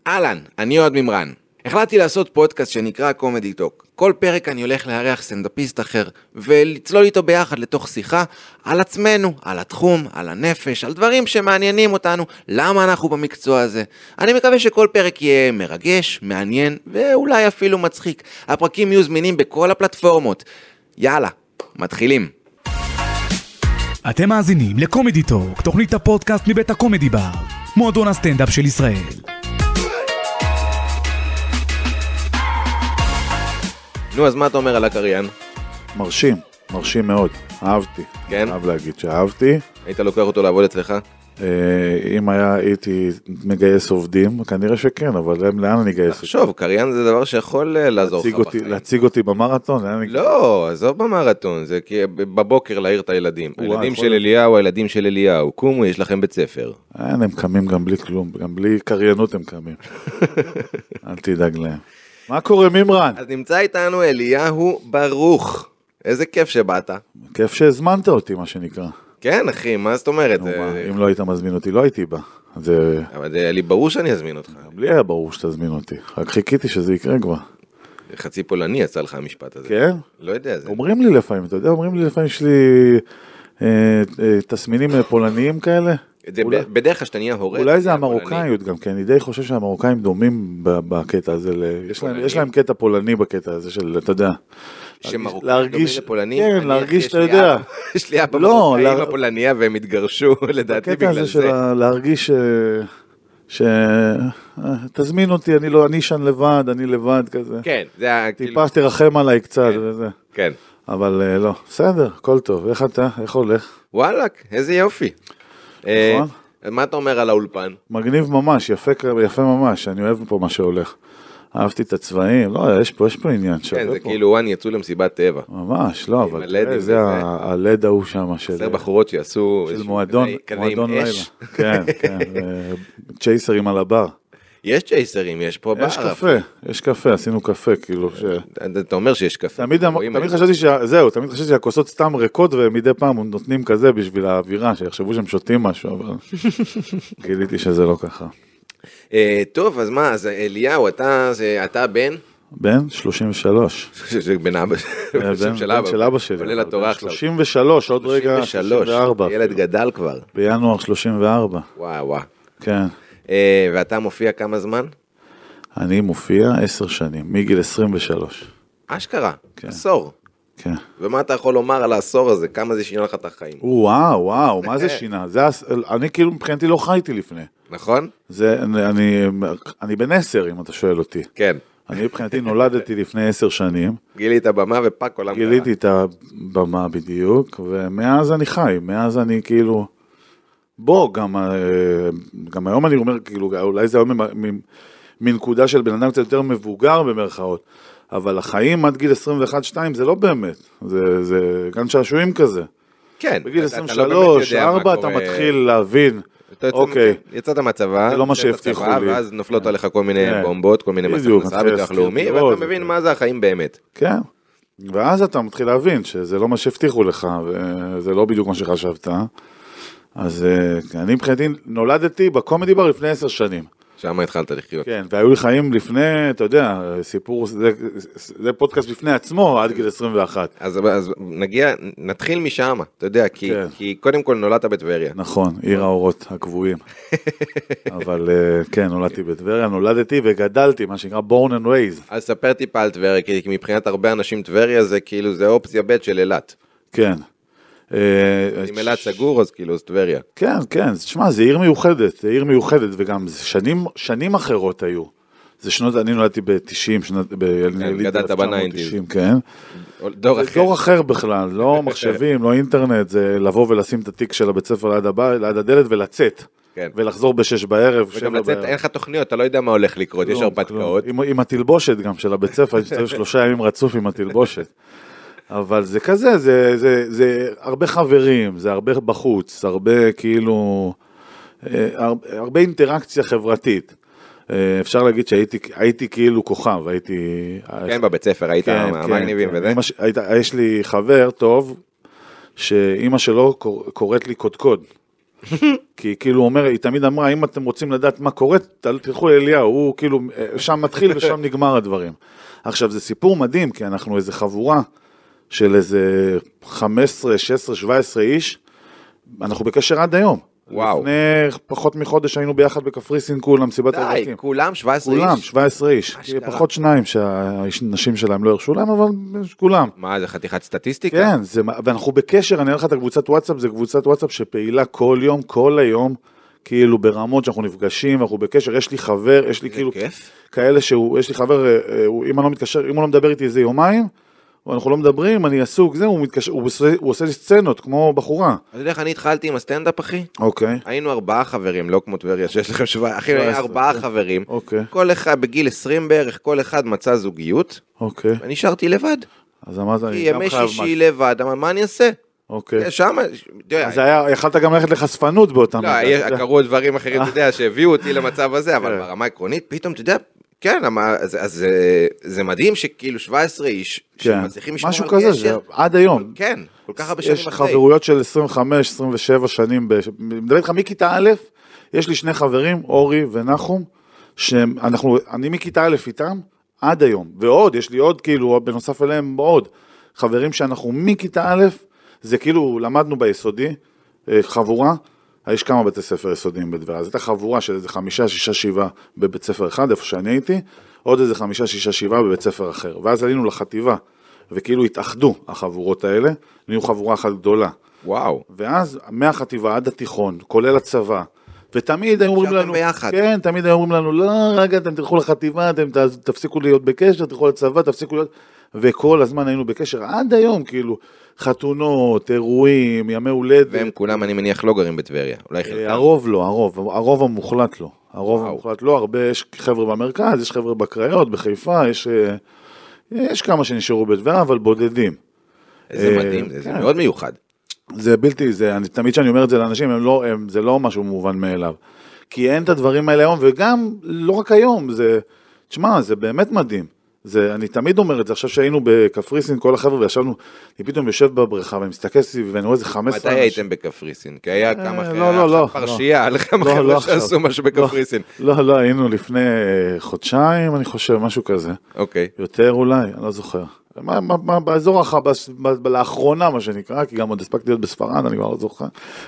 אהלן, אני אוהד ממרן. החלטתי לעשות פודקאסט שנקרא קומדי טוק. כל פרק אני הולך לארח סטנדאפיסט אחר, ולצלול איתו ביחד לתוך שיחה על עצמנו, על התחום, על הנפש, על דברים שמעניינים אותנו, למה אנחנו במקצוע הזה. אני מקווה שכל פרק יהיה מרגש, מעניין, ואולי אפילו מצחיק. הפרקים יהיו זמינים בכל הפלטפורמות. יאללה, מתחילים. אתם מאזינים לקומדי טוק, תוכנית הפודקאסט מבית הקומדי בר, מועדון הסטנדאפ של ישראל. נו, אז מה אתה אומר על הקריין? מרשים, מרשים מאוד, אהבתי. כן? אהב להגיד שאהבתי. היית לוקח אותו לעבוד אצלך? אם הייתי מגייס עובדים, כנראה שכן, אבל לאן אני אגייס? תחשוב, קריין זה דבר שיכול לעזור לך בחיים. להציג אותי במרתון? לא, עזוב במרתון, זה כי בבוקר להעיר את הילדים. הילדים של אליהו, הילדים של אליהו, קומו, יש לכם בית ספר. הם קמים גם בלי כלום, גם בלי קריינות הם קמים. אל תדאג להם. מה קורה ממרן? אז נמצא איתנו אליהו ברוך. איזה כיף שבאת. כיף שהזמנת אותי, מה שנקרא. כן, אחי, מה זאת אומרת? אם לא היית מזמין אותי, לא הייתי בא. אבל זה היה לי ברור שאני אזמין אותך. בלי היה ברור שתזמין אותי. רק חיכיתי שזה יקרה כבר. חצי פולני יצא לך המשפט הזה. כן? לא יודע. אומרים לי לפעמים, אתה יודע, אומרים לי לפעמים שלי תסמינים פולניים כאלה. בדרך כלל שאתה נהיה הורה. אולי זה המרוקאיות גם, כי אני די חושב שהמרוקאים דומים בקטע הזה, יש להם קטע פולני בקטע הזה של, אתה יודע, שמרוקאים דומים לפולנים? כן, להרגיש, אתה יודע. יש לי אבא מרוקאים הפולניה והם התגרשו, לדעתי בגלל זה. הקטע הזה של להרגיש תזמין אותי, אני אשן לבד, אני לבד כזה. כן, זה היה טיפה תרחם עליי קצת וזה. כן. אבל לא, בסדר, הכל טוב. איך אתה? איך הולך? וואלק, איזה יופי. נכון? מה אתה אומר על האולפן? מגניב ממש, יפה ממש, אני אוהב פה מה שהולך. אהבתי את הצבעים, לא, יש פה עניין. כן, זה כאילו וואן יצאו למסיבת טבע. ממש, לא, אבל זה הלד ההוא שם. זה בחורות שיעשו... של מועדון לילה. כן, כן, צ'ייסרים על הבר. יש צ'ייסרים, יש פה בר. יש קפה, עשינו קפה, כאילו. אתה אומר שיש קפה. תמיד חשבתי שהכוסות סתם ריקות, ומדי פעם נותנים כזה בשביל האווירה, שיחשבו שהם שותים משהו, אבל גיליתי שזה לא ככה. טוב, אז מה, אז אליהו, אתה בן? בן 33. זה בן אבא של אבא שלי. עולה לתורה עכשיו. 33, עוד רגע 34. ילד גדל כבר. בינואר 34. וואו. כן. ואתה מופיע כמה זמן? אני מופיע 10 שנים, מגיל 23. אשכרה, עשור. כן. ומה אתה יכול לומר על העשור הזה? כמה זה שינה לך את החיים? וואו, מה זה שינה? אני כאילו מבחינתי לא חייתי לפני. נכון? אני בן 10, אם אתה שואל אותי. כן. אני מבחינתי נולדתי לפני 10 שנים. גיליתי את הבמה ופק עולם קרה. גיליתי את הבמה בדיוק, ומאז אני חי, מאז אני כאילו... גם היום אני אומר, כאילו, אולי זה היום מנקודה של בן אדם קצת יותר מבוגר במרכאות, אבל החיים עד גיל 21-2 זה לא באמת, זה גן שעשועים כזה. כן. בגיל 23-4 אתה מתחיל להבין, אוקיי. יצאת מהצבא, זה לא מה שהבטיחו לי. ואז נופלות עליך כל מיני בומבות, כל מיני מסע ביטוח לאומי, ואתה מבין מה זה החיים באמת. כן. ואז אתה מתחיל להבין שזה לא מה שהבטיחו לך, וזה לא בדיוק מה שחשבת. אז אני מבחינתי נולדתי בקומדי בר לפני 10 שנים. שם התחלת לחיות. כן, והיו לי חיים לפני, אתה יודע, סיפור, זה פודקאסט בפני עצמו עד גיל 21. אז נתחיל משם, אתה יודע, כי קודם כל נולדת בטבריה. נכון, עיר האורות הקבועים. אבל כן, נולדתי בטבריה, נולדתי וגדלתי, מה שנקרא born and raised. אז ספר טיפה על טבריה, כי מבחינת הרבה אנשים טבריה זה כאילו, זה אופציה ב' של אילת. כן. אם אילת סגור, אז כאילו, זה טבריה. כן, תשמע, זה עיר מיוחדת, וגם שנים אחרות היו. זה שנות, אני נולדתי ב-90, גדלת ב-90, כן. דור אחר בכלל, לא מחשבים, לא אינטרנט, זה לבוא ולשים את התיק של הבית ספר ליד הדלת ולצאת. ולחזור ב-6 בערב. וגם לצאת, אין לך תוכניות, אתה לא יודע מה הולך לקרות, יש הרפתקאות. עם התלבושת גם של הבית ספר, יש 3 ימים רצוף עם התלבושת. אבל זה כזה, זה הרבה חברים, זה הרבה בחוץ, הרבה כאילו, הרבה אינטראקציה חברתית. אפשר להגיד שהייתי כאילו כוכב, הייתי... כן, בבית ספר, היית המגניבים וזה? יש לי חבר טוב, שאמא שלו קוראת לי קודקוד. כי כאילו אומר, היא תמיד אמרה, אם אתם רוצים לדעת מה קורה, תלכו לאליהו, הוא כאילו, שם מתחיל ושם נגמר הדברים. עכשיו, זה סיפור מדהים, כי אנחנו איזה חבורה של איזה 15, 16, 17 איש, אנחנו בקשר עד היום. וואו. לפני פחות מחודש היינו ביחד בקפריסין כולם, סיבת די, הרווקים. כולם 17 איש? כולם, 17 איש. פחות שניים שהנשים שלהם לא הרשו להם, אבל כולם. מה, זה חתיכת סטטיסטיקה? כן, ואנחנו בקשר, אני אראה לך את הקבוצת וואטסאפ, זה קבוצת וואטסאפ שפעילה כל יום, כל היום, כאילו ברמות שאנחנו נפגשים, ואנחנו בקשר, יש לי חבר, יש לי כאילו, כאלה יש לי חבר, אם אני לא מתקשר, אם הוא לא מדבר איתי איזה יומיים, אנחנו לא מדברים, אני עסוק, זה, הוא עושה לי סצנות, כמו בחורה. אתה יודע איך אני התחלתי עם הסטנדאפ, אחי? אוקיי. היינו 4 חברים, לא כמו טבריה, שיש לכם 7, אחי, 4 חברים. אוקיי. כל אחד, בגיל 20 בערך, כל אחד מצא זוגיות. אוקיי. אני שרתי לבד. אז אמרת, אני כי ימי שישי לבד, מה אני אעשה? אוקיי. שם, אז יכלת גם ללכת לחשפנות באותם. לא, קראו דברים אחרים, אתה יודע, שהביאו אותי למצב הזה, אבל ברמה עקרונית, פתאום, אתה יודע, כן, אז זה מדהים שכאילו 17 איש, שמצליחים לשמור על קשר. משהו כזה, עד היום. כן, כל כך הרבה שנים אחרי. יש חברויות של 25, 27 שנים, מדבר איתך מכיתה א', יש לי 2 חברים, אורי ונחום, אני מכיתה א' איתם, עד היום, ועוד, יש לי עוד כאילו, בנוסף אליהם עוד, חברים שאנחנו מכיתה א', זה כאילו, למדנו ביסודי, חבורה, יש כמה בתי ספר יסודיים בדברה, אז הייתה חבורה של איזה 5, 6, 7 בבית ספר אחד, איפה שאני הייתי, עוד איזה 5, 6, 7 בבית ספר אחר, ואז עלינו לחטיבה, וכאילו התאחדו החבורות האלה, נהיו חבורה אחת גדולה. וואו. ואז מהחטיבה עד התיכון, כולל הצבא, ותמיד היו אומרים לנו, ביחד. כן, תמיד היו אומרים לנו, לא, רגע, אתם תלכו לחטיבה, אתם תפסיקו להיות בקשר, תלכו לצבא, תפסיקו להיות, וכל הזמן היינו בקשר, עד היום, כאילו, חתונות, אירועים, ימי הולדת. והם כולם, אני מניח, לא גרים בטבריה. אולי חלקם. הרוב לא, הרוב המוחלט לא. הרוב המוחלט לא, הרבה, יש חבר'ה במרכז, יש חבר'ה בקריות, בחיפה, יש כמה שנשארו בטבריה, אבל בודדים. איזה מדהים, זה מאוד מיוחד. זה בלתי, תמיד שאני אומר את זה לאנשים, זה לא משהו מובן מאליו. כי אין את הדברים האלה היום, וגם לא רק היום, תשמע, זה באמת מדהים. אני תמיד אומר את זה, עכשיו שהיינו בקפריסין, כל החבר'ה, וישבנו, אני פתאום יושב בבריכה, ואני מסתכל סביב, ואני רואה איזה 15 מתי הייתם בקפריסין? כי היה כמה פרשייה, על כמה חבר'ה שעשו משהו בקפריסין. לא, היינו לפני חודשיים, אני חושב, משהו כזה. אוקיי. יותר אולי, אני לא זוכר. באזור לאחרונה, מה שנקרא, כי גם עוד הספקתי להיות בספרד, אני כבר לא זוכר.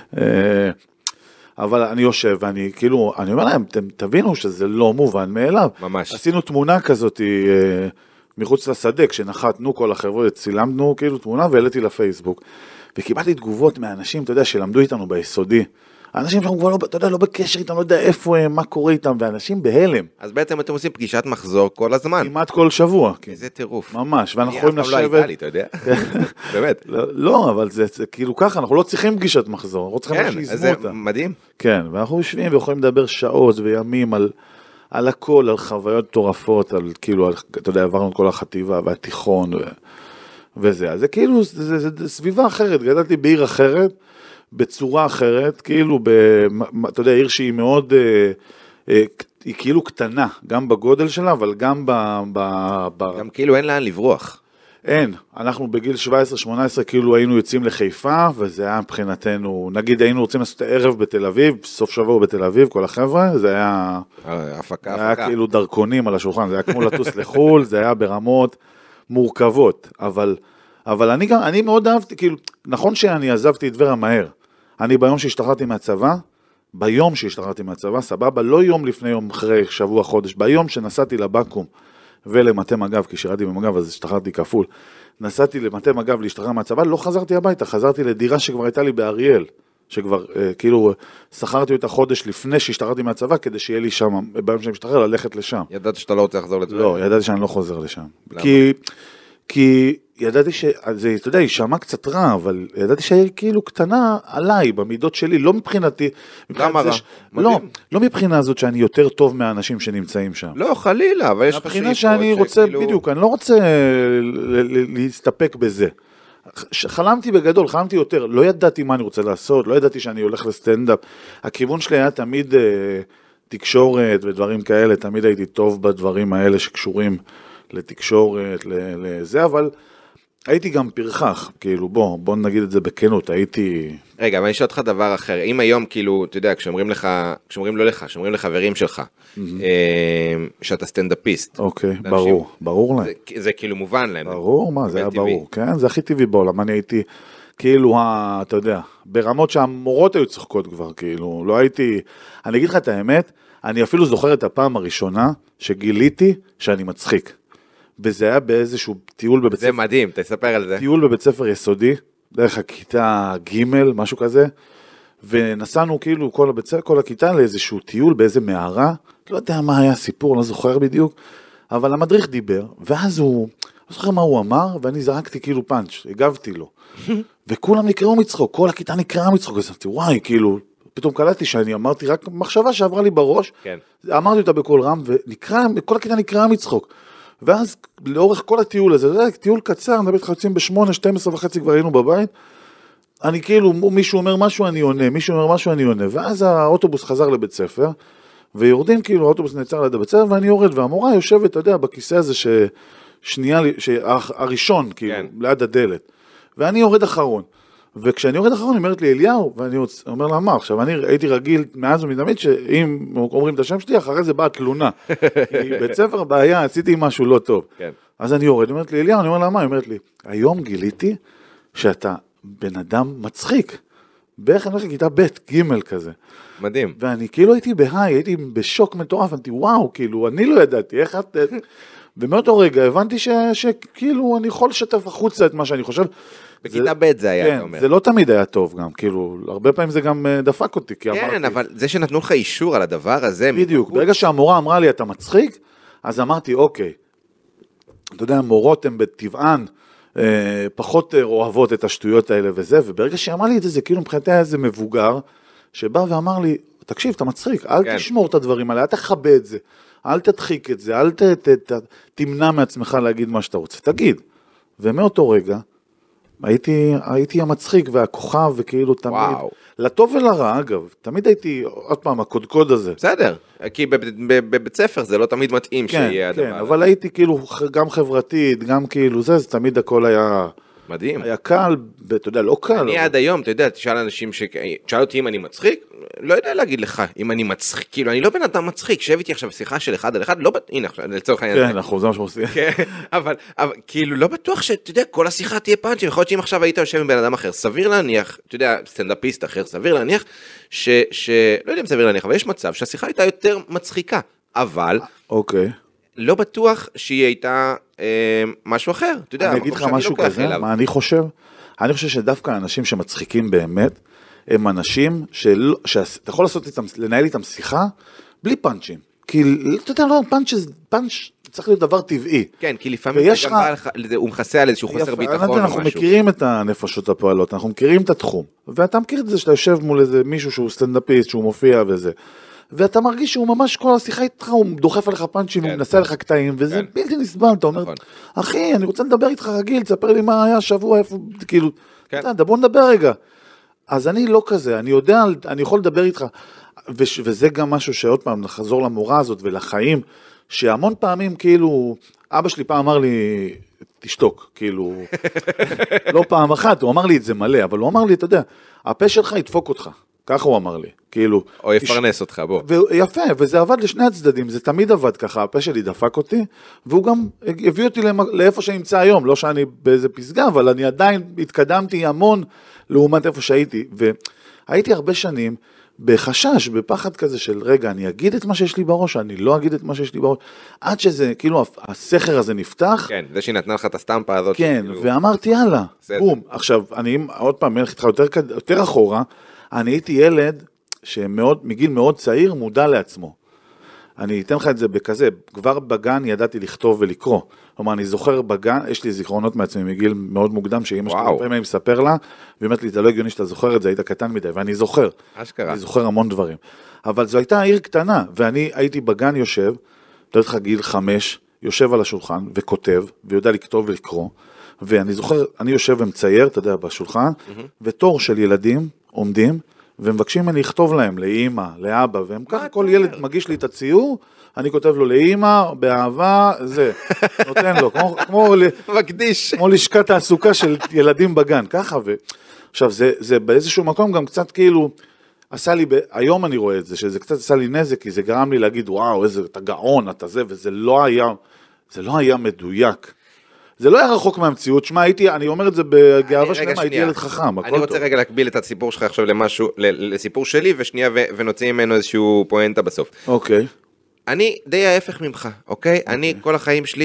אבל אני יושב ואני כאילו, אני אומר להם, תבינו שזה לא מובן מאליו. ממש. עשינו תמונה כזאת מחוץ לשדה, כשנחתנו כל החבר'ה, צילמנו כאילו תמונה והעליתי לפייסבוק. וקיבלתי תגובות מאנשים, אתה יודע, שלמדו איתנו ביסודי. האנשים שאנחנו כבר לא, אתה יודע, לא בקשר איתם, לא יודע איפה הם, מה קורה איתם, ואנשים בהלם. אז בעצם אתם עושים פגישת מחזור כל הזמן. כמעט כל שבוע. איזה טירוף. ממש, ואנחנו יכולים לשבת. אני אף פעם לא הייתה לי, אתה יודע? באמת. לא, אבל זה כאילו ככה, אנחנו לא צריכים פגישת מחזור, אנחנו צריכים שיזמו אותה. כן, זה מדהים. כן, ואנחנו יושבים ויכולים לדבר שעות וימים על הכל, על חוויות מטורפות, על כאילו, אתה יודע, עברנו את כל החטיבה והתיכון וזה. אז זה כאילו, זה סביבה אחרת, גדלתי בעיר אחרת, בצורה אחרת, כאילו, אתה יודע, עיר שהיא מאוד, היא כאילו קטנה, גם בגודל שלה, אבל גם גם כאילו אין לאן לברוח. אין, אנחנו בגיל 17-18 כאילו היינו יוצאים לחיפה, וזה היה מבחינתנו, נגיד היינו רוצים לעשות ערב בתל אביב, סוף שבוע בתל אביב, כל החבר'ה, זה היה, היה כאילו דרכונים על השולחן, זה היה כמו לטוס לחול, זה היה ברמות מורכבות, אבל אני מאוד אהבתי, כאילו, נכון שאני עזבתי את טבריה מהר, אני ביום שהשתחררתי מהצבא, סבבה, לא יום לפני יום אחרי שבוע חודש, ביום שנסעתי לבקו"ם ולמטה מג"ב, כי שירתי במג"ב, אז השתחררתי כפול, נסעתי למטה מג"ב להשתחרר מהצבא, לא חזרתי הביתה, חזרתי לדירה שכבר הייתה לי באריאל, שכבר כאילו שכרתי אותה חודש לפני שהשתחררתי מהצבא, כדי שיהיה לי שם, ביום שאני משתחרר, ללכת לשם. ידעת שאתה לא רוצה לחזור לטבריה? לא, ידעתי שאני לא חוזר לשם. כי ידעתי שזה, אתה יודע, היא שמעה קצת רע, אבל ידעתי שהיא כאילו קטנה עליי, במידות שלי, לא מבחינתי. למה רע? לא מבחינה הזאת שאני יותר טוב מהאנשים שנמצאים שם. לא, חלילה, אבל יש לך מבחינה שאני רוצה, בדיוק, אני לא רוצה להסתפק בזה. חלמתי בגדול, חלמתי יותר, לא ידעתי מה אני רוצה לעשות, לא ידעתי שאני הולך לסטנדאפ. הכיוון שלי היה תמיד תקשורת ודברים כאלה, תמיד הייתי טוב בדברים האלה שקשורים לתקשורת, לזה, הייתי גם פרחח, כאילו, בוא נגיד את זה בכנות, הייתי... רגע, אבל אני אשאל אותך דבר אחר. אם היום, כאילו, אתה יודע, כשאומרים לא לך, כשאומרים לחברים שלך, שאתה סטנדאפיסט. אוקיי, ברור להם. זה כאילו מובן להם. ברור, מה, זה היה ברור, כן? זה הכי טבעי בעולם. אני הייתי, כאילו, אתה יודע, ברמות שהמורות היו צוחקות כבר, כאילו, לא הייתי... אני אגיד לך את האמת, אני אפילו זוכר את הפעם הראשונה שגיליתי שאני מצחיק. וזה היה באיזשהו טיול בבית ספר. זה מדהים, תספר על זה. טיול בבית ספר יסודי, דרך הכיתה ג' משהו כזה, ונסענו כאילו כל הכיתה לאיזשהו טיול באיזה מערה, לא יודע מה היה הסיפור, לא זוכר בדיוק, אבל המדריך דיבר, ואז הוא, לא זוכר מה הוא אמר, ואני זרקתי כאילו פאנץ', הגבתי לו, וכולם נקראו מצחוק, כל הכיתה נקראה מצחוק, אז אמרתי, וואי, כאילו, פתאום קלטתי שאני אמרתי רק מחשבה שעברה לי בראש, כן. אמרתי אותה בקול רם, וכל הכיתה נקראה מצחוק. ואז לאורך כל הטיול הזה, זה טיול קצר, נדבר חצים ב8, 12 וחצי כבר היינו בבית, אני כאילו, מישהו אומר משהו אני עונה, מישהו אומר משהו אני עונה, ואז האוטובוס חזר לבית ספר, ויורדים כאילו, האוטובוס נעצר ליד הבית ספר, ואני יורד, והמורה יושבת, אתה יודע, בכיסא הזה הראשון, כאילו, כן. ליד הדלת, ואני יורד אחרון, וכשאני יורד אחרון, היא אומרת לי, אליהו, ואני אומר לה, מה? עכשיו, אני הייתי רגיל מאז ומתמיד, שאם אומרים את השם שלי, אחרי זה באה תלונה. כי בית ספר בעיה, עשיתי משהו לא טוב. כן. אז אני יורד, היא אומרת לי, אליהו, אני אומר לה, מה? היא אומרת לי, היום גיליתי שאתה בן אדם מצחיק. בערך אני הולך לכיתה ב' ג' כזה. מדהים. ואני כאילו הייתי בהיי, הייתי בשוק מטורף, אמרתי, וואו, כאילו, אני לא ידעתי, איך את... ומאותו רגע הבנתי שכאילו אני יכול לשתף החוצה את מה שאני חושב. בכיתה ב' זה היה, אתה אומר. זה לא תמיד היה טוב גם, כאילו, הרבה פעמים זה גם דפק אותי, כי אמרתי... כן, אבל זה שנתנו לך אישור על הדבר הזה... בדיוק, ברגע שהמורה אמרה לי, אתה מצחיק, אז אמרתי, אוקיי, אתה יודע, מורות הן בטבען, פחות אוהבות את השטויות האלה וזה, וברגע שאמר לי את זה, זה כאילו מבחינתי היה איזה מבוגר, שבא ואמר לי, תקשיב, אתה מצחיק, אל תשמור את הדברים האלה, אל תחבא את זה, אל תדחיק את זה, אל תמנע מעצמך להגיד מה שאתה רוצה, תגיד. ומאותו רגע, הייתי המצחיק והכוכב וכאילו תמיד, לטוב ולרע אגב, תמיד הייתי עוד פעם הקודקוד הזה. בסדר, כי בבית ספר זה לא תמיד מתאים שיהיה הדבר. כן, אבל הייתי כאילו גם חברתית, גם כאילו זה תמיד הכל היה... מדהים. היה קל, אתה יודע, לא קל. אני עד היום, אתה יודע, תשאל אנשים תשאל אותי אם אני מצחיק, לא יודע להגיד לך אם אני מצחיק, כאילו, אני לא בן אדם מצחיק, שב איתי עכשיו שיחה של אחד על אחד, לא, הנה, לצורך העניין. כן, אנחנו, זה מה שעושים. אבל כאילו, לא בטוח שאתה יודע, כל השיחה תהיה פאנצ'ים, יכול להיות שאם עכשיו היית יושב עם בן אדם אחר, סביר להניח, אתה יודע, סטנדאפיסט אחר, סביר להניח, לא יודע אם סביר להניח, אבל יש מצב שהשיחה הייתה יותר מצחיקה, אבל, אוקיי. לא בטוח שהיא הייתה משאתה אחר, אתה יודע, אני אגיד לך משהו כזה, מה אני חושב? אני חושב שדווקא האנשים שמצחיקים באמת, הם אנשים שאתה יכול לנהל איתם שיחה, בלי פאנצ'ים. כי, אתה יודע, לא, פאנץ' צריך להיות דבר טבעי. כן, כי לפעמים הוא מכסה על איזשהו חוסר ביטחון או משהו. אנחנו מכירים את הנפשות הפועלות, אנחנו מכירים את התחום, ואתה מכיר את זה שאתה יושב מול איזה מישהו שהוא סטנדאפיסט, שהוא מופיע וזה. ואתה מרגיש שהוא ממש כל השיחה איתך, הוא דוחף עליך פאנצ'ים, הוא מנסה לך קטעים, וזה בלתי נסבל, אתה אומר, אחי, אני רוצה לדבר איתך רגיל, תספר לי מה היה השבוע, איפה, כאילו, בוא נדבר רגע. אז אני לא כזה, אני יודע, אני יכול לדבר איתך, וזה גם משהו שעוד פעם, נחזור למורה הזאת ולחיים, שהמון פעמים, כאילו, אבא שלי פעם אמר לי, תשתוק, כאילו, לא פעם אחת, הוא אמר לי את זה מלא, אבל הוא אמר לי, אתה יודע, הפה שלך ידפוק אותך. ככה הוא אמר לי, כאילו... או יפרנס אותך, בוא. יפה, וזה עבד לשני הצדדים, זה תמיד עבד ככה, הפה שלי דפק אותי, והוא גם הביא אותי לאיפה שנמצא היום, לא שאני באיזה פסגה, אבל אני עדיין התקדמתי המון לעומת איפה שהייתי, והייתי הרבה שנים בחשש, בפחד כזה של רגע, אני אגיד את מה שיש לי בראש, אני לא אגיד את מה שיש לי בראש, עד שזה, כאילו, הסכר הזה נפתח. כן, זה שנתנה לך את הסטמפה הזאת. כן, ואמרתי, יאללה, בום. עכשיו, אני עוד פעם מלך איתך יותר אחורה, אני הייתי ילד מגיל מאוד צעיר מודע לעצמו. אני אתן לך את זה בכזה, כבר בגן ידעתי לכתוב ולקרוא. כלומר, אני זוכר בגן, יש לי זיכרונות מעצמי מגיל מאוד מוקדם, שאמא שלי פעמים אני מספר לה, והיא אומרת לי, זה לא הגיוני שאתה זוכר את זה, היית קטן מדי, ואני זוכר. אשכרה. אני זוכר המון דברים. אבל זו הייתה עיר קטנה, ואני הייתי בגן יושב, לא לך גיל 5, יושב על השולחן וכותב, ויודע לכתוב ולקרוא, ואני זוכר, אני יושב ומצייר, אתה יודע, בשולחן, ותור של ילדים עומדים, ומבקשים ממני לכתוב להם, לאמא, לאבא, והם ככה, כל ילד מגיש לי את הציור, אני כותב לו לאמא, באהבה, זה, נותן לו, מקדיש. כמו לשכת תעסוקה של ילדים בגן, ככה, עכשיו, זה באיזשהו מקום גם קצת כאילו, עשה לי, היום אני רואה את זה, שזה קצת עשה לי נזק, כי זה גרם לי להגיד, וואו, איזה, אתה גאון, אתה זה, וזה לא היה מדויק. זה לא היה רחוק מהמציאות, שמה, אני אומר את זה בגאווה שלמה, הייתי ילד חכם, אני רוצה רגע להקביל את הסיפור שלך עכשיו למשהו, לסיפור שלי, ושנייה ונוציא ממנו איזשהו פואנטה בסוף. אוקיי. אני די ההפך ממך, אוקיי? אני כל החיים שלי,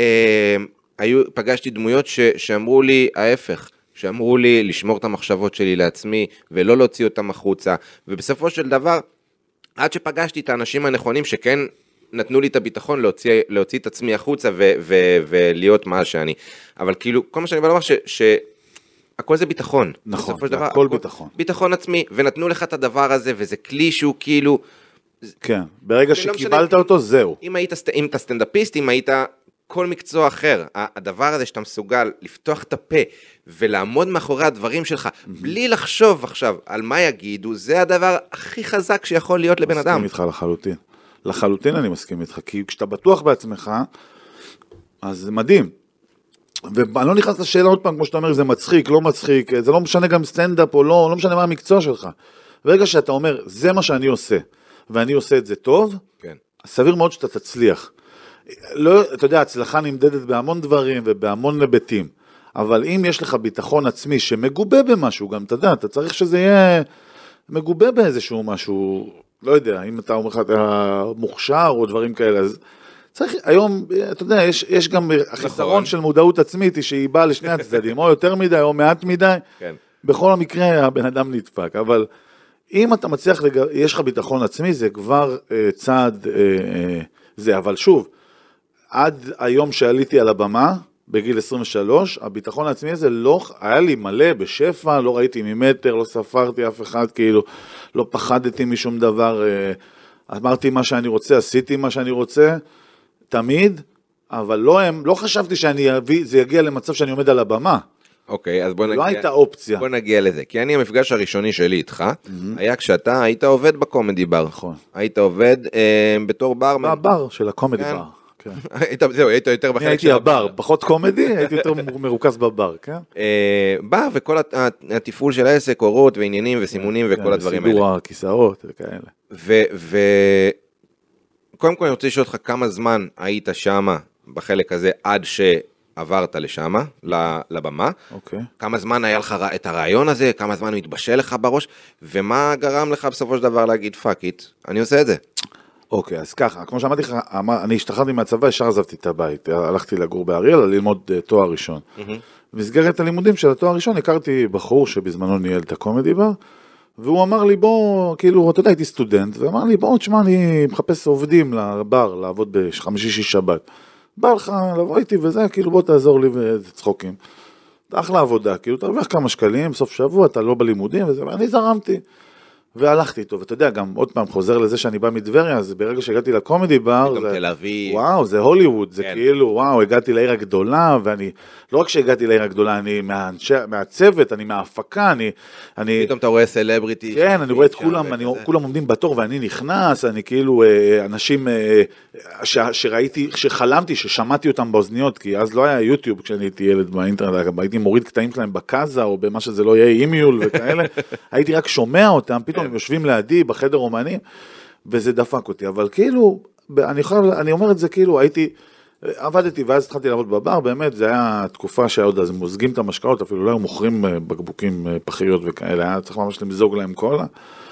פגשתי דמויות שאמרו לי ההפך, שאמרו לי לשמור את המחשבות שלי לעצמי, ולא להוציא אותם החוצה, ובסופו של דבר, עד שפגשתי את האנשים הנכונים שכן נתנו לי את הביטחון להוציא את עצמי החוצה ולהיות מה שאני. אבל כאילו, כל מה שאני בא לומר שהכל זה ביטחון. נכון, זה הכל ביטחון. ביטחון עצמי, ונתנו לך את הדבר הזה, וזה כלי שהוא כאילו... כן, ברגע שקיבלת אותו, זהו. אם אתה סטנדאפיסט, אם היית כל מקצוע אחר, הדבר הזה שאתה מסוגל לפתוח את הפה, ולעמוד מאחורי הדברים שלך, בלי לחשוב עכשיו על מה יגידו, זה הדבר הכי חזק שיכול להיות לבן אדם. מסכים איתך לחלוטין. לחלוטין אני מסכים איתך, כי כשאתה בטוח בעצמך, אז זה מדהים. ואני לא נכנס לשאלה עוד פעם, כמו שאתה אומר, זה מצחיק, לא מצחיק, זה לא משנה גם סטנדאפ או לא משנה מה המקצוע שלך. ברגע שאתה אומר, זה מה שאני עושה, ואני עושה את זה טוב, כן. סביר מאוד שאתה תצליח. לא, אתה יודע, הצלחה נמדדת בהמון דברים ובהמון היבטים, אבל אם יש לך ביטחון עצמי שמגובה במשהו, גם אתה יודע, אתה צריך שזה יהיה מגובה באיזשהו משהו, לא יודע, אם אתה אומר לך, אתה מוכשר או דברים כאלה, אז צריך, היום, אתה יודע, יש גם החיסרון של מודעות עצמית, שהיא באה לשני הצדדים, או יותר מדי או מעט מדי, כן. בכל המקרה הבן אדם נדפק, אבל אם אתה מצליח, יש לך ביטחון עצמי, זה כבר צעד זה, אבל שוב, עד היום שעליתי על הבמה, בגיל 23, הביטחון העצמי הזה לא, היה לי מלא בשפע, לא ראיתי ממטר, לא ספרתי אף אחד, כאילו, לא פחדתי משום דבר, אמרתי מה שאני רוצה, עשיתי מה שאני רוצה, תמיד, אבל לא חשבתי זה יגיע למצב שאני עומד על הבמה. אוקיי, אז בוא נגיע... לא הייתה אופציה. בוא נגיע לזה, כי המפגש הראשוני שלי איתך, היה כשאתה היית עובד בקומדי בר. נכון. היית עובד בתור בר. בבר של הקומדי בר. זהו, היית יותר בחלק של הבר. פחות קומדי, הייתי יותר מרוכז בבר, כן? בא וכל התפעול של העסק, אורות ועניינים וסימונים וכל הדברים האלה. סידור הכיסאות וכאלה. קודם כל אני רוצה לשאול אותך כמה זמן היית שמה בחלק הזה עד שעברת לשמה, לבמה. אוקיי. כמה זמן היה לך את הרעיון הזה, כמה זמן הוא התבשל לך בראש, ומה גרם לך בסופו של דבר להגיד פאק איט, אני עושה את זה. אוקיי, אז ככה, כמו שאמרתי לך, אני השתחררתי מהצבא, ישר עזבתי את הבית, הלכתי לגור באריאל, ללמוד תואר ראשון. במסגרת הלימודים של התואר הראשון, הכרתי בחור שבזמנו ניהל את הקומדי בר, והוא אמר לי, בוא, כאילו, אתה יודע, הייתי סטודנט, ואמר לי, בוא, תשמע, אני מחפש עובדים לבר, לעבוד בחמישי שבת. בא לך לבוא איתי וזה, כאילו, בוא תעזור לי וזה צחוקים. אחלה עבודה, כאילו, תרוויח כמה שקלים, סוף שבוע, אתה לא בלימודים וזה, ואני זרמתי. והלכתי איתו, ואתה יודע, גם עוד פעם חוזר לזה שאני בא מדבריה, אז ברגע שהגעתי לקומדי בר, פתאום תל אביב. וואו, זה הוליווד, זה כאילו, וואו, הגעתי לעיר הגדולה, ואני, לא רק שהגעתי לעיר הגדולה, אני מהצוות, אני מההפקה, אני... פתאום אתה רואה סלבריטי. כן, אני רואה את כולם עומדים בתור, ואני נכנס, אני כאילו, אנשים שראיתי, שחלמתי, ששמעתי אותם באוזניות, כי אז לא היה יוטיוב כשאני הייתי ילד באינטרנט, הייתי מוריד קטעים שלהם בקאזה, או במה שזה לא יהיה אימיול וכאלה, הייתי רק שומע אותם, פתאום הם יושבים לידי בחדר אומנים, וזה דפק אותי, אבל כאילו, אני אומר את זה כאילו, עבדתי ואז התחלתי לעבוד בבר, באמת זה היה תקופה שעוד אז מוזגים את המשקאות, אפילו לא היו מוכרים בקבוקים פחיות וכאלה, היה צריך ממש למזוג להם קולה,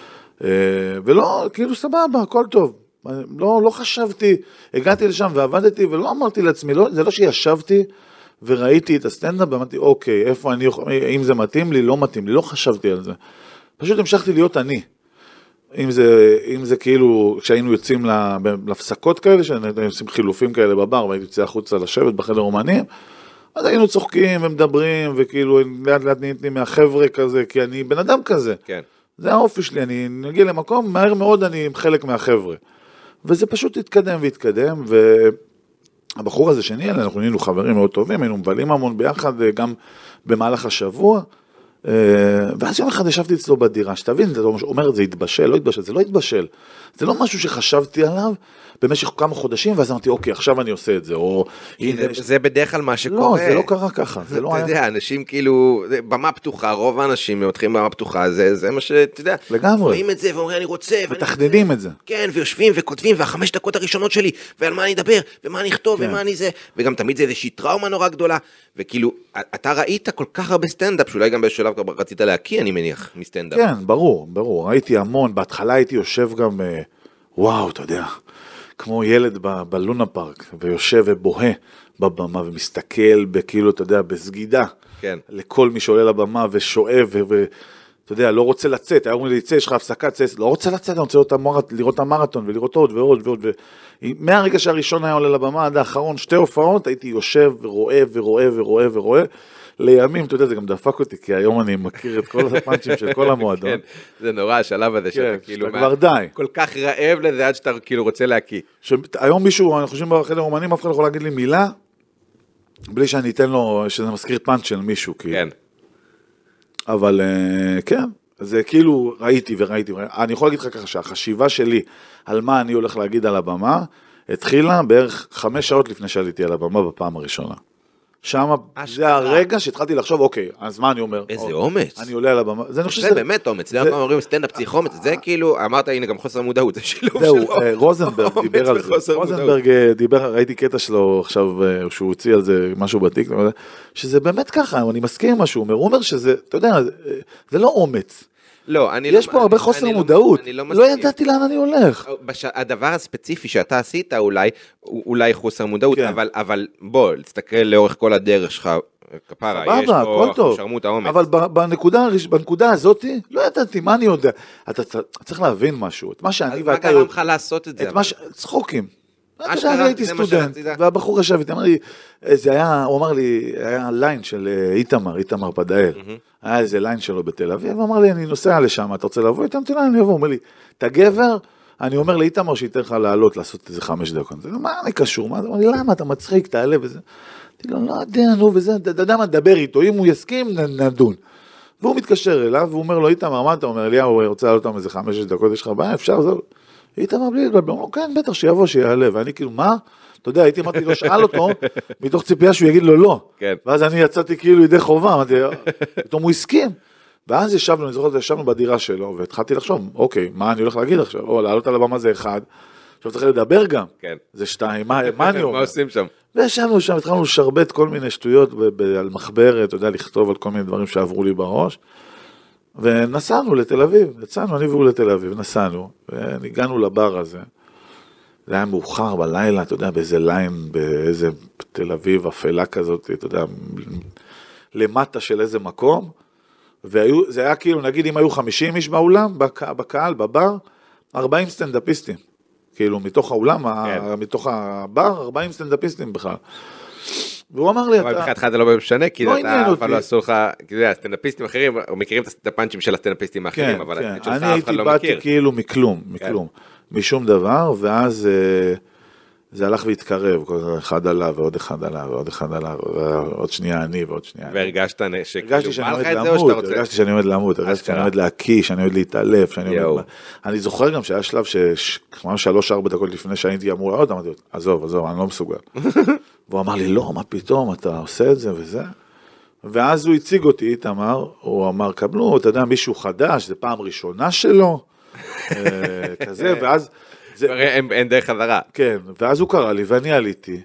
ולא, כאילו סבבה, הכל טוב, לא חשבתי, הגעתי לשם ועבדתי ולא אמרתי לעצמי, זה לא שישבתי וראיתי את הסטנדאפ, ואמרתי אוקיי, איפה אני, אם זה מתאים לי, לא מתאים לי, לא חשבתי על זה. פשוט המשכתי להיות אני. אם זה כאילו, כשהיינו יוצאים להפסקות כאלה, שהיינו עושים חילופים כאלה בבר, והייתי יוצא החוצה לשבת בחדר אומנים, אז היינו צוחקים ומדברים, וכאילו לאט לאט נהייתי מהחבר'ה כזה, כי אני בן אדם כזה. כן. זה האופי שלי, אני נגיע למקום, מהר מאוד אני חלק מהחבר'ה. וזה פשוט התקדם והתקדם, והבחור הזה שני, אנחנו נהיינו חברים מאוד טובים, היינו מבלים המון ביחד, גם במהלך השבוע, ואז יום אחד ישבתי אצלו בדירה, שתבין, אתה אומר את זה התבשל, לא התבשל, זה לא התבשל, זה לא משהו שחשבתי עליו במשך כמה חודשים, ואז אמרתי, אוקיי, עכשיו אני עושה את זה, או... זה בדרך כלל מה שקורה. לא, זה לא קרה ככה, זה לא היה... אתה יודע, אנשים כאילו, במה פתוחה, רוב האנשים מתחילים במה פתוחה, זה מה שאתה יודע, לגמרי. רואים את זה ואומרים, אני רוצה, מתכננים את זה. כן, ויושבים וכותבים, והחמש דקות הראשונות שלי, ועל מה אני אדבר, ומה אני אכתוב, ומה אני זה, וגם תמיד זה איזושהי טראומה נורא גדולה, וכאילו, אתה ראית כל כך הרבה סטנדאפ, שאולי גם בשלב רצית להקיא, אני מניח, מסטנדאפ. כן, ברור, ראיתי המון, בהתחלה הייתי יושב גם, וואו, אתה יודע, כמו ילד בלונה פארק, ויושב ובוהה בבמה, ומסתכל בכאילו, אתה יודע, בסגידה, כן. לכל מי שעולה לבמה, ושואב, ואתה יודע, לא רוצה לצאת, היה אומרים לי, יש לך הפסקה, לא רוצה לצאת, אני רוצה לראות את המרתון, ולראות עוד ועוד ועוד, מהרגע שהראשון היה עולה לבמה, עד האחרון, 2 הופעות, הייתי יושב ורואה, לימים, אתה יודע, זה גם דפק אותי, כי היום אני מכיר את כל הפאנצ'ים של כל המועדון. כן, זה נורא, השלב הזה שאתה כאילו... שאתה כבר די. כל כך רעב לזה עד שאתה כאילו רוצה להקיא. היום מישהו, אני חושב בחדר אומנים, אף אחד יכול להגיד לי מילה, בלי שאני אתן לו, שזה מזכיר פאנץ' של מישהו, כאילו. כן. אבל כן, זה כאילו ראיתי. אני יכול להגיד לך ככה, שהחשיבה שלי על מה אני הולך להגיד על הבמה, התחילה בערך 5 שעות לפני שעליתי על הבמה בפעם הראשונה. שם זה הרגע שהתחלתי לחשוב, אוקיי, אז מה אני אומר? איזה אומץ. אני עולה על הבמה. זה באמת אומץ. זה אומרים סטנדאפ פסיכומץ. זה כאילו, אמרת, הנה גם חוסר מודעות. זה שילוב זהו, שלו. רוזנברג דיבר על זה. רוזנברג דיבר, ראיתי קטע שלו עכשיו, שהוא הוציא על זה משהו בתיק, שזה באמת ככה, אני מסכים עם מה שהוא אומר. הוא אומר שזה, אתה יודע, זה לא אומץ. לא, אני יש פה הרבה חוסר מודעות, לא ידעתי לאן אני הולך. הדבר הספציפי שאתה עשית אולי חוסר מודעות, אבל בוא, תסתכל לאורך כל הדרך שלך, כפרה, יש פה שרמוט האומץ. אבל בנקודה הזאת, לא ידעתי, מה אני יודע? אתה צריך להבין משהו, את מה שאני ואתה... מה גרם לך לעשות את זה? צחוקים. אתה יודע, אני הייתי סטודנט, והבחור ישב איתי, אמר לי, הוא אמר לי, היה ליין של איתמר פדאל, היה איזה ליין שלו בתל אביב, הוא אמר לי, אני נוסע לשם, אתה רוצה לבוא איתם? אני אבוא, הוא אומר לי, אתה גבר? אני אומר לאיתמר שייתן לך לעלות, לעשות איזה 5 דקות. מה אני קשור? הוא אמר לי, למה? אתה מצחיק, תעלה וזה. אמרתי לו, לא יודע, נו, וזה, אתה יודע מה, דבר איתו, אם הוא יסכים, נדון. והוא מתקשר אליו, והוא אומר לו, איתמר, מה אתה אומר לי, הוא רוצה לעלות איזה 5 דקות, יש לך בעיה, אפשר, זהו. איתמר בלי לדבר, הוא אומר, כן, בטח, שיבוא, שיעלה, ואני כאילו, מה? אתה יודע, הייתי אמרתי לו, שאל אותו, מתוך ציפייה שהוא יגיד לו לא. ואז אני יצאתי כאילו ידי חובה, אמרתי, פתאום הוא הסכים. ואז ישבנו, אני זוכר, ישבנו בדירה שלו, והתחלתי לחשוב, אוקיי, מה אני הולך להגיד עכשיו? או, לעלות על הבמה זה 1, עכשיו צריך לדבר גם, זה 2, מה אני אומר? מה עושים שם? וישבנו שם, התחלנו לשרבט כל מיני שטויות על מחברת, אתה יודע, לכתוב על כל מיני דברים שעברו לי בראש, ונסענו לתל אביב, יצאנו, אני והוא לתל אביב, נסענו, והגענו לבר הזה, זה היה מאוחר בלילה, אתה יודע, באיזה ליין, באיזה תל אביב, אפלה כזאת, אתה יודע, למטה של איזה מקום, וזה היה כאילו, נגיד, אם היו 50 איש באולם, בקהל, בבר, 40 סטנדאפיסטים, כאילו, מתוך האולם, מתוך הבר, 40 סטנדאפיסטים בכלל. והוא אמר לי, אבל בכלל זה לא משנה, כי אתה לא עשו לך, כי זה הסטנדאפיסטים האחרים, או מכירים את הפאנצ'ים של הסטנדאפיסטים האחרים, אבל את שלך אף אחד לא מכיר. אני באתי כאילו מכלום, משום דבר, ואז זה הלך והתקרב, אחד עלה ועוד אחד עלה ועוד אחד עלה, ועוד שנייה אני ועוד שנייה. והרגשת הרגשתי שאני עומד למות, הרגשתי שאני עומד למות, הרגשתי שאני עומד להקיא, שאני עומד להתעלף, אני זוכר גם שהיה שלב שכמובן 3-4 דקות לפני שהייתי אמור לעוד, אמרתי, עזוב, אני לא מסוגל. והוא אמר לי, לא, מה פתאום, אתה עושה את זה וזה. ואז הוא הציג אותי, איתמר, הוא אמר, קבלו, אתה יודע, מישהו חדש, זה פעם ראשונה שלו, כזה, ואז... אין דרך חזרה. כן, ואז הוא קרא לי, ואני עליתי,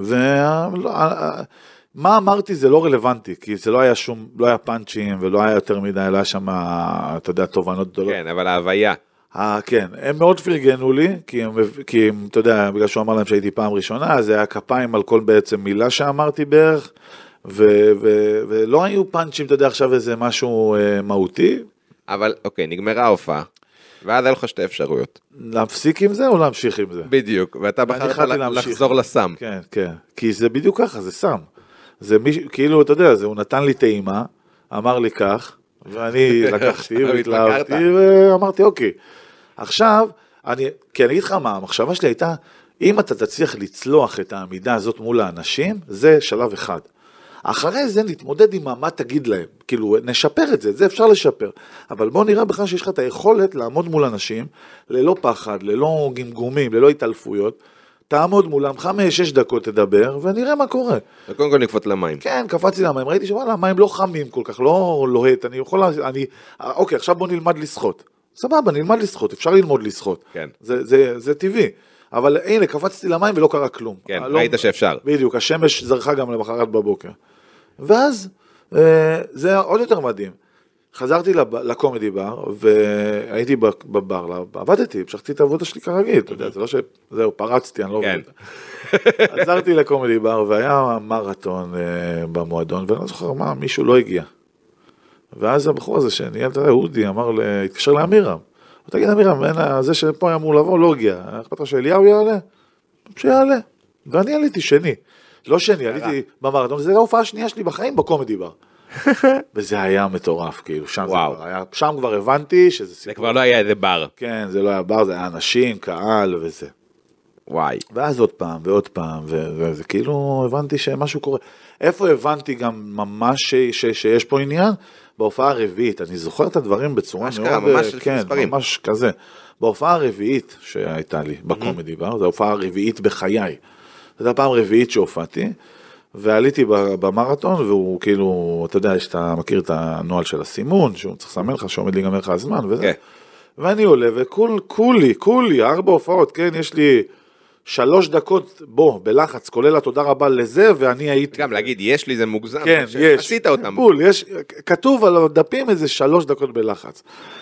מה אמרתי זה לא רלוונטי, כי זה לא היה לא היה פאנצ'ים, ולא היה יותר מדי, לא היה שם, אתה יודע, תובנות גדולות. כן, אבל ההוויה. כן, הם מאוד פרגנו לי, כי הם, אתה יודע, בגלל שהוא אמר להם שהייתי פעם ראשונה, אז זה היה כפיים על כל בעצם מילה שאמרתי בערך, ולא היו פאנצ'ים, אתה יודע, עכשיו איזה משהו מהותי. אבל, אוקיי, נגמרה ההופעה, ואז היה לך 2 אפשרויות. להפסיק עם זה או להמשיך עם זה? בדיוק, ואתה בחרת לחזור לסם. כן, כן, כי זה בדיוק ככה, זה סם. זה כאילו, אתה יודע, הוא נתן לי טעימה, אמר לי כך, ואני לקחתי והתלהבתי, ואמרתי, אוקיי. עכשיו, כי אני אגיד לך מה, המחשבה שלי הייתה, אם אתה תצליח לצלוח את העמידה הזאת מול האנשים, זה שלב אחד. אחרי זה נתמודד עם מה תגיד להם, כאילו נשפר את זה, זה אפשר לשפר, אבל בוא נראה בכלל שיש לך את היכולת לעמוד מול אנשים, ללא פחד, ללא גמגומים, ללא התעלפויות, תעמוד מולם 5-6 דקות תדבר, ונראה מה קורה. וקודם כל נקפוץ למים. כן, קפצתי למים, ראיתי שוואלה, המים לא חמים כל כך, לא לוהט, אוקיי, עכשיו בוא נלמד לשחות. סבבה, נלמד לשחות, אפשר ללמוד לשחות. כן. זה טבעי. אבל הנה, קפצתי למים ולא קרה כלום. כן, ראית שאפשר. בדיוק, השמש זרחה גם למחרת בבוקר. ואז, זה עוד יותר מדהים. חזרתי לקומדי בר, והייתי בבר, עבדתי, המשכתי את העבודה שלי כרגיל, אתה יודע, זה לא שזהו, פרצתי, אני לא עובד. חזרתי לקומדי בר, והיה מרתון במועדון, ואני לא זוכר מה, מישהו לא הגיע. ואז הבחור הזה שניהל, אתה יודע, אודי, התקשר לאמירם. תגיד אמירם, זה שפה היה אמור לבוא, לא הגיע. אכפת לך שאליהו יעלה? שיעלה. ואני עליתי שני. לא שני, עליתי במרתון, זו ההופעה השנייה שלי בחיים בקומדי בר. וזה היה מטורף, כאילו, שם כבר הבנתי שזה סיפור. זה כבר לא היה איזה בר. כן, זה לא היה בר, זה היה אנשים, קהל וזה. וואי. ואז עוד פעם ועוד פעם, וזה כאילו הבנתי שמשהו קורה. איפה הבנתי גם ממש שיש פה עניין? בהופעה הרביעית, אני זוכר את הדברים בצורה מאוד, כן, ממש כזה. בהופעה הרביעית שהייתה לי בקומדי בר, זו ההופעה הרביעית בחיי. זו הפעם הרביעית שהופעתי, ועליתי במרתון, והוא כאילו, אתה יודע, אתה מכיר את הנוהל של הסימון, שהוא צריך לסמן לך, שעומד להיגמר לך הזמן, וזה. ואני עולה, וכולי, 4 הופעות, כן, יש לי 3 דקות, בלחץ, כולל התודה רבה לזה, ואני הייתי... גם להגיד, יש לי זה מוגזם, כן, יש. עשית אותם. כתוב על הדפים איזה 3 דקות בלחץ.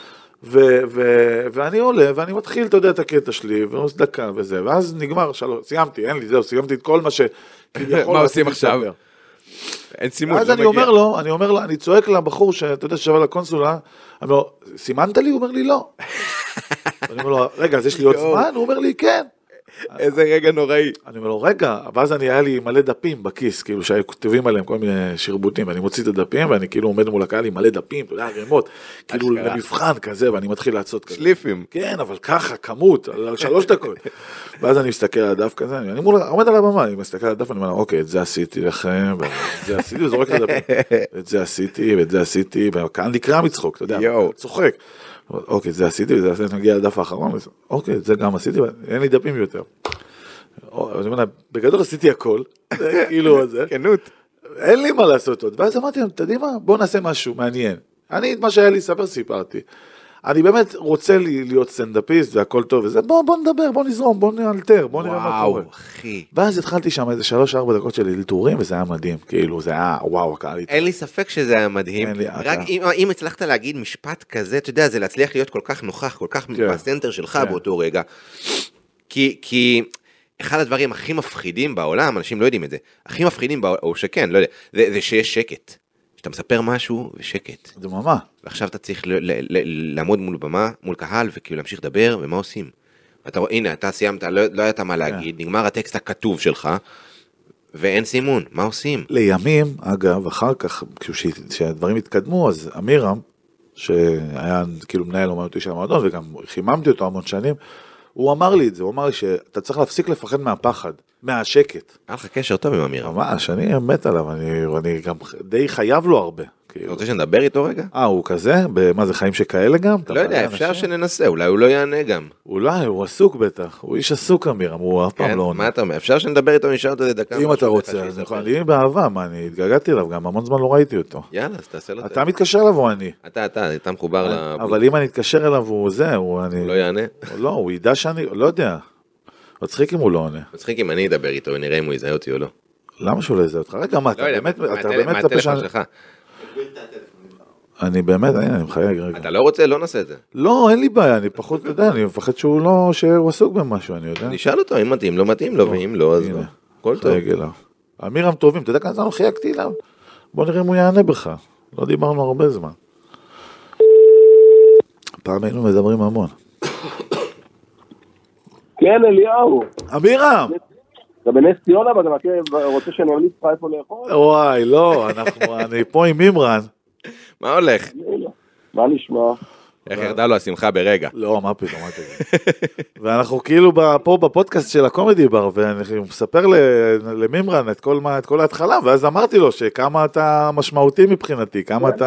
ואני עולה, ואני מתחיל, אתה יודע, את הקטע שלי, ועושה דקה וזה, ואז נגמר, סיימתי, אין לי, זהו, סיימתי את כל מה מה עושים עכשיו? אין סימון, אז אני אומר לו, אני צועק לבחור שאתה יודע ששווה לקונסולה, אני אומר לו, סימנת לי? הוא אומר לי, לא. אני אומר לו, רגע, אז יש לי עוד זמן? הוא אומר לי, כן. איזה רגע נוראי. אני אומר לו, רגע, ואז היה לי מלא דפים בכיס, כאילו שהיו כותבים עליהם כל מיני שרבוטים, ואני מוציא את הדפים, ואני כאילו עומד מול הקהל עם מלא דפים, אתה יודע, רמות, כאילו למבחן כזה, ואני מתחיל לעשות כזה. שליפים. כן, אבל ככה, כמות, על 3 דקות. ואז אני מסתכל על הדף כזה, אני עומד על הבמה, אני מסתכל על הדף, אני אומר, אוקיי, את זה עשיתי לכם, ואת זה עשיתי, וזורק את הדפים. את זה עשיתי, ואת זה עשיתי, והקהל נקרא מצחוק, אתה יודע, צוחק. אוקיי, זה עשיתי, וזה עשיתי, נגיע לדף האחרון, אוקיי, זה גם עשיתי, אין לי דפים יותר. בגדול עשיתי הכל, כאילו זה. כנות. אין לי מה לעשות עוד. ואז אמרתי, אתה יודע מה? בוא נעשה משהו מעניין. אני, את מה שהיה לי לספר, סיפרתי. אני באמת רוצה להיות סטנדאפיסט והכל טוב וזה, בוא נדבר, בוא נזרום, בוא נאלתר, בוא נראה מה קורה. וואו, אחי. ואז התחלתי שם איזה 3-4 דקות של אלתורים, וזה היה מדהים, כאילו זה היה, וואו, הקהל איתי. אין לי ספק שזה היה מדהים. רק אם הצלחת להגיד משפט כזה, אתה יודע, זה להצליח להיות כל כך נוכח, כל כך בסנטר שלך באותו רגע. כי אחד הדברים הכי מפחידים בעולם, אנשים לא יודעים את זה, הכי מפחידים, או שכן, לא יודע, זה שיש שקט. שאתה מספר משהו ושקט. דממה. ועכשיו אתה צריך לעמוד מול במה, מול קהל, וכאילו להמשיך לדבר, ומה עושים? הנה, אתה סיימת, לא יודעת מה להגיד, נגמר הטקסט הכתוב שלך, ואין סימון, מה עושים? לימים, אגב, אחר כך, כשהדברים התקדמו, אז אמירם, שהיה כאילו מנהל אומנותי של המועדון, וגם חיממתי אותו המון שנים, הוא אמר לי את זה, הוא אמר לי שאתה צריך להפסיק לפחד מהפחד, מהשקט. היה לך קשר טוב עם אמירם. ממש, אני מת עליו, אני גם די חייב לו הרבה. אתה רוצה שנדבר איתו רגע? הוא כזה? מה זה חיים שכאלה גם? לא יודע, אפשר שננסה, אולי הוא לא יענה גם. אולי, הוא עסוק בטח, הוא איש עסוק אמירם, הוא אף פעם לא עונה. מה אתה אומר? אפשר שנדבר איתו, נשאר אותו דקה. אם אתה רוצה, אז נכון, אני באהבה, אני התגעגעתי אליו, גם המון זמן לא ראיתי אותו. יאללה, אז תעשה לו. אתה מתקשר אליו או אני? אתה מחובר ל... אבל אם אני אתקשר אליו, הוא לא יענה? לא, הוא ידע שאני, לא יודע. מצחיק אם הוא לא עונה. מצחיק אם אני אדבר איתו, נראה אם הוא יזהה אותי או לא. למה שהוא לא יזהה אותך? רגע, מה, אתה באמת מהטלפון שלך. אני באמת, אני מחייג רגע. אתה לא רוצה, לא נעשה את זה. לא, אין לי בעיה, אני פחות, אתה יודע, אני מפחד שהוא עסוק במשהו, אני יודע. נשאל אותו, אם מתאים, לא מתאים לו, ואם לא, אז כל טוב. אמירם טובים, אתה יודע כמה זמן חייגתי אליו? בוא נראה אם הוא יענה בך. לא דיברנו הרבה זמן. פעם היינו מדברים המון. כן, אליהו. אמירם! אתה בנס ציונה, ואתה רוצה שאני אמליץ לך איפה לאכול? וואי, לא, אני פה עם מימרן. מה הולך? מה נשמע? איך ירדה לו השמחה ברגע. לא, מה פתאום, מה תגיד. ואנחנו כאילו פה בפודקאסט של הקומדי בר, ואני מספר למימרן את כל ההתחלה, ואז אמרתי לו שכמה אתה משמעותי מבחינתי,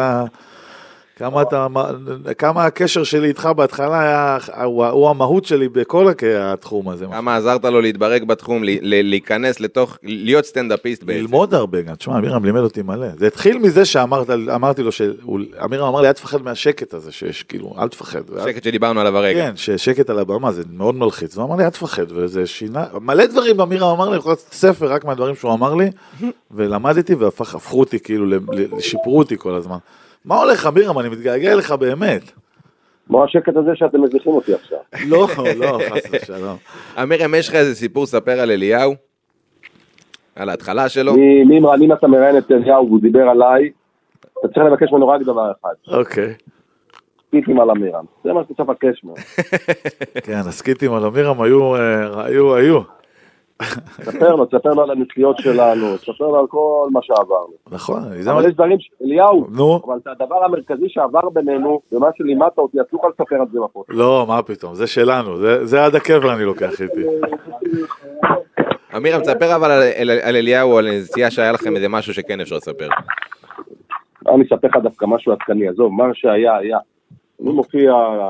כמה הקשר שלי איתך בהתחלה היה, הוא המהות שלי בכל התחום הזה. כמה עזרת לו להתברג בתחום, להיכנס לתוך, להיות סטנדאפיסט בעצם. ללמוד הרבה, תשמע, אמירם לימד אותי מלא. זה התחיל מזה שאמרתי לו, אמירם אמר לי, אל תפחד מהשקט הזה שיש, כאילו, אל תפחד. שקט שדיברנו עליו הרגע. כן, ששקט על הבמה, זה מאוד מלחיץ. והוא אמר לי, אל תפחד, וזה שינה, מלא דברים אמירם אמר לי, אני יכול לעשות ספר רק מהדברים שהוא אמר לי, ולמדתי והפכו אותי, כאילו, שיפרו אותי כל הזמן. מה הולך, אמירם? אני מתגעגע אליך באמת. מה השקט הזה שאתם מזיחים אותי עכשיו? לא, חס ושלום. אמירם, יש לך איזה סיפור ספר על אליהו? על ההתחלה שלו? מימרן, אם אתה מראיין את אליהו והוא דיבר עליי, אתה צריך לבקש ממנו רק דבר אחד. אוקיי. סקיטים על אמירם. זה מה שאתה צריך לבקש ממנו. כן, הסקיטים על אמירם היו. תספר לו על הנצליות שלנו, תספר לו על כל מה שעברנו. נכון. אבל יש דברים, אליהו, נו. אבל זה הדבר המרכזי שעבר בינינו, ומה שלימדת אותי, אסור לך לספר על זה בפודקאסט. לא, מה פתאום, זה שלנו, זה עד הקבר אני לוקח איתי. אמירם, תספר אבל על אליהו או על נסיעה שהיה לכם איזה משהו שכן אפשר לספר. אני אספר לך דווקא משהו עדכני, עזוב, מה שהיה, היה. אני מופיע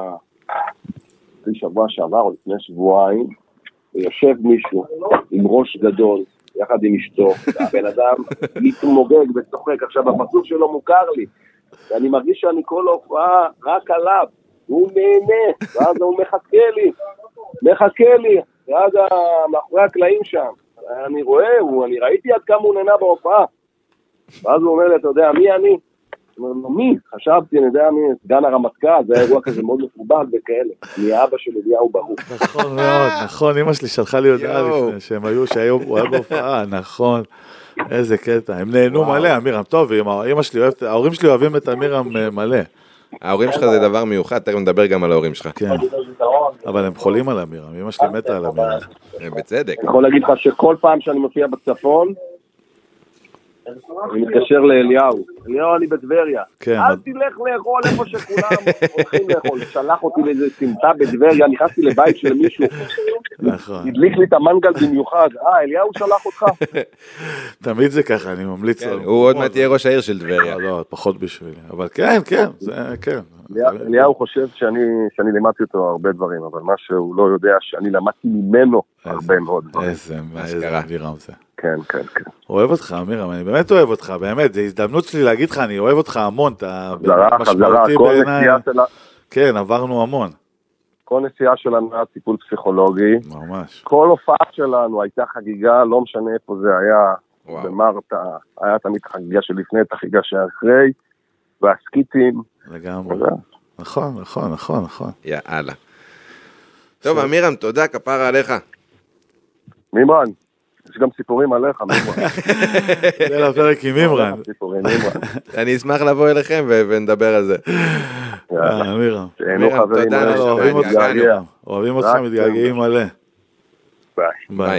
שבוע שעבר או לפני שבועיים, יושב מישהו עם ראש גדול, יחד עם אשתו, והבן אדם מתמוגג וצוחק, עכשיו הפרצוף שלו מוכר לי, ואני מרגיש שאני כל הופעה רק עליו, הוא נהנה, ואז הוא מחכה לי, ואז מאחורי הקלעים שם, אני רואה, אני ראיתי עד כמה הוא נהנה בהופעה, ואז הוא אומר לי, אתה יודע, מי אני? הוא אומר, מי? חשבתי, אני יודע מי, סגן הרמטכ"ל, זה אירוע כזה מאוד מכובד וכאלה. אני אבא של אליהו ברוך. נכון מאוד, נכון, אמא שלי שלחה לי הודעה לפני שהם היו, שהוא היה בהופעה, נכון. איזה קטע, הם נהנו מלא, אמירם, טוב, ההורים שלי אוהבים את אמירם מלא. ההורים שלך זה דבר מיוחד, תכף נדבר גם על ההורים שלך. כן, אבל הם חולים על אמירם, אמא שלי מתה על אמירם. בצדק. אני יכול להגיד לך שכל פעם שאני מופיע בצפון, אני מתקשר לאליהו, אליהו אני בטבריה, אל תלך לאכול איפה שכולם הולכים לאכול, שלח אותי לאיזה סמטה בטבריה, נכנסתי לבית של מישהו, הדליק לי את המנגל במיוחד, אליהו שלח אותך? תמיד זה ככה, אני ממליץ לו. הוא עוד מעט יהיה ראש העיר של טבריה. לא, פחות בשבילי, אבל כן, זה כן. אליהו חושב שאני לימדתי אותו הרבה דברים, אבל מה שהוא לא יודע שאני למדתי ממנו הרבה מאוד דברים. איזה אמירם זה. כן. אוהב אותך, אמירם, אני באמת אוהב אותך, באמת, זו הזדמנות שלי להגיד לך, אני אוהב אותך המון, אתה חזרה, כל נסיעה שלה. כן, עברנו המון. כל נסיעה שלנו היה טיפול פסיכולוגי. ממש. כל הופעה שלנו הייתה חגיגה, לא משנה איפה זה היה, במרתה, היה תמיד חגיגה שלפני, את החגיגה שאחרי, והסקיטים. לגמרי. נכון. יאללה. טוב, אמירם, תודה, כפרה עליך. מימרן. יש גם סיפורים עליך, מימרן. זה לפרק עם מימרן. אני אשמח לבוא אליכם ונדבר על זה. מימרן. תודה, אוהבים אותך, מתגעגעים מלא. ביי.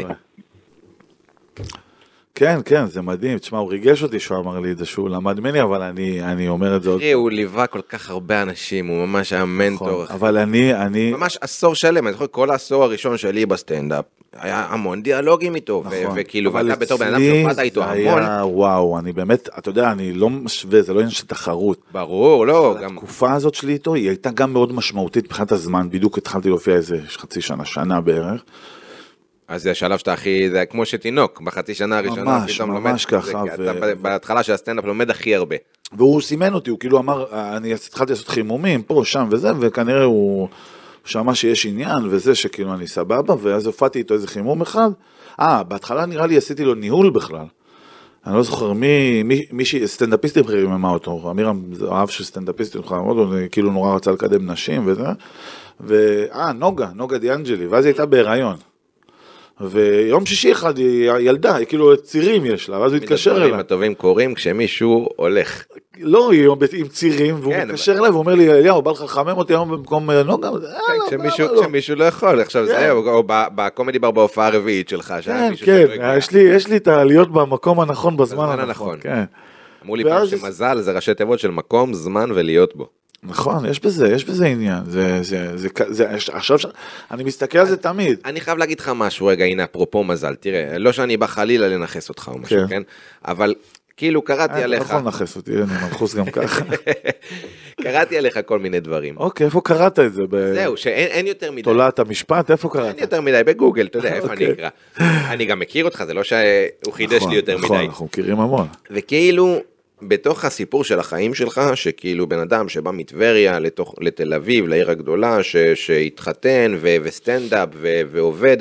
כן, זה מדהים. תשמע, הוא ריגש אותי שהוא אמר לי את זה, שהוא למד ממני, אבל אני אומר את זה עוד. הוא ליווה כל כך הרבה אנשים, הוא ממש היה מנטור. אבל אני... ממש עשור שלם, אני זוכר, כל העשור הראשון שלי בסטנדאפ, היה המון דיאלוגים איתו, וכאילו, ואתה בתור בן אדם שופעת איתו המון. וואו, אני באמת, אתה יודע, אני לא משווה, זה לא עניין של תחרות. ברור, לא. התקופה הזאת שלי איתו, היא הייתה גם מאוד משמעותית מבחינת הזמן, בדיוק התחלתי להופיע איזה חצי שנה בערך. אז זה השלב שאתה הכי, זה כמו שתינוק, בחצי שנה הראשונה, ממש ככה. אתה בהתחלה של הסטנדאפ לומד הכי הרבה. והוא סימן אותי, הוא כאילו אמר, אני התחלתי לעשות חימומים, פה, שם וזה, וכנראה הוא שמע שיש עניין, וזה שכאילו אני סבבה, ואז הופעתי איתו איזה חימום אחד. בהתחלה נראה לי עשיתי לו ניהול בכלל. אני לא זוכר מי סטנדאפיסטים חיממה אותו, אמירם אהב של סטנדאפיסטים חיממה אותו, כאילו נורא רצה לקדם נשים וזה, נוגה דיאנג'לי, ואז היא הייתה בהיריון. ויום שישי אחד היא ילדה, כאילו צירים יש לה, ואז הוא התקשר אליה. הדברים הטובים קורים כשמישהו הולך. לא, היא עם צירים, והוא מתקשר אליה, והוא אומר לי, אליהו, בא לך לחמם אותי היום במקום נוגה? כשמישהו לא יכול, עכשיו זה, או בקומדי בר בהופעה הרביעית שלך, כן, יש לי את להיות במקום הנכון, בזמן הנכון. אמרו לי פעם שמזל זה ראשי תיבות של מקום, זמן ולהיות בו. נכון, יש בזה עניין, עכשיו אני מסתכל על זה תמיד. אני חייב להגיד לך משהו רגע, הנה, אפרופו מזל, תראה, לא שאני בא חלילה לנחס אותך או משהו, כן? אבל כאילו קראתי עליך. אתה יכול לנחס אותי, אני מנחוס גם ככה. קראתי עליך כל מיני דברים. אוקיי, איפה קראת את זה? זהו, שאין יותר מדי. תולעת המשפט, איפה קראת? אין יותר מדי, בגוגל, אתה יודע, איפה אני אקרא. אני גם מכיר אותך, זה לא שהוא חידש לי יותר מדי. נכון, אנחנו מכירים המון. וכאילו, בתוך הסיפור של החיים שלך, שכאילו בן אדם שבא מטבריה לתל אביב, לעיר הגדולה, שהתחתן וסטנדאפ ועובד,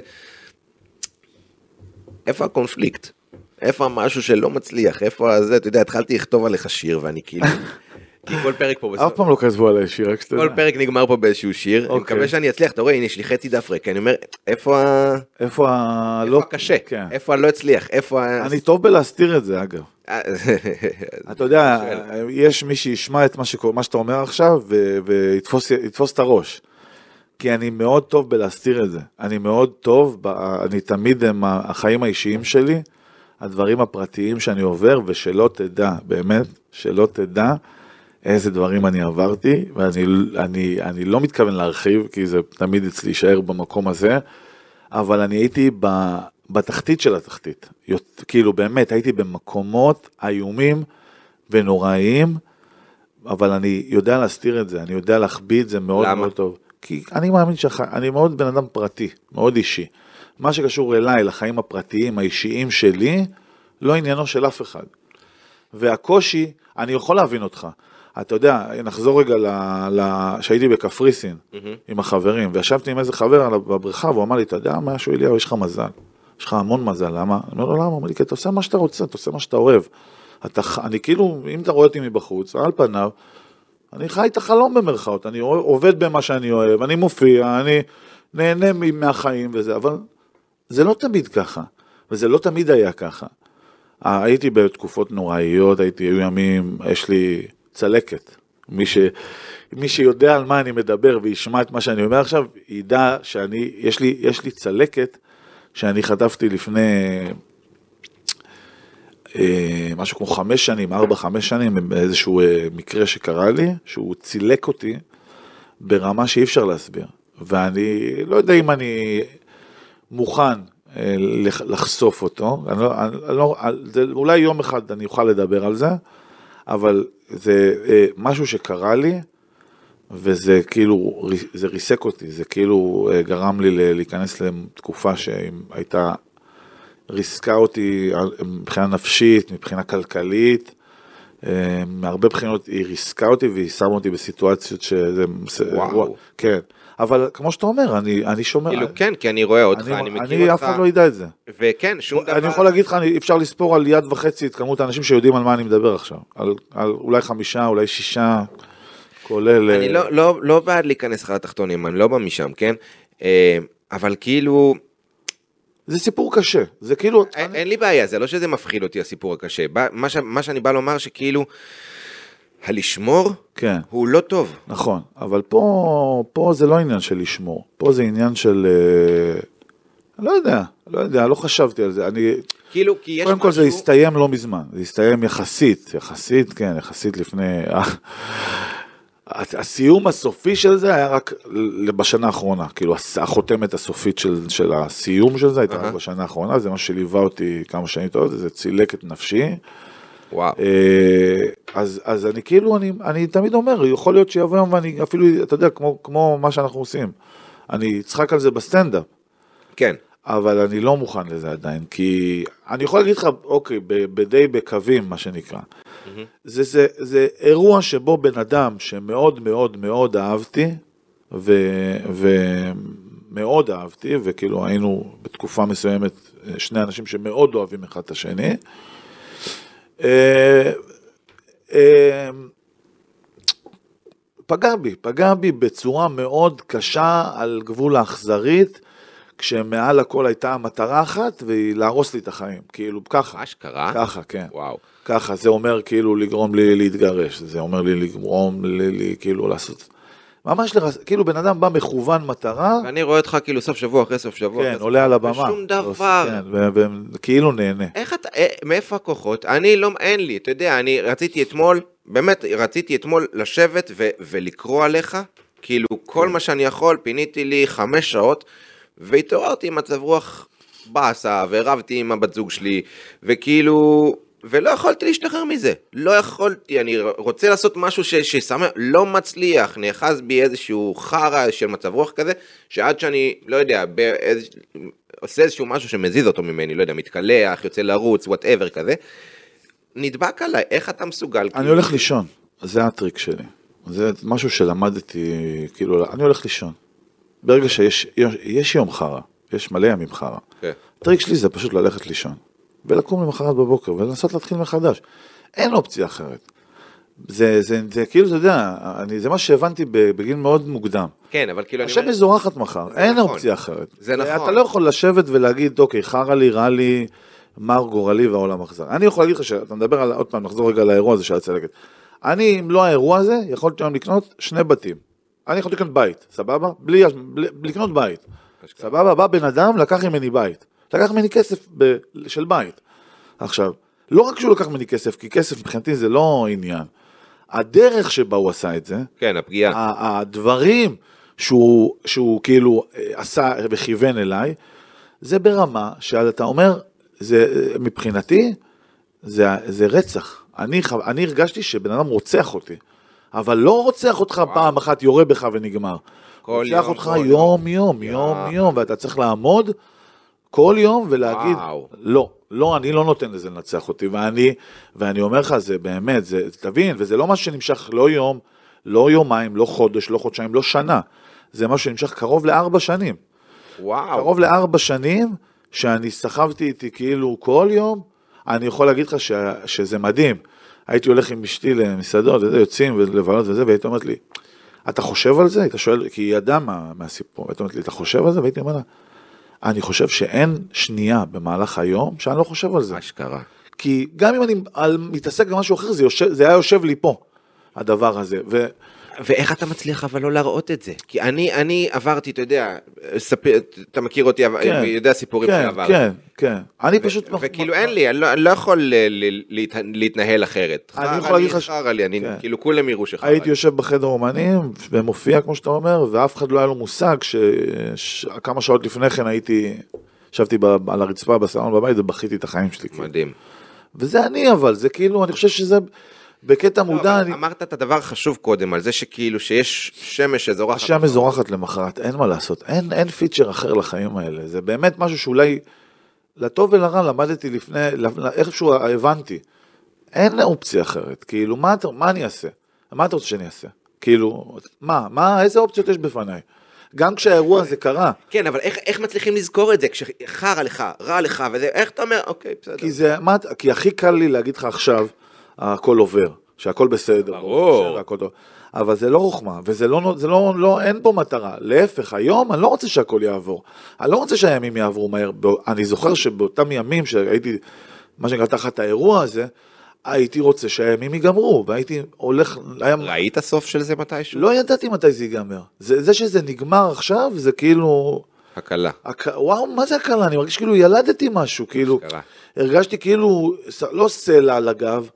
איפה הקונפליקט? איפה המשהו שלא מצליח? איפה זה? אתה יודע, התחלתי לכתוב עליך שיר, ואני כאילו... כי כל פרק פה... אף פעם לא כתבו עליי שיר, רק שתדע. כל פרק נגמר פה באיזשהו שיר, אני מקווה שאני אצליח, אתה רואה, הנה, יש לי חצי דף ריק, אני אומר, איפה הקשה? איפה אני לא אצליח? אני טוב בלהסתיר את זה, אגב. אתה יודע, יש מי שישמע את מה שאתה אומר עכשיו, ויתפוס את הראש. כי אני מאוד טוב בלהסתיר את זה. אני מאוד טוב, אני תמיד עם החיים האישיים שלי, הדברים הפרטיים שאני עובר, ושלא תדע, באמת, שלא תדע איזה דברים אני עברתי, ואני לא מתכוון להרחיב, כי זה תמיד אצלי יישאר במקום הזה, אבל אני הייתי בתחתית של התחתית. כאילו באמת, הייתי במקומות איומים ונוראיים, אבל אני יודע להסתיר את זה, אני יודע להחביא את זה מאוד מאוד טוב. כי אני מאמין אני מאוד בן אדם פרטי, מאוד אישי. מה שקשור אליי, לחיים הפרטיים, האישיים שלי, לא עניינו של אף אחד. והקושי, אני יכול להבין אותך. אתה יודע, נחזור רגע שהייתי בקפריסין עם החברים, וישבתי עם איזה חבר בבריכה, והוא אמר לי, אתה יודע משהו, אליהו, יש לך מזל. יש לך המון מזל, למה? אני אומר לו, למה? הוא אומר לי, כי אתה עושה מה שאתה רוצה, אתה עושה מה שאתה אוהב. אני כאילו, אם אתה רואה אותי מבחוץ, על פניו, אני חי את החלום במרכאות, אני עובד במה שאני אוהב, אני מופיע, אני נהנה מהחיים וזה, אבל זה לא תמיד ככה, וזה לא תמיד היה ככה. הייתי בתקופות נוראיות, היו ימים, יש לי צלקת. מי שיודע על מה אני מדבר וישמע את מה שאני אומר עכשיו, ידע יש לי צלקת שאני חטפתי לפני משהו כמו 5 שנים, 4-5 שנים, באיזשהו מקרה שקרה לי, שהוא צילק אותי ברמה שאי אפשר להסביר. ואני לא יודע אם אני מוכן לחשוף אותו, אולי יום אחד אני אוכל לדבר על זה, אבל זה משהו שקרה לי, וזה כאילו, זה ריסק אותי, זה כאילו גרם לי להיכנס לתקופה שהייתה, ריסקה אותי מבחינה נפשית, מבחינה כלכלית, מהרבה בחינות היא ריסקה אותי, והיא שמה אותי בסיטואציות שזה... וואו. כן. אבל כמו שאתה אומר, אני שומע... כאילו כן, כי אני רואה אותך, אני מכיר אותך. אני אף אחד לא ידע את זה. וכן, שום דבר... אני יכול להגיד לך, אפשר לספור על יד וחצי את כמות האנשים שיודעים על מה אני מדבר עכשיו. על אולי 5, אולי 6, כולל... אני לא בעד להיכנס לך לתחתונים, אני לא בא משם, כן? אבל כאילו... זה סיפור קשה, זה כאילו... אין לי בעיה, זה לא שזה מפחיד אותי הסיפור הקשה. מה שאני בא לומר שכאילו... הלשמור כן. הוא לא טוב. נכון, אבל פה זה לא עניין של לשמור, פה זה עניין של, לא יודע, לא חשבתי על זה, כאילו, כי יש קודם כל זה הסתיים לא מזמן, זה הסתיים יחסית, כן, יחסית לפני, הסיום הסופי של זה היה רק בשנה האחרונה, כאילו החותמת הסופית של הסיום של זה הייתה רק בשנה האחרונה, זה מה שליווה אותי כמה שנים טוב, זה צילק את נפשי, וואו. אז אני כאילו, אני תמיד אומר, יכול להיות שיבוא יום ואני אפילו, אתה יודע, כמו מה שאנחנו עושים, אני צחק על זה בסטנדאפ. כן. אבל אני לא מוכן לזה עדיין, כי אני יכול להגיד לך, אוקיי, די בקווים, מה שנקרא. זה אירוע שבו בן אדם שמאוד מאוד מאוד אהבתי, ומאוד אהבתי, וכאילו היינו בתקופה מסוימת, 2 אנשים שמאוד אוהבים אחד את השני, פגע בי בצורה מאוד קשה על גבול האכזרית, כשמעל הכל הייתה המטרה אחת, והיא להרוס לי את החיים, כאילו ככה. אשכרה? ככה, כן. וואו. ככה, זה אומר כאילו לגרום לי להתגרש, זה אומר לי לגרום לי כאילו לעשות... ממש כאילו בן אדם בא מכוון מטרה. ואני רואה אותך כאילו סוף שבוע אחרי סוף שבוע. כן, עולה על הבמה. ושום דבר. כן, וכאילו נהנה. איך אתה, מאיפה הכוחות? אני לא, אין לי, אתה יודע, אני רציתי אתמול, באמת רציתי אתמול לשבת ולקרוא עליך, כאילו כל מה שאני יכול, פיניתי לי 5 שעות, והתעוררתי עם מצב רוח באסה, ורבתי עם הבת זוג שלי, וכאילו, ולא יכולתי להשתחרר מזה, לא יכולתי, אני רוצה לעשות משהו ששמח, לא מצליח, נאחז בי איזשהו חרה של מצב רוח כזה, שעד שאני, לא יודע, עושה איזשהו משהו שמזיז אותו ממני, לא יודע, מתקלח, יוצא לרוץ, whatever כזה, נדבק עליי, איך אתה מסוגל? אני הולך לישון, זה הטריק שלי. זה משהו שלמדתי, כאילו, אני הולך לישון. ברגע שיש יום חרה, יש מלא ימים חרה. הטריק שלי זה פשוט ללכת לישון, ולקום למחרת בבוקר, ולנסות להתחיל מחדש. אין אופציה אחרת. זה כאילו, אתה יודע, זה מה שהבנתי בגיל מאוד מוקדם. כן, אבל כאילו... השם מזורחת מחר, אין אופציה אחרת. זה נכון. אתה לא יכול לשבת ולהגיד, אוקיי, חרה לי, רע לי, מר גורלי והעולם מחזר. אני יכול להגיד לך שאתה מדבר על, עוד פעם, נחזור רגע לאירוע הזה של הצלקת. אני, אם לא האירוע הזה, יכולתי היום לקנות 2 בתים. אני יכולתי לקנות בית, סבבה? בלי לקנות בית. סבבה? בא בן אדם, לקח ממני בית. לקח ממני כסף של בית. עכשיו, לא רק שהוא לקח ממני כסף, כי כסף מבחינתי זה לא עניין. הדרך שבה הוא עשה את זה, כן, הפגיעה. הדברים שהוא כאילו עשה וכיוון אליי, זה ברמה שאתה אומר, מבחינתי, זה רצח. אני הרגשתי שבן אדם רוצח אותי, אבל לא רוצח אותך פעם אחת, יורה בך ונגמר. רוצח אותך יום, ואתה צריך לעמוד כל יום ולהגיד, לא, אני לא נותן לזה לנצח אותי, ואני אומר לך, זה באמת, תבין, וזה לא משהו שנמשך לא יום, לא יומיים, לא חודש, לא חודשיים, לא שנה, זה משהו שנמשך קרוב ל4 שנים. וואו. קרוב ל4 שנים, שאני סחבתי איתי כאילו כל יום, אני יכול להגיד לך שזה מדהים. הייתי הולך עם אשתי למסעדות, יוצאים ולבלות וזה, והייתי אומרת לי, אתה חושב על זה? היית שואל, כי היא ידעה מהסיפור, הייתי אומרת לי, אתה חושב על זה? והייתי אומר לה, אני חושב שאין שנייה במהלך היום, שאני לא חושב על זה. אשכרה. כי גם אם אני מתעסק במשהו אחר, זה היה יושב לי פה, הדבר הזה. ואיך אתה מצליח אבל לא להראות את זה? כי אני עברתי, אתה יודע, אתה מכיר אותי, יודע סיפורים שעברתי. כן. אני פשוט... וכאילו אין לי, אני לא יכול להתנהל אחרת. אני יכול להגיד לך... חרא לי, אני כאילו כולם יראו שחרא לי. הייתי יושב בחדר אומנים, ומופיע כמו שאתה אומר, ואף אחד לא היה לו מושג, שכמה שעות לפני כן ישבתי על הרצפה בסלון בבית, ובכיתי את החיים שלי. מדהים. וזה אני אבל, זה כאילו, אני חושב שזה... בקטע מודע... אמרת את הדבר חשוב קודם, על זה שכאילו שיש שמש שזורחת. השמש זורחת למחרת, אין מה לעשות, אין פיצ'ר אחר לחיים האלה, זה באמת משהו שאולי, לטוב ולרע למדתי לפני, איכשהו הבנתי, אין אופציה אחרת, כאילו, מה אני אעשה? מה אתה רוצה שאני אעשה? כאילו, איזה אופציות יש בפניי? גם כשהאירוע הזה קרה. כן, אבל איך מצליחים לזכור את זה, כשחרא לך, רע לך, וזה, איך אתה אומר, אוקיי, בסדר. כי הכי קל לי להגיד לך עכשיו, הכל עובר, שהכל בסדר. ברור. אבל זה לא חוכמה, וזה לא, אין פה מטרה. להפך, היום אני לא רוצה שהכל יעבור. אני לא רוצה שהימים יעברו מהר. אני זוכר שבאותם ימים שהייתי, מה שנקרא תחת האירוע הזה, הייתי רוצה שהימים ייגמרו, והייתי הולך... ראית סוף של זה מתישהו? לא ידעתי מתי זה ייגמר. זה שזה נגמר עכשיו, זה כאילו... הקלה. וואו, מה זה הקלה? אני מרגיש כאילו ילדתי משהו, כאילו... הרגשתי כאילו, לא סלע על הגב,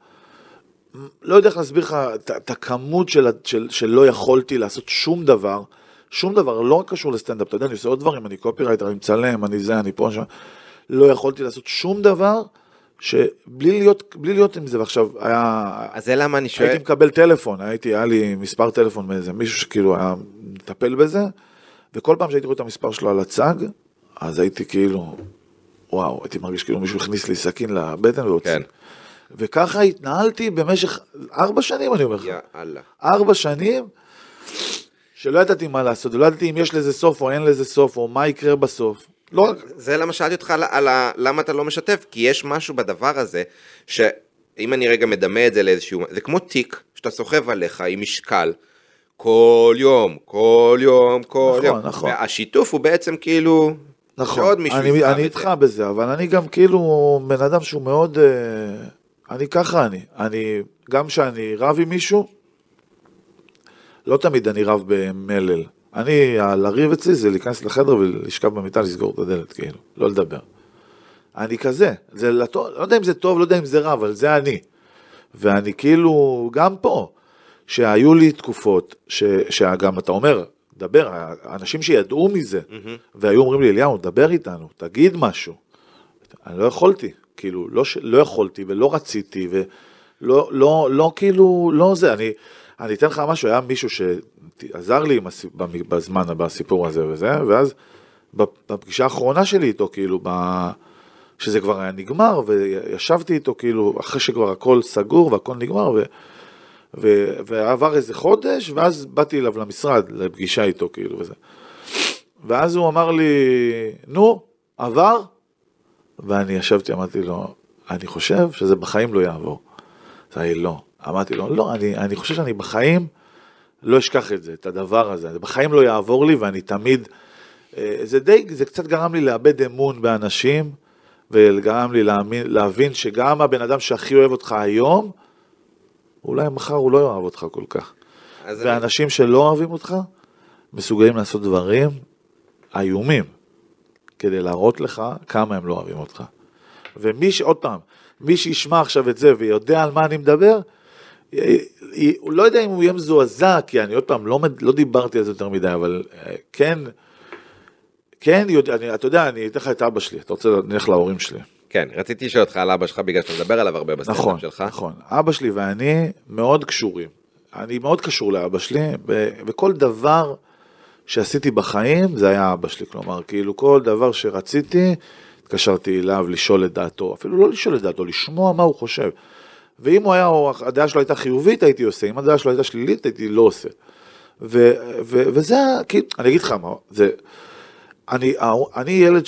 לא יודע איך להסביר לך את הכמות שלא יכולתי לעשות שום דבר, לא רק קשור לסטנדאפ, אתה יודע, אני עושה עוד דברים, אני קופירייטר, אני מצלם, אני פה, שם, לא יכולתי לעשות שום דבר, שבלי להיות עם זה, ועכשיו היה... אז זה למה אני שואל... הייתי מקבל טלפון, היה לי מספר טלפון מאיזה מישהו שכאילו היה מטפל בזה, וכל פעם שהייתי רואה את המספר שלו על הצג, אז הייתי כאילו, וואו, הייתי מרגיש כאילו מישהו הכניס לי סכין לבטן והוציא. כן. וככה התנהלתי במשך 4 שנים, אני אומר לך. 4 שנים, שלא ידעתי מה לעשות, לא ידעתי אם יש לזה סוף או אין לזה סוף, או מה יקרה בסוף. לא... זה למה שאלתי אותך למה אתה לא משתף, כי יש משהו בדבר הזה, שאם אני רגע מדמה את זה לאיזשהו, זה כמו תיק, שאתה סוחב עליך עם משקל, כל יום. נכון. והשיתוף הוא בעצם כאילו... נכון, אני איתך בזה, אבל אני גם כאילו בן אדם שהוא מאוד... אני ככה אני גם שאני רב עם מישהו, לא תמיד אני רב במלל. לריב אצלי זה להיכנס לחדר ולשכב במיטה, לסגור את הדלת, כאילו, לא לדבר. אני כזה, לא יודע אם זה טוב, לא יודע אם זה רע, אבל זה אני. ואני כאילו, גם פה, שהיו לי תקופות, שגם אתה אומר, דבר, האנשים שידעו מזה, והיו אומרים לי, אליהו, דבר איתנו, תגיד משהו. אני לא יכולתי, כאילו, לא יכולתי ולא רציתי, ולא כאילו, לא זה, אני אתן לך משהו, היה מישהו שעזר לי בזמן, בסיפור הזה וזה, ואז בפגישה האחרונה שלי איתו, כאילו, שזה כבר היה נגמר, וישבתי איתו, כאילו, אחרי שכבר הכל סגור והכל נגמר, ועבר איזה חודש, ואז באתי אליו למשרד, לפגישה איתו, כאילו, וזה. ואז הוא אמר לי, נו, עבר? ואני ישבתי, אמרתי לו, אני חושב שזה בחיים לא יעבור. זה היה לא. אמרתי לו, לא, אני חושב שאני בחיים לא אשכח את זה, את הדבר הזה. בחיים לא יעבור לי, ואני תמיד, זה קצת גרם לי לאבד אמון באנשים, וגרם לי להבין שגם הבן אדם שהכי אוהב אותך היום, אולי מחר הוא לא אוהב אותך כל כך. ואנשים שלא אוהבים אותך, מסוגלים לעשות דברים איומים, כדי להראות לך כמה הם לא אוהבים אותך. עוד פעם, מי שישמע עכשיו את זה ויודע על מה אני מדבר, הוא לא יודע אם הוא יהיה מזועזע, כי אני עוד פעם לא דיברתי על זה יותר מדי, אבל כן, אתה יודע, אני אתן לך את אבא שלי, אתה רוצה נלך להורים שלי. כן, רציתי לשאול אותך על אבא שלך, בגלל שאתה מדבר עליו הרבה בסטנדאפ שלך. נכון, אבא שלי ואני מאוד קשורים. אני מאוד קשור לאבא שלי, וכל דבר שעשיתי בחיים, זה היה אבא שלי. כלומר, כאילו כל דבר שרציתי, התקשרתי אליו לשאול את דעתו, אפילו לא לשאול את דעתו, לשמוע מה הוא חושב. ואם הדעה שלו הייתה חיובית, הייתי עושה. אם הדעה שלו הייתה שלילית, הייתי לא עושה. וזה, כאילו, אני אגיד לך מה, אני ילד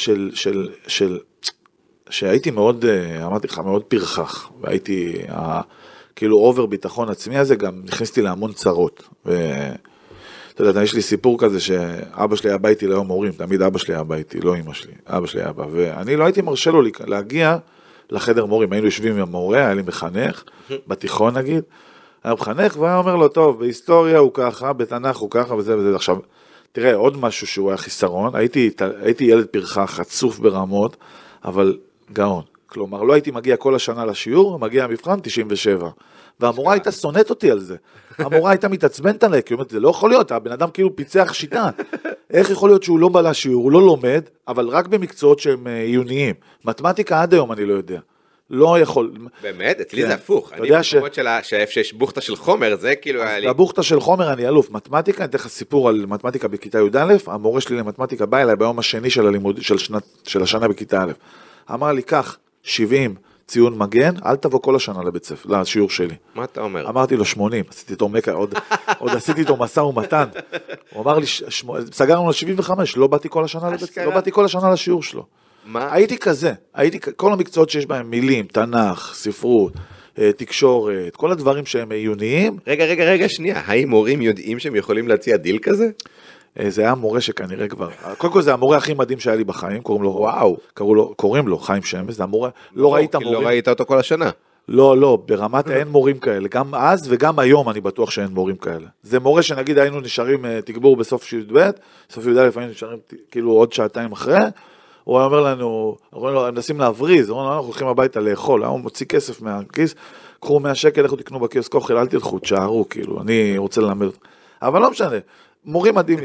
שהייתי מאוד, אמרתי לך, מאוד פרחח, והייתי, כאילו אובר ביטחון עצמי הזה, גם נכנסתי להמון צרות, אתה יודע, יש לי סיפור כזה, שאבא שלי היה בא איתי ליום הורים, תמיד אבא שלי היה בא איתי, לא אמא שלי, אבא שלי היה בא, ואני לא הייתי מרשה לו להגיע לחדר מורים, היינו יושבים עם המורה, היה לי מחנך, בתיכון נגיד, היה מחנך, והיה אומר לו, טוב, בהיסטוריה הוא ככה, בתנ"ך הוא ככה, וזה וזה, עכשיו, תראה, עוד משהו שהוא היה חיסרון, הייתי ילד פרחח, חצוף ברמות, אבל גאון. כלומר, לא הייתי מגיע כל השנה לשיעור, מגיע המבחן 97. והמורה הייתה שונאת אותי על זה. המורה הייתה מתעצבנת עליי, כי אומרת, זה לא יכול להיות, הבן אדם כאילו פיצח שיטה. איך יכול להיות שהוא לא בא לשיעור, הוא לא לומד, אבל רק במקצועות שהם עיוניים. מתמטיקה עד היום אני לא יודע. לא יכול. באמת? אצלי זה הפוך. אני במקומות שיש בוכתה של חומר, זה כאילו היה לי... בבוכתה של חומר אני אלוף. מתמטיקה, אני אתן לך סיפור על מתמטיקה בכיתה י"א, המורה שלי למתמטיקה בא אליי ביום השני של הלימוד, של השנה בכיתה א'. אמר לי, כך, 70 ציון מגן, אל תבוא כל השנה לבית ספר, לשיעור שלי. מה אתה אומר? אמרתי לו 80, עשיתי איתו מקה, עוד עשיתי איתו מסע ומתן. הוא אמר לי, סגרנו לו 75, לא באתי כל השנה לבית ספר, לא באתי כל השנה לשיעור שלו. מה? הייתי כזה, כל המקצועות שיש בהם מילים, תנ"ך, ספרות, תקשורת, כל הדברים שהם עיוניים. רגע, שנייה, האם מורים יודעים שהם יכולים להציע דיל כזה? זה היה מורה שכנראה כבר, קודם כל זה המורה הכי מדהים שהיה לי בחיים, קוראים לו חיים שמש, זה המורה, לא ראית מורים. לא ראית אותו כל השנה. לא, ברמת אין מורים כאלה, גם אז וגם היום אני בטוח שאין מורים כאלה. זה מורה שנגיד היינו נשארים תגבור בסוף י"ב, סוף י"א היינו נשארים כאילו עוד שעתיים אחרי, הוא אומר לנו, נשים להבריז, אנחנו הולכים הביתה לאכול, הוא מוציא כסף מהכיס, קחו 100 שקל, לכו תקנו בקיוסק אוכל, אל תלכו, תשארו, כאילו, אני רוצה ללמד. אבל לא משנה, מורים מדהימים,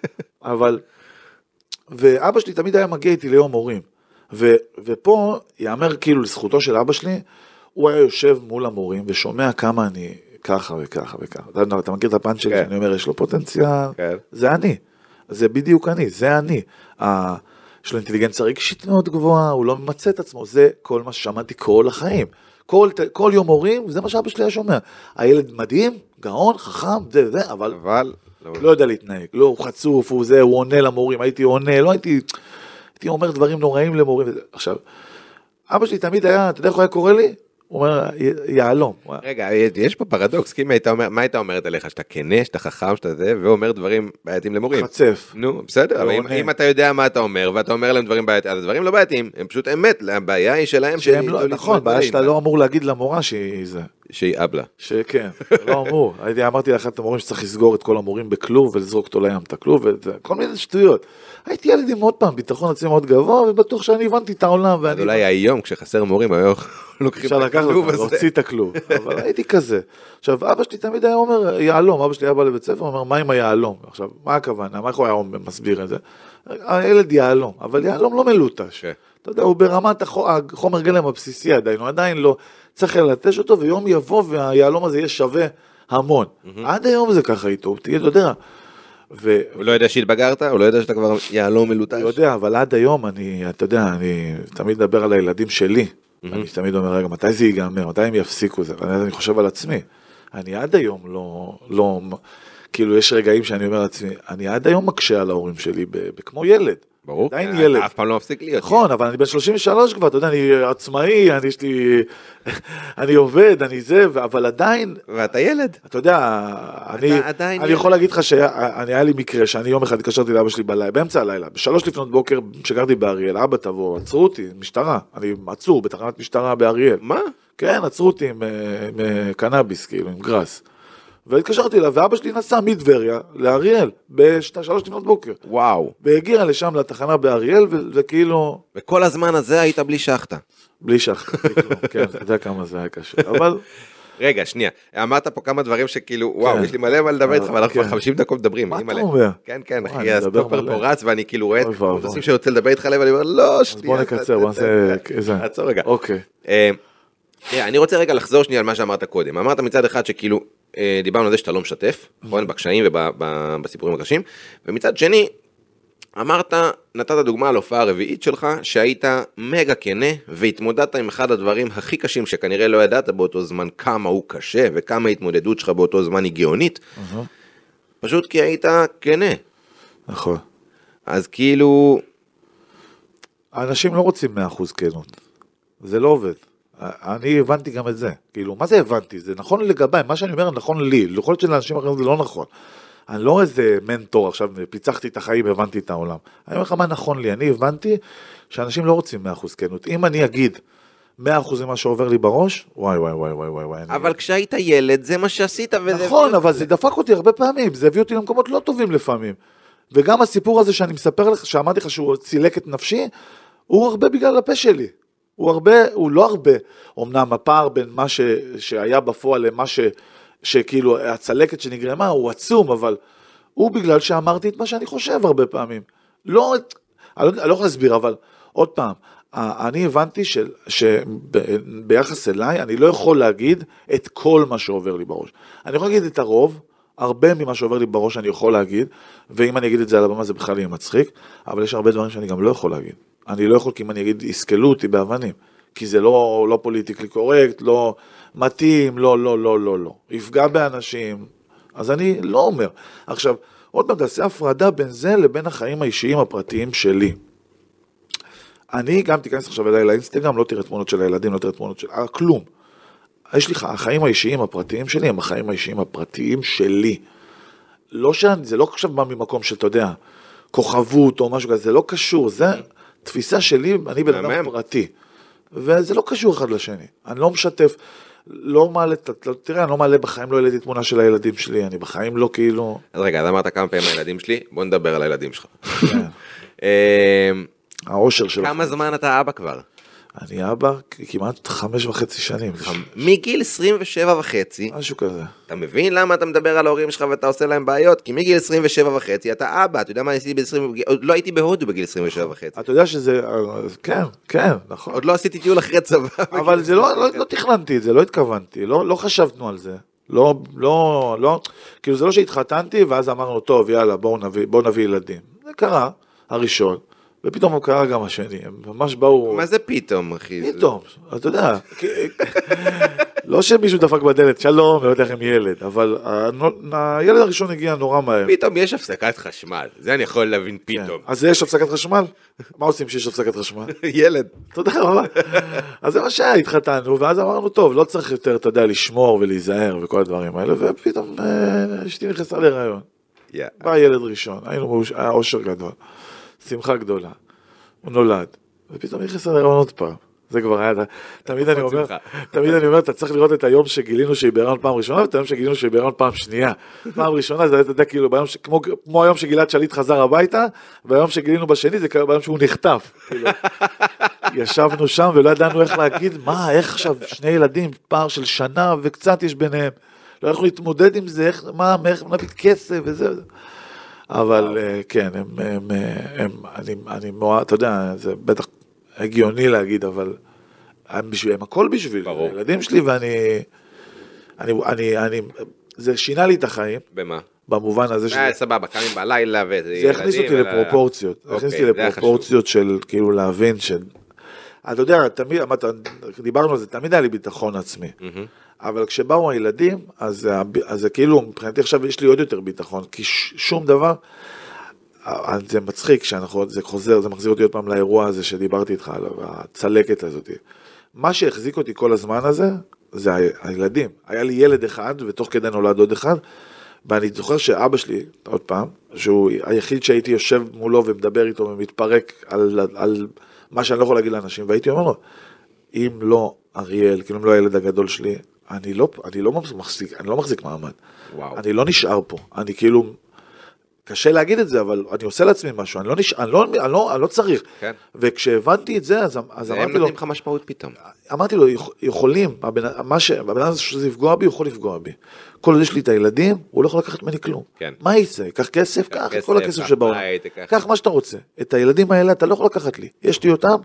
ואבא שלי תמיד היה מגיע איתי ליום מורים, ופה יאמר כאילו לזכותו של אבא שלי, הוא היה יושב מול המורים, ושומע כמה אני ככה וככה וככה, אתה מכיר את הפן שלי, שאני אומר, יש לו פוטנציאל, זה אני, זה בדיוק אני, זה אני, יש לו אינטליגנציה רגשית מאוד גבוהה, הוא לא ממצא את עצמו, זה כל מה ששמעתי כל החיים, כל יום מורים, זה מה שאבא שלי היה שומע, הילד מדהים, גאון, חכם, זה, אבל לא יודע להתנהג, לא, הוא חצוף, הוא עונה למורים, הייתי עונה, לא הייתי אומר דברים נוראים למורים, עכשיו, אבא שלי תמיד היה, אתה יודע איך הוא היה קורא לי? הוא אומר, יעלום. רגע, יש פה פרדוקס, כי מה הייתה אומרת עליך? שאתה כנה, שאתה חכם, שאתה זה, ואומר דברים בעייתיים למורים. חצף. נו, בסדר, אבל אם אתה יודע מה אתה אומר, ואתה אומר להם דברים בעייתיים, אז הדברים לא בעייתיים, הם פשוט אמת, הבעיה היא שלהם. נכון, הבעיה שאתה לא אמור להגיד למורה שהיא זה. שהיא אבלה. שכן, לא אמור. אמרתי לאחת המורים שצריך לסגור את כל המורים בכלוב ולזרוק אותו לים את הכלוב, וכל מיני שטויות. הייתי ילד עם עוד פעם ביטחון עצמי מאוד גבוה, ובטוח שאני הבנתי את העולם. אז אולי היום כשחסר מורים, היום לוקחים את הכלוב הזה. להוציא את הכלוב, אבל הייתי כזה. עכשיו, אבא שלי תמיד היה אומר, יעלום, אבא שלי היה בא לבית ספר, אומר, מה עם היעלום? עכשיו, מה הכוונה? מה יכול היה מסביר את זה? הילד יעלום, אבל יעלום לא מלוטש. אתה יודע, הוא ברמת החומר גלם הבסיסי עדיין, הוא עדיין לא צריך ללטש אותו, ויום יבוא והיעלום הזה יהיה שווה המון. עד היום זה ככה איתו, תהיה, אתה יודע. הוא לא יודע שהתבגרת? הוא לא יודע שאתה כבר יעלום מלוטש? אני יודע, אבל עד היום אתה יודע, אני תמיד מדבר על הילדים שלי, אני תמיד אומר, רגע, מתי זה ייגמר? מתי הם יפסיקו זה? אני חושב על עצמי. אני עד היום לא, כאילו יש רגעים שאני אומר לעצמי, אני עד היום מקשה על ההורים שלי, כמו ילד. ברור, אתה אף פעם לא מפסיק להיות. נכון, אבל אני בן 33 כבר, אתה יודע, אני עצמאי, אני עובד, אני זה, אבל עדיין... ואתה ילד. אתה יודע, אני יכול להגיד לך היה לי מקרה, שאני יום אחד התקשרתי לאבא שלי באמצע הלילה, ב3 לפנות בוקר שגרתי באריאל, אבא תבוא, עצרו אותי, משטרה, אני עצור בתחנת משטרה באריאל. מה? כן, עצרו אותי עם קנאביס, כאילו, עם גרס. והתקשרתי לה, ואבא שלי נסע מדבריה לאריאל, ב3 לפנות בוקר. וואו. והגיע לשם לתחנה באריאל, וכאילו... וכל הזמן הזה היית בלי שחטה. בלי שחטה, כן, אתה יודע כמה זה היה קשה, אבל... רגע, שנייה, אמרת פה כמה דברים שכאילו, וואו, יש לי מלא מה לדבר איתך, אבל אנחנו כבר 50 דקות מדברים. מה אתה אומר? כן, כן, אחי, אז טופר פה רץ, ואני כאילו רואה את נושאים שאני רוצה לדבר איתך עליהם, ואני אומר, לא, שנייה. אז בוא נקצר, בוא נעשה... עצור רגע. אוקיי. אני רוצה רגע לחזור שנייה על מה שאמרת קודם. אמרת מצד אחד שכאילו, דיברנו על זה שאתה לא משתף, בקשיים ובסיפורים הקשים, ומצד שני, אמרת, נתת דוגמה על הופעה הרביעית שלך, שהיית מגה כנה, והתמודדת עם אחד הדברים הכי קשים, שכנראה לא ידעת באותו זמן כמה הוא קשה, וכמה ההתמודדות שלך באותו זמן היא גאונית, פשוט כי היית כנה. נכון. אז כאילו... האנשים לא רוצים 100% כנות. זה לא עובד. אני הבנתי גם את זה. כאילו, מה זה הבנתי? זה נכון לגביי, מה שאני אומר נכון לי. יכול להיות שלאנשים אחרים זה לא נכון. אני לא איזה מנטור עכשיו, פיצחתי את החיים, הבנתי את העולם. אני אומר לך מה נכון לי, אני הבנתי שאנשים לא רוצים 100% כנות. אם אני אגיד 100% ממה שעובר לי בראש, וואי. אבל כשהיית ילד, זה מה שעשית. נכון, אבל זה דפק אותי הרבה פעמים, זה הביא אותי למקומות לא טובים לפעמים. וגם הסיפור הזה שאני מספר לך, שאמרתי לך שהוא צילק את נפשי, הוא הרבה בגלל הפה שלי. הוא לא הרבה, אמנם הפער בין מה שהיה בפועל למה שכאילו הצלקת שנגרמה הוא עצום, אבל הוא בגלל שאמרתי את מה שאני חושב הרבה פעמים. אני לא יכול להסביר, אבל עוד פעם, אני הבנתי שביחס אליי, אני לא יכול להגיד את כל מה שעובר לי בראש. אני יכול להגיד את הרוב, הרבה ממה שעובר לי בראש אני יכול להגיד, ואם אני אגיד את זה על הבמה זה בכלל יהיה מצחיק, אבל יש הרבה דברים שאני גם לא יכול להגיד. אני לא יכול, כי אם אני אגיד, יסקלו אותי באבנים, כי זה לא פוליטיקלי קורקט, לא מתאים, לא. יפגע באנשים, אז אני לא אומר. עכשיו, עוד פעם, תעשה הפרדה בין זה לבין החיים האישיים הפרטיים שלי. אני גם תיכנס עכשיו אליי לאינסטגרם, לא תראה תמונות של הילדים, לא תראה תמונות של... כלום. יש לי, החיים האישיים הפרטיים שלי, הם החיים האישיים הפרטיים שלי. זה לא עכשיו בא ממקום שאתה יודע, כוכבות או משהו כזה, זה לא קשור, זה תפיסה שלי, אני בן אדם פרטי. וזה לא קשור אחד לשני. אני לא משתף, לא מעלה, תראה, אני לא מעלה בחיים, לא העליתי תמונה של הילדים שלי, אני בחיים לא כאילו... אז רגע, אז אמרת כמה פעמים הילדים שלי, בוא נדבר על הילדים שלך. האושר שלך. כמה זמן אתה אבא כבר? אני אבא כמעט 5.5 שנים. מגיל 27.5. משהו כזה. אתה מבין למה אתה מדבר על ההורים שלך ואתה עושה להם בעיות? כי מגיל 27.5 אתה אבא, אתה יודע מה עשיתי ב-20... לא הייתי בהודו בגיל 27.5. אתה יודע שזה... כן, נכון. עוד לא עשיתי טיול אחרי צבא. אבל זה לא תכננתי את זה, לא התכוונתי, לא חשבנו על זה. לא, כאילו זה לא שהתחתנתי ואז אמרנו, טוב, יאללה, בואו נביא ילדים. זה קרה, הראשון. ופתאום הוא קרה גם השני, הם ממש באו... מה זה פתאום, אחי? פתאום, אתה יודע, לא שמישהו דפק בדלת, שלום, לא יודע איך הם ילד, אבל הילד הראשון הגיע נורא מהר. פתאום יש הפסקת חשמל, זה אני יכול להבין פתאום. אז יש הפסקת חשמל? מה עושים שיש הפסקת חשמל? ילד. תודה רבה. אז זה מה שהיה, התחתנו, ואז אמרנו, טוב, לא צריך יותר, אתה יודע, לשמור ולהיזהר וכל הדברים האלה, ופתאום אשתי נכנסה להיריון. בא ילד ראשון, היה אושר גדול. שמחה גדולה, הוא נולד, ופתאום נכנס להיריון עוד פעם. זה כבר היה, תמיד אני אומר, אתה צריך לראות את היום שגילינו שהיא בהיריון פעם ראשונה, ואת היום שגילינו שהיא בהיריון פעם שנייה. פעם ראשונה זה היה כאילו, כמו היום שגלעד שליט חזר הביתה, והיום שגילינו בשני זה כאילו ביום שהוא נחטף. ישבנו שם ולא ידענו איך להגיד, איך עכשיו שני ילדים, פער של שנה וקצת יש ביניהם, לא יכולנו להתמודד עם זה, איך נביא כסף וזה. אבל כן, אני מאוד, אתה יודע, זה בטח הגיוני להגיד, אבל הם הכל בשביל הילדים שלי, ואני, זה שינה לי את החיים. במה? במובן הזה סבבה, קמים בלילה זה הכניס אותי לפרופורציות, הכניס אותי לפרופורציות של כאילו להבין אתה יודע, תמיד, דיברנו על זה, תמיד היה לי ביטחון עצמי, אבל כשבאו הילדים, אז זה כאילו, מבחינתי עכשיו יש לי עוד יותר ביטחון, כי שום דבר, זה מצחיק זה חוזר, זה מחזיר אותי עוד פעם לאירוע הזה שדיברתי איתך עליו, הצלקת הזאת. מה שהחזיק אותי כל הזמן הזה, זה הילדים. היה לי ילד אחד, ותוך כדי נולד עוד אחד, ואני זוכר שאבא שלי, עוד פעם, שהוא היחיד שהייתי יושב מולו ומדבר איתו ומתפרק על מה שאני לא יכול להגיד לאנשים, והייתי אומר לו, אם לא אריאל, כאילו אם לא הילד הגדול שלי, אני לא מחזיק מעמד. וואו. אני לא נשאר פה. אני כאילו, קשה להגיד את זה, אבל אני עושה לעצמי משהו, אני לא צריך. כן. וכשהבנתי את זה, אז אמרתי לו... הם נותנים לך משמעות פתאום. אמרתי לו, יכולים, הבן אדם שזה יפגוע בי, יכול לפגוע בי. כל עוד יש לי את הילדים, הוא לא יכול לקחת ממני כלום. כן. מה יצא? קח כסף? קח את כל הכסף שבעולם. קח מה שאתה רוצה. את הילדים האלה אתה לא יכול לקחת לי. יש לי אותם,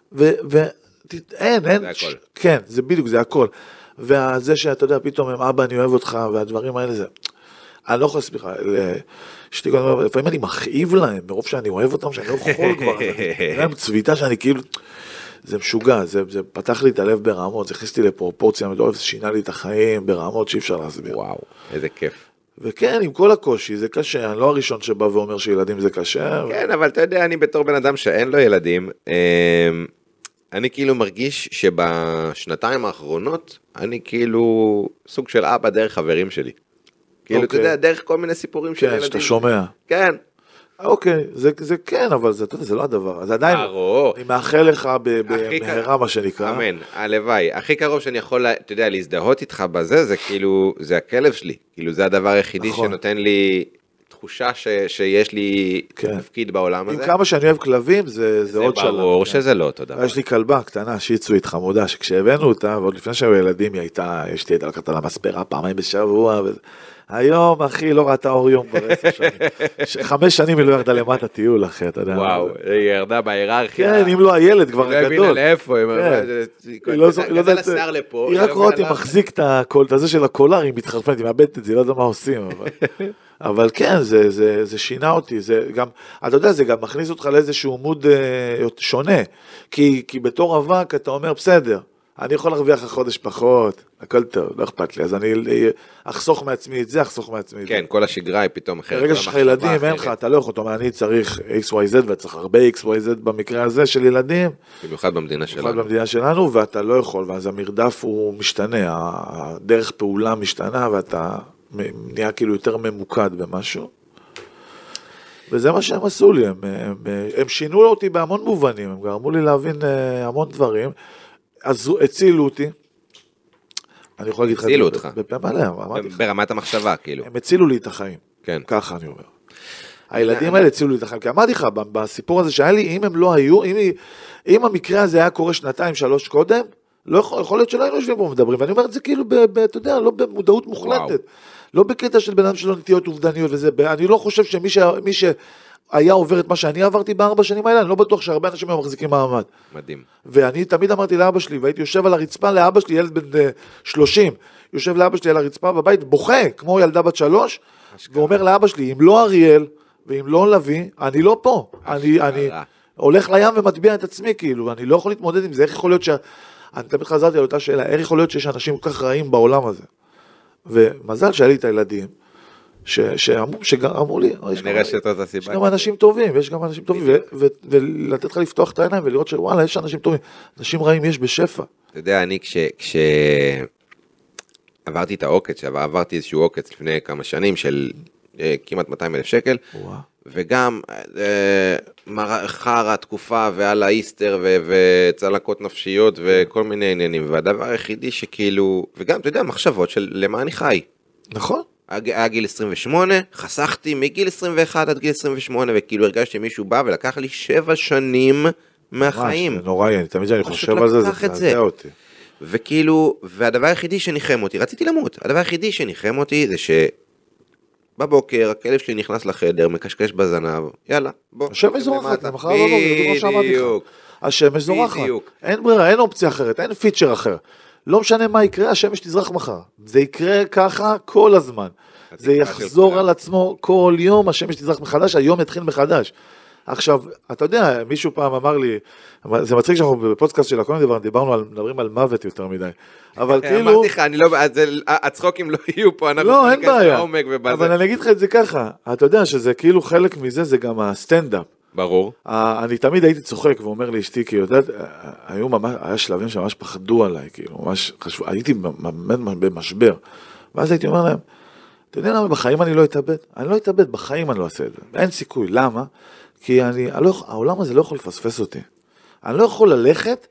אין. זה הכל. כן, זה בדיוק, זה הכל. וזה שאתה יודע, פתאום הם אבא, אני אוהב אותך, והדברים האלה זה... אני לא יכול להספיך, לפעמים אני מכאיב להם, ברוב שאני אוהב אותם, שאני לא יכול כבר, אני צביטה שאני כאילו, זה משוגע, זה פתח לי את הלב ברמות, זה הכניס לי לפרופורציה, זה שינה לי את החיים ברמות שאי אפשר להסביר. וואו, איזה כיף. וכן, עם כל הקושי, זה קשה, אני לא הראשון שבא ואומר שילדים זה קשה. כן, אבל אתה יודע, אני בתור בן אדם שאין לו ילדים, אני כאילו מרגיש שבשנתיים האחרונות, אני כאילו סוג של אבא דרך חברים שלי. כאילו, אתה יודע, דרך כל מיני סיפורים של ילדים. כן, שאתה שומע. כן. אוקיי, זה כן, אבל זה לא הדבר. זה עדיין, אני מאחל לך במהרה מה שנקרא. אמן, הלוואי. הכי קרוב שאני יכול, אתה יודע, להזדהות איתך בזה, זה כאילו, זה הכלב שלי. כאילו, זה הדבר היחידי שנותן לי תחושה שיש לי תפקיד בעולם הזה. עם כמה שאני אוהב כלבים, זה עוד שלב. זה ברור שזה לא אותו דבר. יש לי כלבה קטנה, שיצואית חמודה, שכשהבאנו אותה, ועוד לפני שהיו ילדים, היא הייתה, יש לי לקחת על המספרה פעמיים בשבוע, היום, אחי, לא ראתה אור יום כבר 10 שנים. 5 שנים היא לא ירדה למטה טיול, אחי, אתה יודע. וואו, היא ירדה בהיררכיה. כן, אם לא הילד כבר הגדול. היא לא הבינה לאיפה, היא לא יודעת לשיער לפה. היא רק רואה אותי מחזיק את הזה של הקולר, היא מתחרפנת, היא מאבדת את זה, היא לא יודע מה עושים, אבל כן, זה שינה אותי, זה גם, אתה יודע, זה גם מכניס אותך לאיזשהו מוד שונה, כי בתור אבק אתה אומר, בסדר, אני יכול להרוויח חודש פחות, הכל טוב, לא אכפת לי, אז אני אחסוך מעצמי את זה, אחסוך מעצמי את זה. כן, כל השגרה היא פתאום אחרת. ברגע שלך ילדים, אין לך, אתה לא יכול, אתה אומר, אני צריך XYZ, וצריך הרבה XYZ במקרה הזה של ילדים. במיוחד במדינה שלנו. במיוחד במדינה שלנו, ואתה לא יכול, ואז המרדף הוא משתנה, הדרך פעולה משתנה, ואתה נהיה כאילו יותר ממוקד במשהו. וזה מה שהם עשו לי, הם שינו אותי בהמון מובנים, הם גרמו לי להבין המון דברים, אז הצילו אותי, אני יכול להגיד לך, הצילו אותך, ברמת המחשבה, כאילו. הם הצילו לי את החיים, ככה אני אומר. הילדים האלה הצילו לי את החיים, כי אמרתי לך, בסיפור הזה שהיה לי, אם הם לא היו, אם המקרה הזה היה קורה 2-3 קודם, לא יכול להיות שלא היינו יושבים פה ומדברים, ואני אומר את זה כאילו, אתה יודע, לא במודעות מוחלטת, לא בקטע של בן אדם שלא נטיות אובדניות וזה, אני לא חושב שמי שהיה עובר את מה שאני עברתי ב4 שנים האלה, אני לא בטוח שהרבה אנשים היו מחזיקים מעמד. מדהים. ואני תמיד אמרתי לאבא שלי, והייתי יושב על הרצפה לאבא שלי, ילד בן 30, יושב לאבא שלי על הרצפה בבית, בוכה, כמו ילדה בת 3, ואומר לאבא שלי, אם לא אריאל, ואם לא לוי, אני לא פה. אני הולך לים ומטביע את עצמי, כאילו, אני לא יכול להתמודד עם זה, איך יכול להיות אני תמיד חזרתי על אותה שאלה, איך יכול להיות שיש אנשים כל כך רעים בעולם הזה? ומזל שהיה לי את הילדים, שאמרו לי, יש גם אנשים טובים, ולתת לך לפתוח את העיניים ולראות שוואלה, יש אנשים טובים, אנשים רעים יש בשפע. אתה יודע, אני כשעברתי את העוקץ, עברתי איזשהו עוקץ לפני כמה שנים של כמעט 200,000 שקל, וגם חרא התקופה ועל האיסטר וצלקות נפשיות וכל מיני עניינים, והדבר היחידי שכאילו, וגם אתה יודע, מחשבות של למה אני חי. נכון. היה גיל 28, חסכתי מגיל 21 עד גיל 28, וכאילו הרגשתי מישהו בא ולקח לי 7 שנים מהחיים. זה נוראי, תמיד שאני חושב על זה, זה מזעזע אותי. וכאילו, והדבר היחידי שניחם אותי, רציתי למות, הדבר היחידי שניחם אותי זה שבבוקר הכלב שלי נכנס לחדר, מקשקש בזנב, יאללה, בוא. השמש זורחת, למחר בבוקר, כמו שאמרתי לך. השמש זורחת, אין ברירה, אין אופציה אחרת, אין פיצ'ר אחר. לא משנה מה יקרה, השמש תזרח מחר. זה יקרה ככה כל הזמן. זה יחזור על עצמו כל יום, השמש תזרח מחדש, היום יתחיל מחדש. עכשיו, אתה יודע, מישהו פעם אמר לי, זה מצחיק שאנחנו בפודקאסט של הקומדי, מדברים על מוות יותר מדי. אבל כאילו... אמרתי לך, הצחוקים לא יהיו פה, אנחנו לא, אין בעיה. אבל אני אגיד לך את זה ככה, אתה יודע שזה כאילו חלק מזה, זה גם הסטנדאפ. ברור. אני תמיד הייתי צוחק ואומר לאשתי, כי יודעת, היה שלבים שממש פחדו עליי, כאילו, ממש חשבו, הייתי במשבר. ואז הייתי אומר להם, אתה יודע למה בחיים אני לא אתאבד? אני לא אתאבד, בחיים אני לא אעשה את זה. אין סיכוי, למה? כי העולם הזה לא יכול לפספס אותי. אני לא יכול ללכת,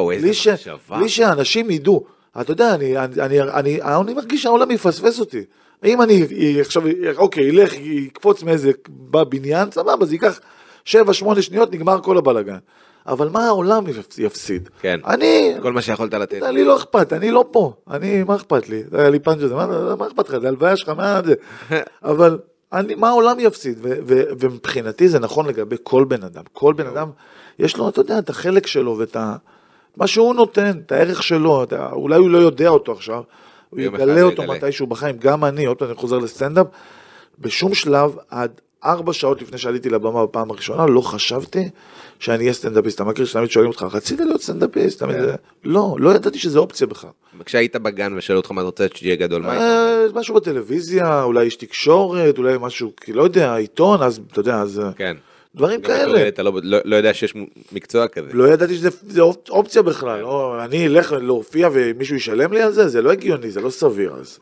בלי שאנשים ידעו. אתה יודע, אני מרגיש שהעולם יפספס אותי. אם אני עכשיו, אוקיי, ילך, יקפוץ מאיזה בבניין, סבבה, זה ייקח 7-8 שניות, נגמר כל הבלגן. אבל מה העולם יפסיד? כן, כל מה שיכולת לתת. לי לא אכפת, אני לא פה. מה אכפת לי? היה לי פאנג' הזה, מה אכפת לך? זה הלוויה שלך, מה זה? אבל מה העולם יפסיד? ומבחינתי זה נכון לגבי כל בן אדם. כל בן אדם, יש לו, אתה יודע, את החלק שלו, ואת מה שהוא נותן, את הערך שלו, אולי הוא לא יודע אותו עכשיו, הוא יגלה אותו מתישהו בחיים. גם אני, עוד פעם אני חוזר לסטנדאפ, בשום שלב, עד 4 שעות לפני שעליתי לבמה בפעם הראשונה, לא חשבתי שאני אהיה סטנדאפיסט. אתה מכיר שתמיד שואלים אותך, רצית להיות סטנדאפיסט? לא ידעתי שזה אופציה בכלל. כשהיית בגן ושאלו אותך מה אתה רוצה שיהיה גדול, מה היית? משהו בטלוויזיה, אולי יש תקשורת, אולי משהו, כי לא יודע, עיתון, אז אתה יודע, אז דברים כאלה. אתה לא יודע שיש מקצוע כזה. לא ידעתי שזה אופציה בכלל. אני אלך להופיע ומישהו ישלם לי על זה, זה לא הגיוני, זה לא סביר אז.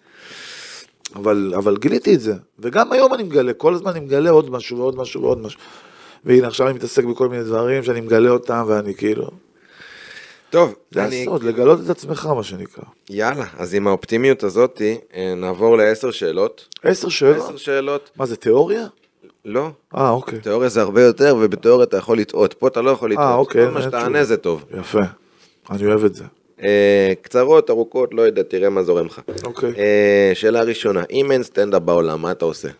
אבל גיליתי את זה, וגם היום אני מגלה, כל הזמן אני מגלה עוד משהו ועוד משהו ועוד משהו, והנה עכשיו אני מתעסק בכל מיני דברים שאני מגלה אותם, ואני כאילו... טוב, זה הסוד, לגלות את עצמך מה שנקרא. יאללה, אז עם האופטימיות הזאת, נעבור ל10 שאלות. 10 שאלות? 10 שאלות. מה זה, תיאוריה? לא. אוקיי. תיאוריה זה הרבה יותר, ובתיאוריה אתה יכול לטעות, פה אתה לא יכול לטעות. אוקיי. כל מה שתענה זה טוב. יפה, אני אוהב את זה. קצרות, ארוכות, לא יודע, תראה מה זורם לך. אוקיי. שאלה ראשונה, אם אין סטנדאפ בעולם, מה אתה עושה?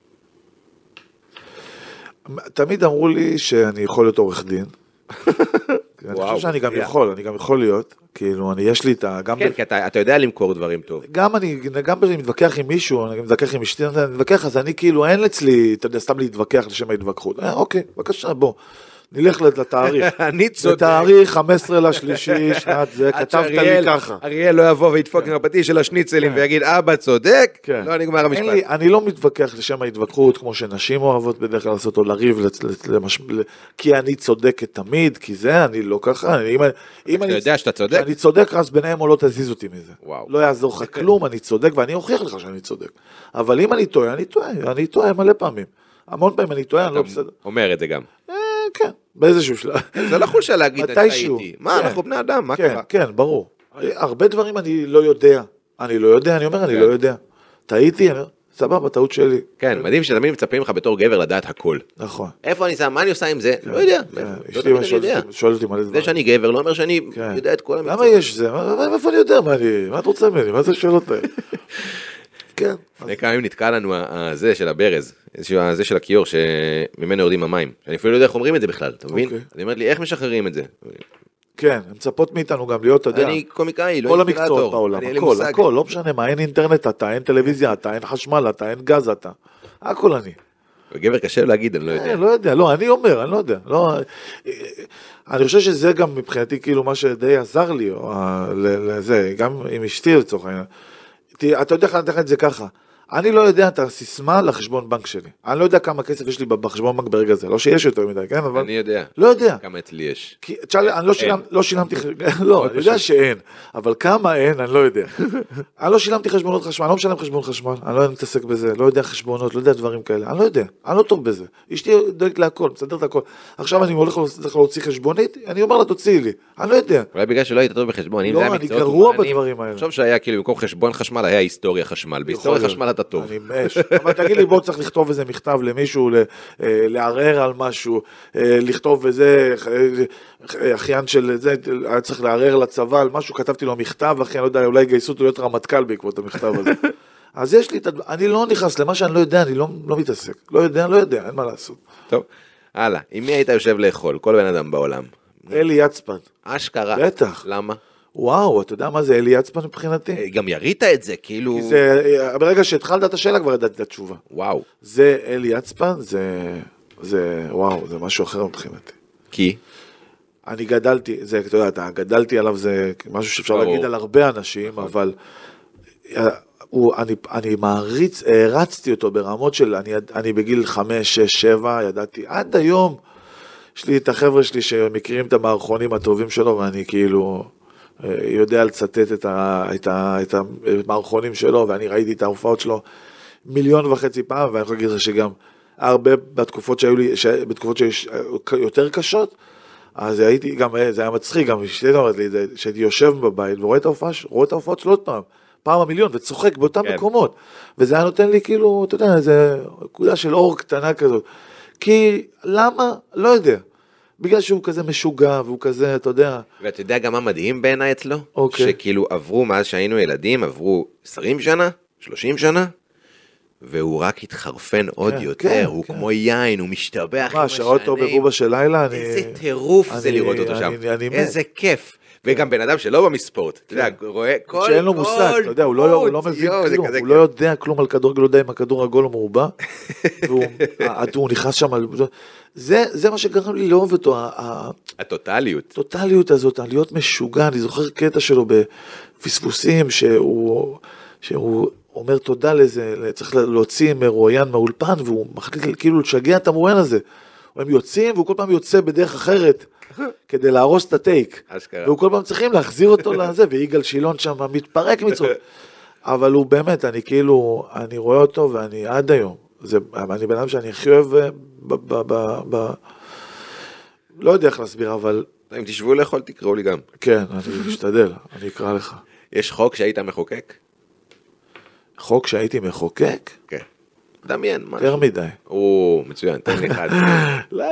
תמיד אמרו לי שאני יכול להיות עורך דין. אני חושב שאני גם יכול להיות, כאילו, יש לי את ה... כן, כי אתה יודע למכור דברים טוב. גם אני מתווכח עם מישהו, אני מתווכח עם אשתי, אני מתווכח, אז אני כאילו, אין אצלי, אתה יודע, סתם להתווכח לשם ההתווכחות. אוקיי, בבקשה, בוא. נלך לתאריך. אני צודק. לתאריך 15 לשלישי, שנת זה, כתבת לי ככה. אריאל לא יבוא וידפוק עם הפטיש של השניצלים ויגיד, אבא צודק, לא נגמר המשפט. אני לא מתווכח לשם ההתווכחות, כמו שנשים אוהבות בדרך כלל לעשות, או לריב, כי אני צודקת תמיד, כי זה, אני לא ככה. אתה יודע שאתה צודק? אני צודק, אז ביניהם או לא תזיז אותי מזה. לא יעזור לך כלום, אני צודק, ואני אוכיח לך שאני צודק. אבל אם אני טועה, אני טועה מלא פעמים. המון פעמים אני טועה, אני לא בסדר. אומר את זה גם. כן, באיזשהו שלב. זה לא חולשה להגיד את הייתי. מה, אנחנו בני אדם, מה קרה? כן, ברור. הרבה דברים אני לא יודע. אני אומר, אני לא יודע. טעיתי, סבבה, טעות שלי. כן, מדהים שתמיד מצפים לך בתור גבר לדעת הכל. נכון. איפה אני שם, מה אני עושה עם זה? לא יודע. שואל אותי מלא דברים. זה שאני גבר לא אומר שאני יודע את כל המקצוע. למה יש זה? איפה אני יודע? מה את רוצה ממני? מה זה שאלות האלה? כן. לפני כמה ימים נתקע לנו הזה של הברז, הזה של הכיור שממנו יורדים המים. אני אפילו לא יודע איך אומרים את זה בכלל, אתה מבין? אני אומרת לי, איך משחררים את זה? כן, הם מצפות מאיתנו גם להיות, אתה יודע. אני קומיקאי, לא כל המקצועות בעולם, הכל, לא משנה מה, אין אינטרנט אתה, אין טלוויזיה אתה, אין חשמל אתה, אין גז אתה. הכל אני. וגבר קשה להגיד, אני לא יודע. לא יודע, לא, אני אומר, אני לא יודע. אני חושב שזה גם מבחינתי כאילו מה שדי עזר לי, לזה, גם עם אשתי לצורך העניין. אתה יודע איך אני אתן את זה ככה, אני לא יודע את הסיסמה לחשבון בנק שלי. אני לא יודע כמה כסף יש לי בחשבון בנק ברגע זה. לא שיש יותר מדי, כן? אבל... אני יודע. לא יודע. כמה אצלי יש. כי, תשאל, אני לא שילמתי, לא, אני יודע שאין, אבל כמה אין, אני לא יודע. אני לא שילמתי חשבונות חשמל, אני לא משלם חשבון חשמל, אני לא מתעסק בזה, לא יודע חשבונות, לא יודע דברים כאלה, אני לא יודע, אני לא טוב בזה. אשתי דואגת להכל, מסדר את הכל. עכשיו אני הולך להוציא חשבונית, אני אומר לה, תוציאי לי, אני לא יודע. אולי בגלל שלא היית טוב בחשבון, לא, אני גרוע בדברים האלה. חושב שהיה כאילו במקום חשבון חשמל היה היסטוריה חשמל, בהיסטוריה חשמל אתה טוב. אני מש, אבל תגיד לי, בוא צריך לכתוב איזה מכתב למישהו, לערער על משהו, לכתוב איזה, אחיין של זה, היה צריך לערער לצבא על משהו, כתבתי לו מכתב, אחי, אני לא יודע, אולי גייסו אותו להיות רמטכ"ל בעקבות המכתב הזה. אז יש לי, אני לא נכנס למה שאני לא יודע, אני לא מתעסק. לא יודע, אין מה לעשות. טוב, הלאה, עם מי היית יושב לאכול? כל בן אדם בעולם. אלי יצפן. אשכרה. בטח. למה? וואו, אתה יודע מה זה אלי יצפן מבחינתי? גם ירית את זה, כאילו... ברגע שהתחלת את השאלה כבר ידעתי את התשובה. וואו. זה אלי יצפן, וואו, זה משהו אחר מבחינתי. כי? אני גדלתי, זה, אתה יודע, גדלתי עליו, זה משהו שאפשר להגיד על הרבה אנשים, אבל אני מעריץ, הרצתי אותו ברמות של, אני בגיל 5, 6, 7, ידעתי, עד היום, יש לי את החבר'ה שלי שמכירים את המערכונים הטובים שלו, ואני כאילו יודע לצטט את המערכונים שלו, ואני ראיתי את ההופעות שלו 1.5 מיליון פעם, ואני יכול להגיד לך שגם הרבה בתקופות שהיו לי, בתקופות יותר קשות, אז הייתי גם, זה היה מצחיק, גם אשתי אומרת לי, שהייתי יושב בבית ורואה את ההופעות שלו עוד פעם 1 מיליון, וצוחק באותם מקומות, וזה היה נותן לי כאילו, אתה יודע, איזה נקודה של אור קטנה כזאת, כי למה? לא יודע, בגלל שהוא כזה משוגע, והוא כזה, אתה יודע. ואתה יודע גם מה מדהים בעיניי אצלו? אוקיי. שכאילו עברו, מאז שהיינו ילדים, עברו 20 שנה, 30 שנה, והוא רק התחרפן עוד יותר, הוא כמו יין, הוא משתבח עם השנים. מה, שעות אותו בבובה של לילה? איזה טירוף זה לראות אותו שם, איזה כיף. וגם בן אדם שלא במספורט, אתה יודע, רואה כל... שאין לו מושג, אתה יודע, הוא לא מבין כלום, הוא לא יודע כלום על כדורגל, לא יודע אם הכדור עגול או מרובע, והוא נכנס שם, זה מה שגרם לי לאהוב אותו, הטוטליות. הטוטליות הזאת, להיות משוגע, אני זוכר קטע שלו בפספוסים, שהוא אומר תודה לזה, צריך להוציא מרואיין מהאולפן, והוא מחליט כאילו לשגע את המרואיין הזה, הם יוצאים, והוא כל פעם יוצא בדרך אחרת, כדי להרוס את הטייק, והוא כל פעם צריכים להחזיר אותו לזה, ויגאל שילון שם מתפרק מצחוק, אבל הוא באמת, אני כאילו, אני רואה אותו, ואני עד היום, אני בן אדם שאני הכי אוהב, לא יודע איך להסביר, אבל... אם תשבו לאכול, תקראו לי גם. כן, אני אשתדל, אני אקרא לך. יש חוק שהיית מחוקק? חוק שהייתי מחוקק? כן. דמיין משהו. יותר מדי. מצוין, תן לי אחד. לא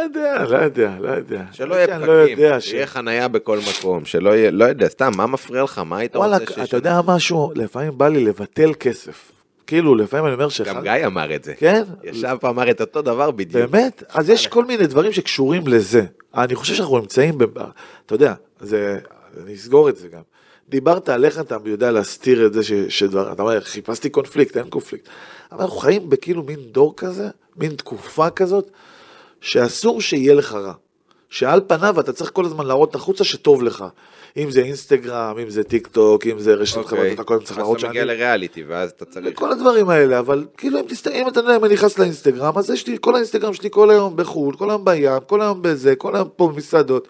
יודע. שלא יהיה פקקים, שיהיה חנייה בכל מקום, שלא יהיה, לא יודע, סתם, מה מפריע לך? מה היית רוצה שיש? אתה יודע משהו, לפעמים בא לי לבטל כסף. כאילו, לפעמים אני אומר גם גיא אמר את זה. כן? ישב פה אמר את אותו דבר בדיוק. באמת? אז יש כל מיני דברים שקשורים לזה. אני חושב שאנחנו נמצאים, אתה יודע, אני אסגור את זה גם. דיברת על איך אתה יודע להסתיר את זה שדבר, אתה אומר, חיפשתי קונפליקט, אין קונפליקט. אבל אנחנו חיים בכאילו מין דור כזה, מין תקופה כזאת, שאסור שיהיה לך רע. שעל פניו אתה צריך כל הזמן להראות החוצה שטוב לך. אם זה אינסטגרם, אם זה טיק טוק, אם זה רשת חברתית, אתה כל הזמן צריך להראות שאני... אז אתה מגיע לריאליטי, ואז אתה צריך... כל הדברים האלה, אבל כאילו אם אתה נכנס לאינסטגרם, אז יש לי, כל האינסטגרם שלי כל היום בחול, כל היום בים, כל היום בזה, כל היום פה במסעדות.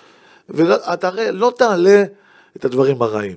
ואתה לא תעלה את הדברים הרעים.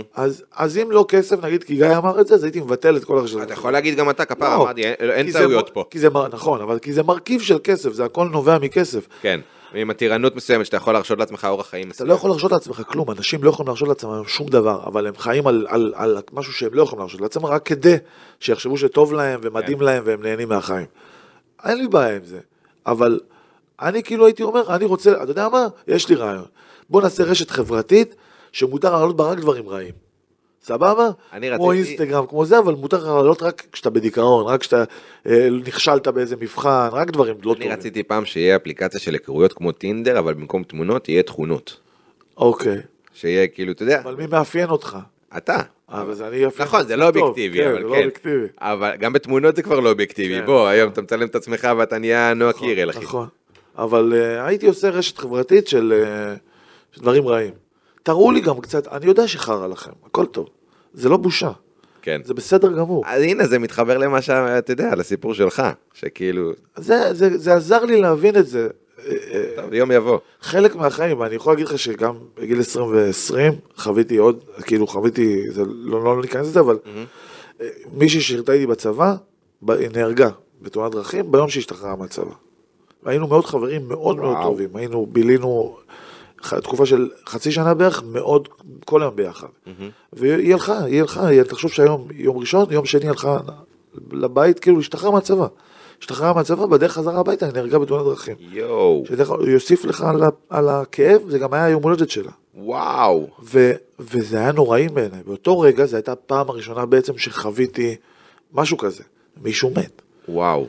אז אם לא כסף, נגיד, כי גיא אמר את זה, אז הייתי מבטל את כל הרשתות. אתה יכול להגיד גם אתה כפר, אמרתי, אין טעויות פה. נכון, אבל כי זה מרכיב של כסף, זה הכל נובע מכסף. כן, עם הטירנות מסוימת, שאתה יכול להרשות לעצמך אורח חיים מסוים. אתה לא יכול להרשות לעצמך כלום, אנשים לא יכולים להרשות לעצמם שום דבר, אבל הם חיים על משהו שהם לא יכולים להרשות לעצמם, רק כדי שיחשבו שטוב להם ומדהים להם והם נהנים מהחיים. אין לי בעיה עם זה, אבל אני כאילו הייתי אומר, אני רוצה, אתה יודע מה? יש לי רעיון. בוא נעשה רשת חברתית שמותר לעלות בה רק דברים רעים. סבבה? כמו אינסטגרם, כמו זה, אבל מותר לעלות רק כשאתה בדיכאון, רק כשאתה נכשלת באיזה מבחן, רק דברים לא טובים. אני רציתי פעם שיהיה אפליקציה של היכרויות כמו טינדר, אבל במקום תמונות יהיה תכונות. אוקיי. שיהיה כאילו, אתה יודע. אבל מי מאפיין אותך? אתה. נכון, זה לא אובייקטיבי, אבל כן. אבל גם בתמונות זה כבר לא אובייקטיבי. בוא, היום אתה מצלם את עצמך ואתה נהיה נועה קירל, אחי. נכון. אבל הייתי עושה רשת חברתית של דברים רעים. תראו לי גם קצת, אני יודע שחרה לכם, הכל טוב, זה לא בושה. כן. זה בסדר גמור. אז הנה, זה מתחבר למה שאתה יודע, לסיפור שלך, שכאילו... זה עזר לי להבין את זה. טוב, יום יבוא. חלק מהחיים, ואני יכול להגיד לך שגם בגיל 20 חוויתי עוד, כאילו חוויתי, זה לא ניכנס לזה, אבל מישהי שירתה איתי בצבא, נהרגה בתאונת דרכים, ביום שהשתחררה מהצבא. היינו מאוד חברים, מאוד מאוד טובים, בילינו תקופה של חצי שנה בערך, מאוד, כל היום ביחד. והיא הלכה, תחשוב שהיום, יום ראשון, יום שני הלכה לבית, כאילו השתחררה מהצבא, בדרך חזרה הביתה, היא נהרגה בתאונת דרכים. יואו. יוסיף לך על הכאב, זה גם היה יום הולדת שלה. וואו. וזה היה נוראים בעיניי. באותו רגע, זו הייתה הפעם הראשונה בעצם שחוויתי משהו כזה. מישהו מת. וואו.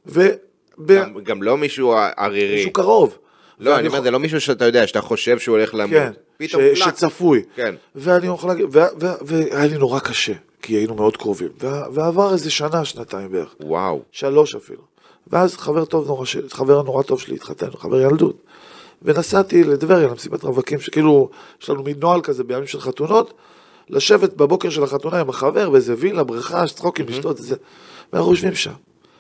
גם לא מישהו ערירי. מישהו קרוב. לא, אני אומר, זה לא מישהו שאתה יודע, שאתה חושב שהוא הולך למות. כן, שצפוי. כן. ואני יכול להגיד, והיה לי נורא קשה, כי היינו מאוד קרובים. ועבר איזה שנה, שנתיים בערך. וואו. 3 אפילו. ואז חבר נורא טוב שלי התחתן, חבר ילדות. ונסעתי לדבריה, למסיבת רווקים, שכאילו, יש לנו מין נועל כזה בימים של חתונות, לשבת בבוקר של החתונה עם החבר, באיזה וילה, בריכה, צחוקים, לשתות את זה. ואנחנו יושבים שם.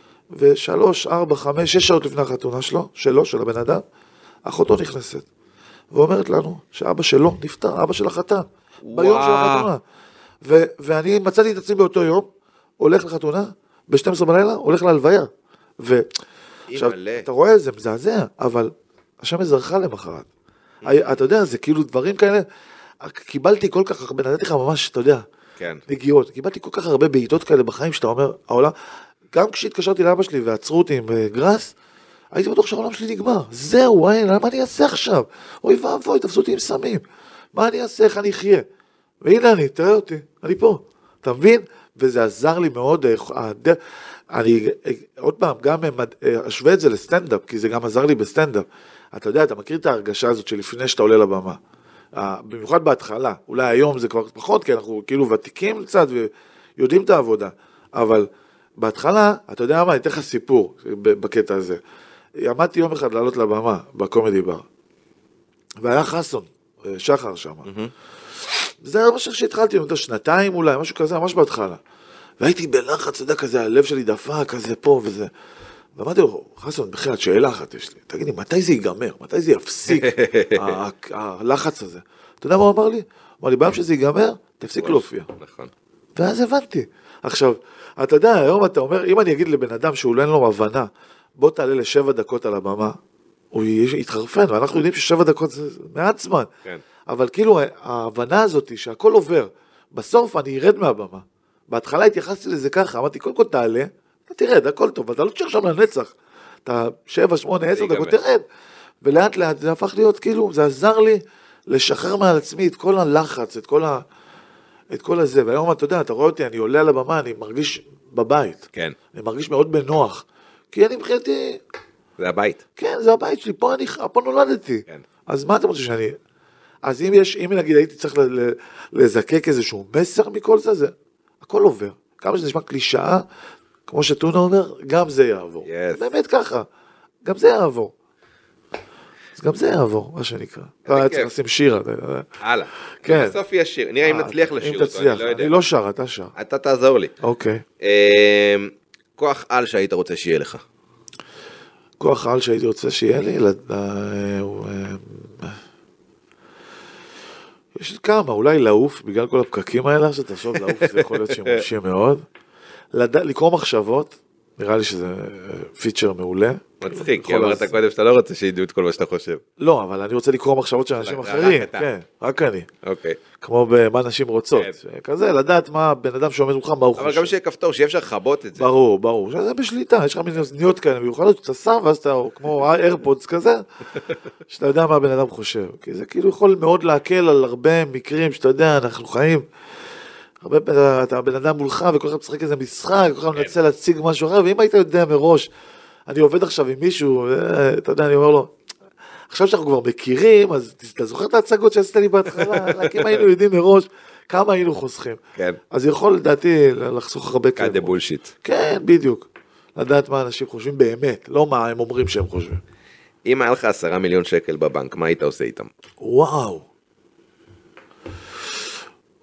3, 4, 5, 6 שעות לפני החתונה שלו, של הבן אדם, אחותו נכנסת. ואומרת לנו שאבא שלו נפטר, אבא של החתן, ביום של החתונה. ואני מצאתי את עצמי באותו יום, הולך לחתונה, ב-12 בלילה, הולך להלוויה. עכשיו, אתה רואה, זה מזעזע, אבל השם מזרחה למחרת. אתה יודע, זה כאילו דברים כאלה, קיבלתי כל כך הרבה, נתתי לך ממש, אתה יודע, נגיעות, קיבלתי כל כך הרבה בעיטות כאלה בחיים, שאתה אומר, העולם, גם כשהתקשרתי לאבא שלי ועצרו אותי עם גרס, הייתי בטוח שהעולם שלי נגמר. זהו, מה אני אעשה עכשיו? אוי ואבוי, תפסו אותי עם סמים. מה אני אעשה, איך אני אחיה? והנה אני, תראה אותי, אני פה. אתה מבין? וזה עזר לי מאוד. אני, עוד פעם, גם אשווה את זה לסטנדאפ, כי זה גם עזר לי בסטנדאפ. אתה יודע, אתה מכיר את ההרגשה הזאת שלפני שאתה עולה לבמה. במיוחד בהתחלה. אולי היום זה כבר פחות, כי אנחנו כאילו ותיקים קצת ויודעים את העבודה. אבל בהתחלה, אתה יודע מה, אני אתן לך סיפור בקטע הזה. עמדתי יום אחד לעלות לבמה בקומדי בר, והיה חסון, שחר שם. זה היה משהו שהתחלתי, 2 אולי, משהו כזה, ממש בהתחלה. והייתי בלחץ, אתה יודע, כזה, הלב שלי דפק, כזה פה וזה. ואמרתי לו, חסון, בכלל, שאלה אחת יש לי, תגידי, מתי זה ייגמר? מתי זה יפסיק, הלחץ הזה? אתה יודע מה הוא אמר לי? אמר לי, ביום שזה ייגמר, תפסיק להופיע. נכון. ואז הבנתי. עכשיו, אתה יודע, היום אתה אומר, אם אני אגיד לבן אדם שהוא אין לו הבנה, בוא תעלה ל7 דקות על הבמה, הוא יתחרפן, ואנחנו יודעים ש7 דקות זה מעט זמן. כן. אבל כאילו, ההבנה הזאת שהכל עובר, בסוף אני ארד מהבמה. בהתחלה התייחסתי לזה ככה, אמרתי, קודם כל תעלה, אתה תרד, הכל טוב, אתה לא תשאר שם לנצח. אתה 7, 8, 10 דקות תרד. ולאט לאט זה הפך להיות, כאילו, זה עזר לי לשחרר מעל עצמי את כל הלחץ, את כל הזה. והיום אתה יודע, אתה רואה אותי, אני עולה על הבמה, אני מרגיש בבית. כן. אני מרגיש מאוד בנוח. כי אני מבחינתי... זה הבית. כן, זה הבית שלי, פה נולדתי. כן. אז מה אתם רוצים שאני... אז אם נגיד הייתי צריך לזקק איזשהו מסר מכל זה, הכל עובר. כמה שזה נשמע קלישאה, כמו שטונה אומר, גם זה יעבור. באמת ככה, גם זה יעבור. אז גם זה יעבור, מה שנקרא. צריך לשים שיר. הלאה. כן. בסוף יהיה שיר. נראה אם נצליח לשיר אותו, אני לא יודע. אני לא שר, אתה שר. אתה תעזור לי. אוקיי. כוח על שהיית רוצה שיהיה לך. כוח על שהייתי רוצה שיהיה לי, יש כמה, אולי לעוף, בגלל כל הפקקים האלה, שתחשוב לעוף, זה יכול להיות שימושי מאוד. לקרוא מחשבות, נראה לי שזה פיצ'ר מעולה. מצחיק, כי אמרת קודם שאתה לא רוצה שידעו את כל מה שאתה חושב. לא, אבל אני רוצה לקרוא מחשבות של אנשים אחרים. כן, רק אני. אוקיי. כמו במה נשים רוצות. כזה, לדעת מה בן אדם שעומד מולך, מה הוא חושב. אבל גם שיהיה כפתור, שיהיה אפשר לחבות את זה. ברור. זה בשליטה, יש לך מיני אוזניות כאלה מיוחדות, שאתה שם, ואז אתה, כמו איירפודס כזה, שאתה יודע מה הבן אדם חושב. כי זה כאילו יכול מאוד להקל על הרבה מקרים, שאתה יודע, אנחנו חיים, אתה בן אדם מולך, וכל אחד משחק איזה משחק, כל אחד מנסה להציג משהו אחר, ואם היית יודע מראש, אני עובד עכשיו עם מישהו, אתה יודע, אני אומר לו, עכשיו שאנחנו כבר מכירים, אז אתה זוכר את ההצגות שעשית לי בהתחלה, רק אם היינו יודעים מראש, כמה היינו חוסכים. כן. אז יכול לדעתי לחסוך הרבה כאלה. cut the bullshit. כן, בדיוק. לדעת מה אנשים חושבים באמת, לא מה הם אומרים שהם חושבים. אם היה לך 10 מיליון שקל בבנק, מה היית עושה איתם? וואו.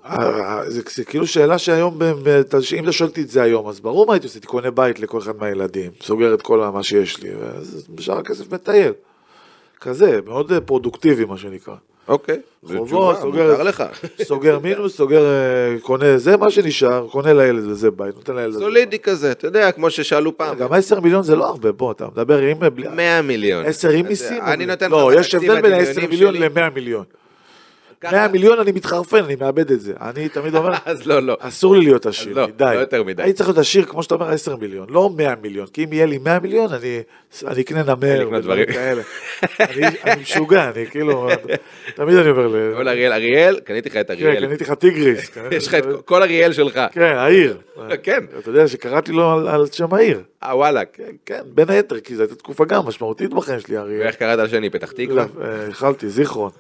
זה כאילו שאלה שהיום, אם אתה שואלתי את זה היום, אז ברור מה הייתי עושה, קונה בית לכל אחד מהילדים, סוגר את כל מה שיש לי, ובשאר הכסף מטייל. כזה, מאוד פרודוקטיבי מה שנקרא. אוקיי. חובות, מותר לך. סוגר מינוס, סוגר, קונה, זה מה שנשאר, קונה לילד וזה בית, נותן לילד. סולידי כזה, אתה יודע, כמו ששאלו פעם. גם 10 מיליון זה לא הרבה, בוא, אתה מדבר עם... 100 מיליון. 10 עם מיסים? אני נותן לא, לך יש הבדל בין 10 מיליון ל-100 מיליון. 100 מיליון אני מתחרפן, אני מאבד את זה. אני תמיד אומר, אז לא. אסור לי להיות עשיר, לא, מדי. לא יותר מדי. אני צריך להיות עשיר, כמו שאתה אומר, 10 מיליון, לא 100 מיליון. כי אם יהיה לי 100 מיליון, אני אקנה נמר ודברים כאלה. אני משוגע, אני כאילו, תמיד אני אומר אריאל, קניתי לך את אריאל. כן, קניתי לך טיגריס. יש לך את כל אריאל שלך. כן, העיר. כן. אתה יודע שקראתי לו על שם העיר. וואלה. כן, בין היתר, כי זו הייתה תקופה גם משמעותית בחיים שלי, אריאל. ואיך קראת על שני, פתח תקווה? אכלתי, זיכרון.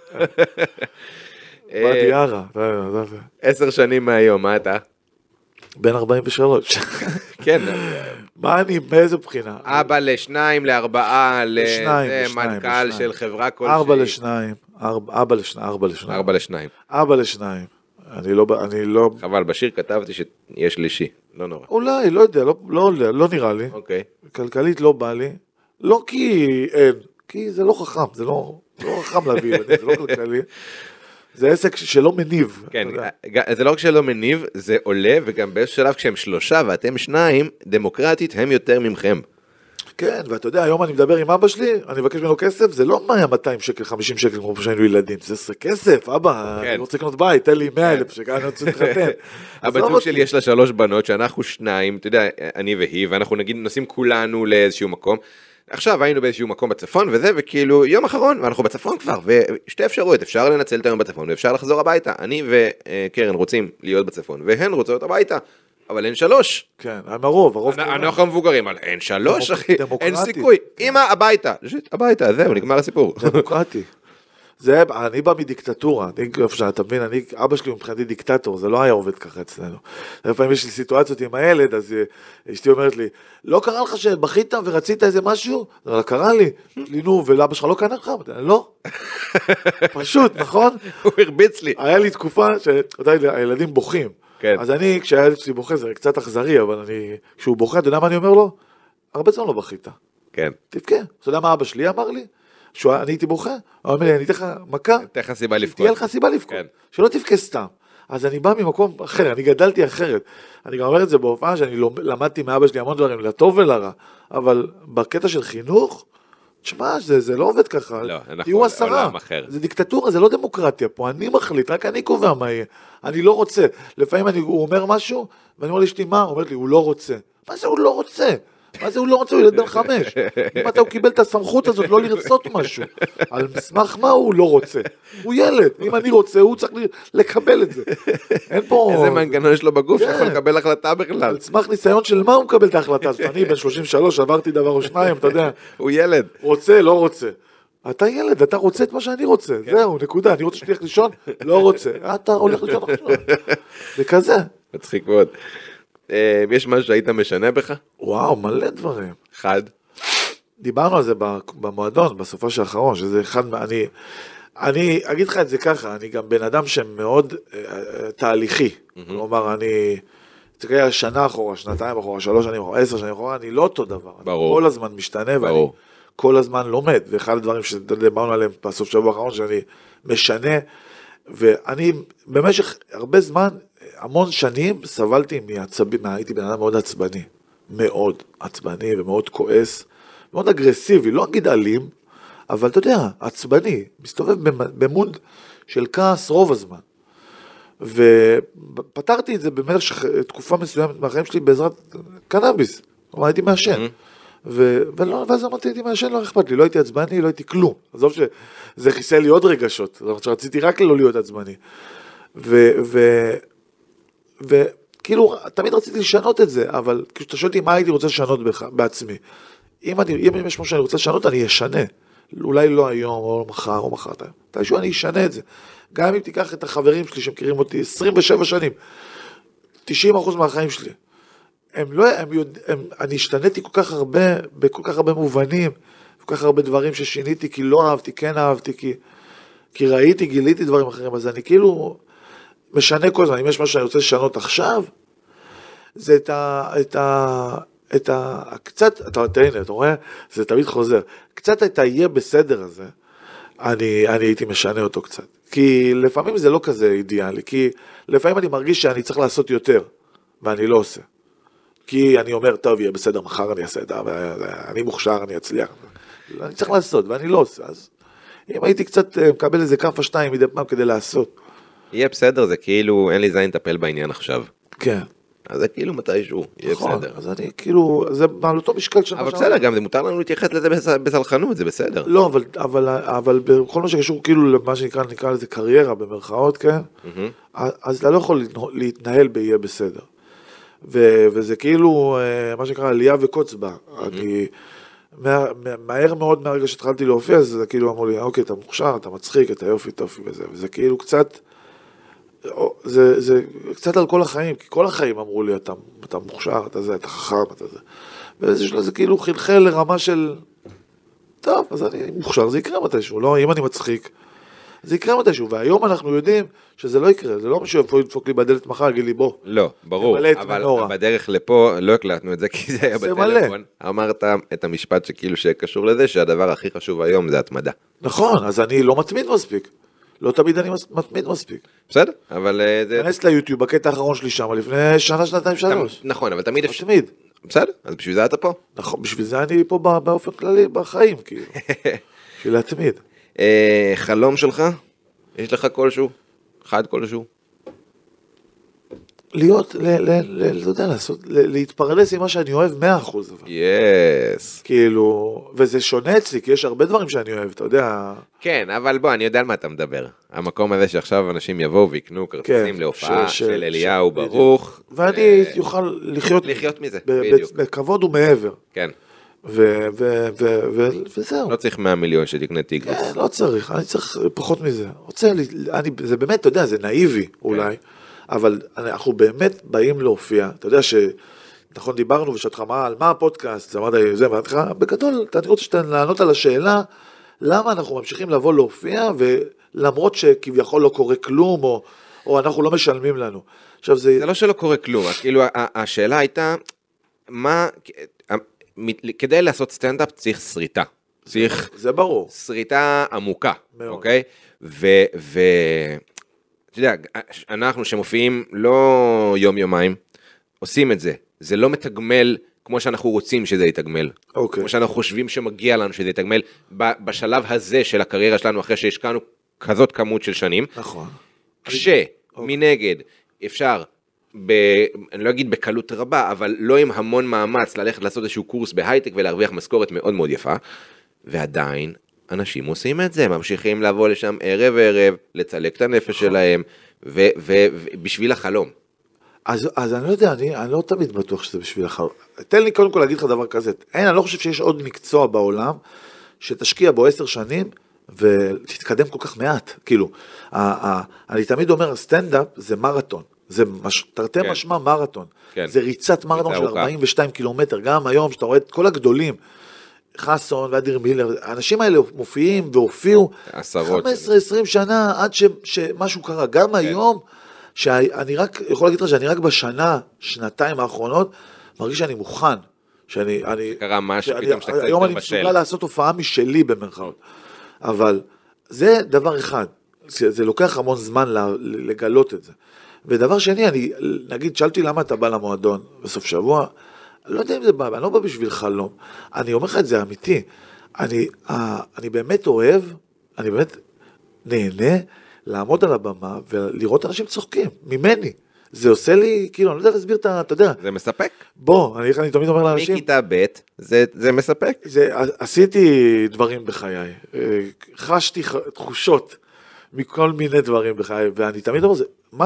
באתי ירה. 10 שנים מהיום, מה אתה? בן 43. כן. מה אני, באיזה בחינה? אבא לשניים, לארבעה, למנכ"ל של חברה כלשהי. 4 לשניים. 4 לשניים. אני לא... חבל, בשיר כתבתי שיש שלישי, לא נורא. אולי, לא יודע, לא נראה לי. אוקיי. כלכלית לא בא לי. לא כי אין, כי זה לא חכם, זה לא חכם להביא ילדים, זה לא כלכלי. זה עסק שלא מניב. כן, זה לא רק שלא מניב, זה עולה, וגם באיזשהו שלב כשהם 3 ואתם 2, דמוקרטית הם יותר ממכם. כן, ואתה יודע, היום אני מדבר עם אבא שלי, אני מבקש ממנו כסף, זה לא 200 שקל, 50 שקל, כמו שהיינו ילדים, זה כסף, אבא, אני רוצה לקנות בית, תן לי 100,000 שקל, אני רוצה להתחתן. הבת שלי יש לה 3 בנות, שאנחנו 2, אתה יודע, אני והיא, ואנחנו נגיד נוסעים כולנו לאיזשהו מקום, עכשיו היינו באיזשהו מקום בצפון וזה, וכאילו יום אחרון, ואנחנו בצפון כבר, ושתי אפשרויות, אפשר לנצל את היום בצפון, ואפשר לחזור הביתה. אני וקרן רוצים להיות בצפון, והן רוצות הביתה, אבל אין 3. כן, הרוב. אנחנו המבוגרים, אבל אין 3, אחי, אין סיכוי. אמא, הביתה, הביתה, זהו, נגמר הסיפור. דמוקרטי. זה, אני בא מדיקטטורה, אתה מבין, אבא שלי מבחינתי דיקטטור, זה לא היה עובד ככה אצלנו. לפעמים יש לי סיטואציות עם הילד, אז אשתי אומרת לי, לא קרה לך שבכית ורצית איזה משהו? לא קרה לי, נו, ולאבא שלך לא קנה לך? לא. פשוט, נכון? הוא הרביץ לי. היה לי תקופה שהילדים בוכים. אז אני, כשהילד שלי בוכה, זה קצת אכזרי, אבל כשהוא בוכה, אתה יודע מה אני אומר לו? הרבה זמן לא בכית. כן. תבכה. אתה יודע מה אבא שלי אמר לי? אני הייתי בוכה, הוא אומר לי, אני אתן לך מכה, תהיה לך סיבה לבכות. תהיה לך סיבה לבכות, שלא תבכה סתם. אז אני בא ממקום אחר, אני גדלתי אחרת. אני גם אומר את זה בהופעה, שאני למדתי מאבא שלי המון דברים, לטוב ולרע, אבל בקטע של חינוך, תשמע, זה לא עובד ככה. לא, תהיו 10. זה דיקטטורה, זה לא דמוקרטיה פה, אני מחליט, רק אני קובע מה יהיה. אני לא רוצה. לפעמים הוא אומר משהו, ואני אומר לאשתי, מה? הוא אומר לי, הוא לא רוצה. מה זה הוא לא רוצה? מה זה הוא לא רוצה? הוא ילד בן 5. אם אתה הוא קיבל את הסמכות הזאת לא לרצות משהו, על מסמך מה הוא לא רוצה? הוא ילד, אם אני רוצה הוא צריך לקבל את זה. אין פה... איזה מנגנון יש לו בגוף שיכול לקבל החלטה בכלל. על סמך ניסיון של מה הוא מקבל את ההחלטה הזאת? אני בן 33 עברתי דבר או שניים, אתה יודע. הוא ילד. רוצה, לא רוצה. אתה ילד, אתה רוצה את מה שאני רוצה. זהו, נקודה. אני רוצה שתלך לישון? לא רוצה. אתה הולך לישון עכשיו. זה כזה. מצחיק מאוד. יש משהו שהיית משנה בך? וואו, מלא דברים. אחד. דיברנו על זה במועדון, בסופה האחרון, שזה אחד, אני אגיד לך את זה ככה, אני גם בן אדם שמאוד תהליכי. כלומר, אני תראה, שנה אחורה, שנתיים אחורה, 3 שנים אחורה, 10 שנים אחורה, אני לא אותו דבר. ברור. כל הזמן משתנה, ואני כל הזמן לומד, ואחד הדברים שדיברנו עליהם בסוף שבוע האחרון, שאני משנה, ואני במשך הרבה זמן, המון שנים סבלתי מעצבים, הייתי בן אדם מאוד עצבני, מאוד עצבני ומאוד כועס, מאוד אגרסיבי, לא אגיד אלים, אבל אתה יודע, עצבני, מסתובב במוד של כעס רוב הזמן. ופתרתי את זה במשך תקופה מסוימת מהחיים שלי בעזרת קנאביס, כלומר הייתי מעשן. ואז אמרתי, הייתי מעשן, לא אכפת לי, לא הייתי עצבני, לא הייתי כלום. עזוב שזה חיסל לי עוד רגשות, רציתי רק לא להיות עצבני. וכאילו, תמיד רציתי לשנות את זה, אבל כשאתה שואל אותי מה הייתי רוצה לשנות בעצמי, אם יש משהו שאני רוצה לשנות, אני אשנה. אולי לא היום, או מחר, או מחרתיים. תשאו, אני אשנה את זה. גם אם תיקח את החברים שלי שמכירים אותי 27 שנים, 90% מהחיים שלי, אני השתניתי כל כך הרבה, בכל כך הרבה מובנים, כל כך הרבה דברים ששיניתי, כי לא אהבתי, כן אהבתי, כי ראיתי, גיליתי דברים אחרים, אז אני כאילו, משנה כל הזמן, אם יש משהו שאני רוצה לשנות עכשיו, זה קצת, אתה רואה, זה תמיד חוזר, קצת את יהיה בסדר הזה, אני הייתי משנה אותו קצת, כי לפעמים זה לא כזה אידיאלי, כי לפעמים אני מרגיש שאני צריך לעשות יותר, ואני לא עושה, כי אני אומר, טוב, יהיה בסדר, מחר אני אעשה את זה, אני מוכשר, אני אצליח, אני צריך לעשות, ואני לא עושה, אז אם הייתי קצת מקבל איזה כף השתיים מדי פעם כדי לעשות. יהיה בסדר, זה כאילו, אין לי זין לטפל בעניין עכשיו. כן. אז זה כאילו מתישהו, יהיה בסדר. אז אני כאילו, זה על אותו משקל של... אבל בסדר, גם זה מותר לנו להתייחס לזה בסלחנות, זה בסדר. לא, אבל בכל מה שקשור כאילו למה שנקרא לזה קריירה במרכאות, כן? אז אתה לא יכול להתנהל ביהיה בסדר. וזה כאילו, מה שנקרא, עלייה וקוץ בה. אני... מהר מאוד מהרגע שהתחלתי להופיע, אז זה כאילו אמרו לי, אוקיי, אתה מוכשר, אתה מצחיק, אתה יופי, טופי וזה, וזה כאילו קצת, זה קצת על כל החיים, כי כל החיים אמרו לי, אתה מוכשר, אתה זה, אתה חכם, אתה זה, וזה כאילו חלחל לרמה של, טוב, אז אני מוכשר, זה יקרה מתישהו, לא, אם אני מצחיק, זה יקרה מתישהו, והיום אנחנו יודעים שזה לא יקרה, זה לא משהו איפה ידפוק לי בדלת מחר, יגיד לי בוא. לא, ברור, אבל בדרך לפה לא הקלטנו את זה, כי זה היה בטלפון. אמרת את המשפט שכאילו שקשור לזה, שהדבר הכי חשוב היום זה התמדה. נכון, אז אני לא מתמיד מספיק. לא תמיד אני מתמיד מספיק. בסדר, אבל... כנס ליוטיוב, בקטע האחרון שלי שם, לפני שנה, שנתיים, 3. נכון, אבל תמיד... תמיד. בסדר, אז בשביל זה אתה פה. נכון, בשביל זה אני פה באופן כללי, בחיים, כאילו. בשביל להתמיד. חלום שלך? יש לך כלשהו? אחד כלשהו? להיות, לא יודע, להתפרנס עם מה שאני אוהב 100%. יס. כאילו, וזה שונה אצלי, כי יש הרבה דברים שאני אוהב, אתה יודע. כן, אבל בוא, אני יודע על מה אתה מדבר. המקום הזה שעכשיו אנשים יבואו ויקנו כרטיסים להופעה של אליהו ברוך. ואני יוכל לחיות מזה, בדיוק. בכבוד ומעבר. כן. וזהו. לא צריך 100 מיליון שתקנה טיגריס. כן, לא צריך, אני צריך פחות מזה. זה באמת, אתה יודע, זה נאיבי אולי, אבל אנחנו באמת באים להופיע, אתה יודע נכון, דיברנו ושאתך על מה הפודקאסט, אמרת לי, זה, בגדול, אני רוצה לענות על השאלה, למה אנחנו ממשיכים לבוא להופיע, ולמרות שכביכול לא קורה כלום, או אנחנו לא משלמים לנו. עכשיו זה לא שלא קורה כלום, כאילו השאלה הייתה, כדי לעשות סטנדאפ צריך שריטה. צריך... זה ברור. שריטה עמוקה, אוקיי? אתה יודע, אנחנו שמופיעים לא יום-יומיים, עושים את זה. זה לא מתגמל כמו שאנחנו רוצים שזה יתגמל. אוקיי. כמו שאנחנו חושבים שמגיע לנו שזה יתגמל, בשלב הזה של הקריירה שלנו, אחרי שהשקענו כזאת כמות של שנים. נכון. כשמנגד אפשר, אני לא אגיד בקלות רבה, אבל לא עם המון מאמץ ללכת לעשות איזשהו קורס בהייטק ולהרוויח משכורת מאוד מאוד יפה, ועדיין אנשים עושים את זה, ממשיכים לבוא לשם ערב, לצלק את הנפש שלהם, ובשביל החלום. אז אני לא יודע, אני לא תמיד בטוח שזה בשביל החלום. תן לי קודם כל להגיד לך דבר כזה, אני לא חושב שיש עוד מקצוע בעולם, שתשקיע בו 10 שנים, ותתקדם כל כך מעט. כאילו, אני תמיד אומר, סטנדאפ זה מרתון. זה תרתי משמע מרתון. זה ריצת מרתון של 42 קילומטר. גם היום שאתה רואה את כל הגדולים, חסון ואדיר מילר, האנשים האלה מופיעים והופיעו 15-20 שנה עד שמשהו קרה. גם היום, שאני רק, יכול להגיד לך שאני רק בשנה, שנתיים האחרונות, מרגיש שאני מוכן. קרה משהו, פתאום שאתה קצת היום אני מסוגל לעשות הופעה משלי במרכאות. אבל זה דבר אחד. זה לוקח המון זמן לגלות את זה. ודבר שני, אני, נגיד, שאלתי למה אתה בא למועדון בסוף שבוע, אני לא יודע אם זה בא, אני לא בא בשביל חלום. אני אומר לך את זה אמיתי. אני באמת אוהב, אני באמת נהנה לעמוד על הבמה ולראות אנשים צוחקים, ממני. זה עושה לי, כאילו, אני לא יודע להסביר אתה יודע. זה מספק? בוא, אני תמיד אומר לאנשים. מכיתה ב' זה מספק. עשיתי דברים בחיי. חשתי תחושות מכל מיני דברים בחיי, ואני תמיד אומר,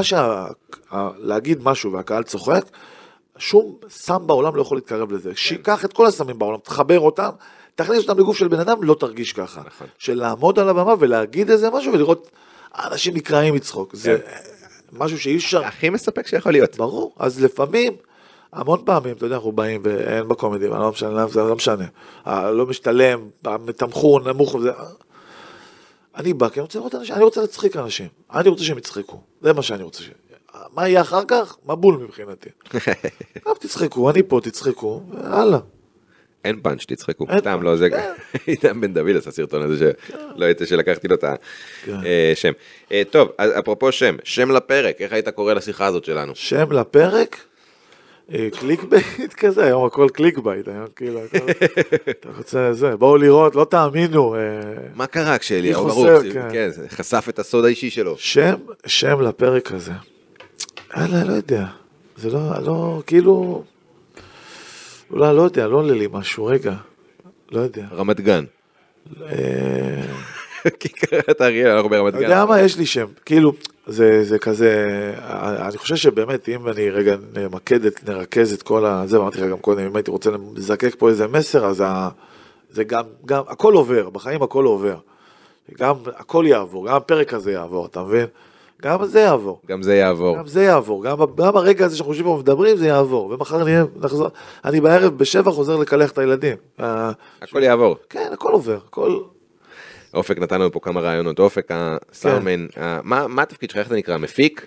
להגיד משהו והקהל צוחק, שום סם בעולם לא יכול להתקרב לזה. שיקח את כל הסמים בעולם, תחבר אותם, תכניס אותם לגוף של בן אדם, לא תרגיש ככה. של לעמוד על הבמה ולהגיד איזה משהו ולראות אנשים נקראים מצחוק. זה משהו שאי אפשר. הכי מספק שיכול להיות. ברור. אז לפעמים, המון פעמים, אתה יודע, אנחנו באים ואין בקומדי, אני לא משנה, זה לא משנה. לא משתלם, תמחור נמוך וזה. אני בא, כי אני רוצה לראות אנשים, אני רוצה להצחיק אנשים, אני רוצה שהם יצחקו, זה מה שאני רוצה. מה יהיה אחר כך? מבול מבחינתי. גם תצחקו, אני פה, תצחקו, והלאה. אין פאנץ', תצחקו. סתם לא, זה איתם בן דוד עשה סרטון הזה שלא יצא שלקחתי לו את השם. טוב, אפרופו שם לפרק, איך היית קורא לשיחה הזאת שלנו? שם לפרק? קליק בייט כזה, היום הכל קליק בייט, היום כאילו, אתה רוצה זה, בואו לראות, לא תאמינו. מה קרה כשאליהו ברוך? כן, חשף את הסוד האישי שלו. שם לפרק הזה. לא יודע, זה לא, כאילו, אולי לא יודע, לא עולה לי משהו, רגע, לא יודע. רמת גן. כי קראת אריאל, אנחנו ברמת גן. אתה יודע מה, יש לי שם, כאילו, זה כזה, אני חושב שבאמת, אם אני רגע נרכז את כל זה, אמרתי לך גם קודם, אם הייתי רוצה לזקק פה איזה מסר, אז זה גם, הכל עובר, בחיים הכל עובר. גם הכל יעבור, גם הפרק הזה יעבור, אתה מבין? גם זה יעבור. גם זה יעבור. גם זה יעבור. גם הרגע הזה שאנחנו חושבים ומדברים, זה יעבור. ומחר נחזור. אני בערב ב7 חוזר לקלח את הילדים. הכל יעבור. כן, הכל עובר. אופק נתן לנו פה כמה רעיונות. אופק, הסארמן, מה התפקיד שלך? איך זה נקרא? מפיק?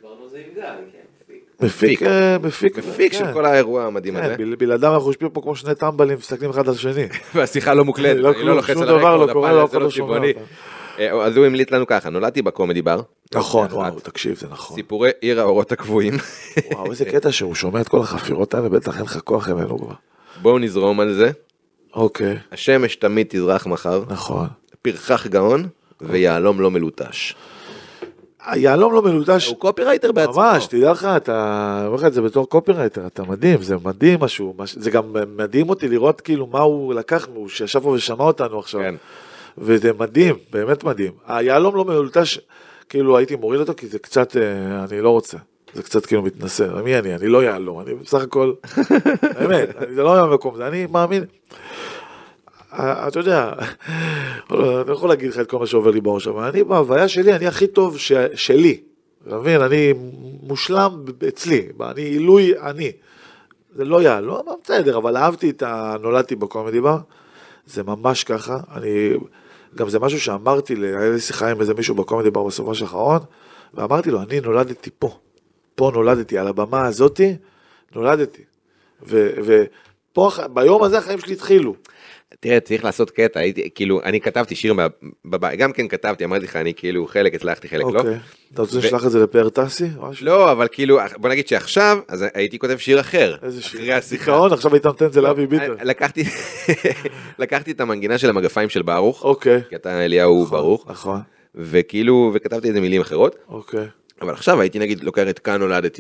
מפיק של כל האירוע המדהים הזה. בלעדם אנחנו חושבים פה כמו שני טמבלים, מסתכלים אחד על שני. והשיחה לא מוקלטת. לא כלום, שום דבר לא קורה, לא קורה שום דבר. אז הוא המליץ לנו ככה, נולדתי בקומדי בר. נכון, וואו, תקשיב, זה נכון. סיפורי עיר האורות הקבועים. וואו, איזה קטע שהוא שומע את כל החפירות האלה, בטח אין לך כוח אלינו כבר. בואו נזרום על זה. אוקיי. השמש תמיד תזרח מחר. נכון. פרחח גאון, ויעלום לא מלוטש. היעלום לא מלוטש. הוא קופירייטר בעצמו. ממש, תדע לך, אתה אומר לך את זה בתור קופירייטר, אתה מדהים, זה מדהים משהו, זה גם מדהים אותי לראות כאילו מה הוא לקח, הוא שישב פה ושמע אותנו עכשיו. כן. וזה מדהים, באמת מדהים. היעלום לא מלוטש, כאילו הייתי מוריד אותו, כי זה קצת, אני לא רוצה. זה קצת כאילו מתנסה. מי אני? אני לא יעלום, אני בסך הכל, באמת, זה לא היה מקום, זה אני מאמין. אתה יודע, אני לא יכול להגיד לך את כל מה שעובר לי בראש, אבל אני בהוויה שלי, אני הכי טוב שלי. אתה מבין? אני מושלם אצלי, אני עילוי אני. זה לא יעלום, בסדר, אבל אהבתי נולדתי בקומדי בר, זה ממש ככה, גם זה משהו שאמרתי, היה לי שיחה עם איזה מישהו בקומדי בר בסופו של האחרון, ואמרתי לו, אני נולדתי פה נולדתי, על הבמה הזאתי, נולדתי, ופה, ביום הזה החיים שלי התחילו. תראה, צריך לעשות קטע, כאילו, אני כתבתי שיר בבית, גם כן כתבתי, אמרתי לך, אני כאילו חלק הצלחתי, חלק לא. אוקיי, אתה רוצה לשלח את זה לפאר טסי? לא, אבל כאילו, בוא נגיד שעכשיו, אז הייתי כותב שיר אחר. איזה שיר? זיכרון, עכשיו היית נותן את זה לאבי ביטר. לקחתי את המנגינה של המגפיים של ברוך. אוקיי. כי אתה אליהו ברוך. נכון. וכאילו, וכתבתי איזה מילים אחרות. אוקיי. אבל עכשיו הייתי נגיד לוקח את כאן נולדתי.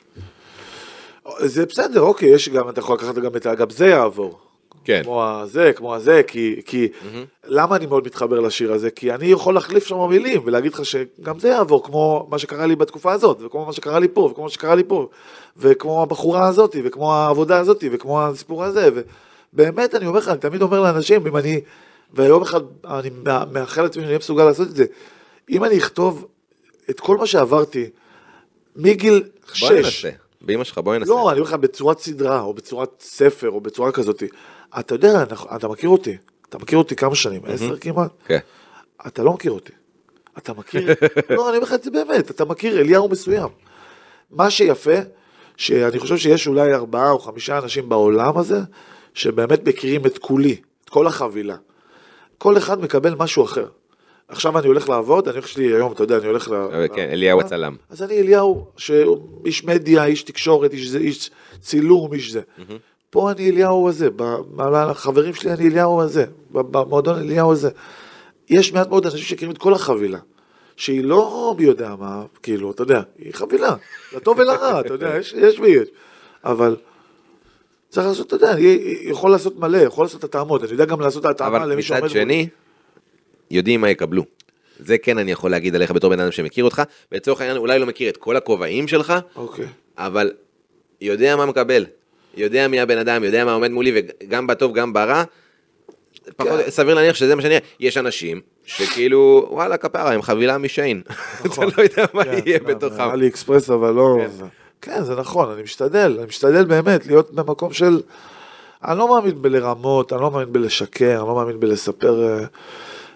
זה בסדר, אוקיי, יש גם, אתה יכול לקחת גם את אגב זה יעבור. כן. כמו הזה, כי למה אני מאוד מתחבר לשיר הזה? כי אני יכול להחליף שם מילים ולהגיד לך שגם זה יעבור, כמו מה שקרה לי בתקופה הזאת, וכמו מה שקרה לי פה, וכמו מה שקרה לי פה, וכמו הבחורה הזאת, וכמו העבודה הזאת, וכמו הסיפור הזה, ובאמת אני אומר לך, אני תמיד אומר לאנשים, אם אני, ויום אחד אני מאחל לעצמי שאני אהיה מסוגל לעשות את זה, אם אני אכתוב את כל מה שעברתי, מגיל 6, בואי ננסה, באמא שלך בואי ננסה. לא, אני אומר לך בצורת סדרה, או בצורת ספר, או בצורה כזאת, אתה יודע, אתה מכיר אותי כמה שנים, 10 כמעט? כן. אתה לא מכיר אותי. אתה מכיר, לא, אני אומר לך את זה באמת, אתה מכיר אליהו מסוים. מה שיפה, שאני חושב שיש אולי 4 או 5 אנשים בעולם הזה, שבאמת מכירים את כולי, את כל החבילה. כל אחד מקבל משהו אחר. עכשיו אני הולך לעבוד, אני הולך שלי היום, אתה יודע, אני הולך כן, אליהו הצלם. אז אני אליהו, איש מדיה, איש תקשורת, איש צילום, איש זה. פה אני אליהו הזה, בחברים שלי אני אליהו הזה, במועדון אליהו הזה. יש מעט מאוד אנשים שקוראים את כל החבילה, שהיא לא מי יודע מה, כאילו, אתה יודע, היא חבילה, לטוב ולרע, אתה יודע, יש ויש. אבל צריך לעשות, אתה יודע, אני יכול לעשות מלא, יכול לעשות את הטעמות, אני יודע גם לעשות את הטעמה למי שעומד. אבל מצד שני, יודעים מה יקבלו. זה כן אני יכול להגיד עליך בתור בן אדם שמכיר אותך, ולצורך העניין אולי לא מכיר את כל הכובעים שלך, אבל יודע מה מקבל. יודע מי הבן אדם, יודע מה עומד מולי, וגם בטוב, גם ברע, פחות סביר להניח שזה מה שאני, יש אנשים שכאילו, וואלה, כפרה, הם חבילה משיין. אתה לא יודע מה יהיה בתוכם. אלי אקספרס, אבל לא... כן, זה נכון, אני משתדל באמת להיות במקום של... אני לא מאמין בלרמות, אני לא מאמין בלשקר, אני לא מאמין בלספר...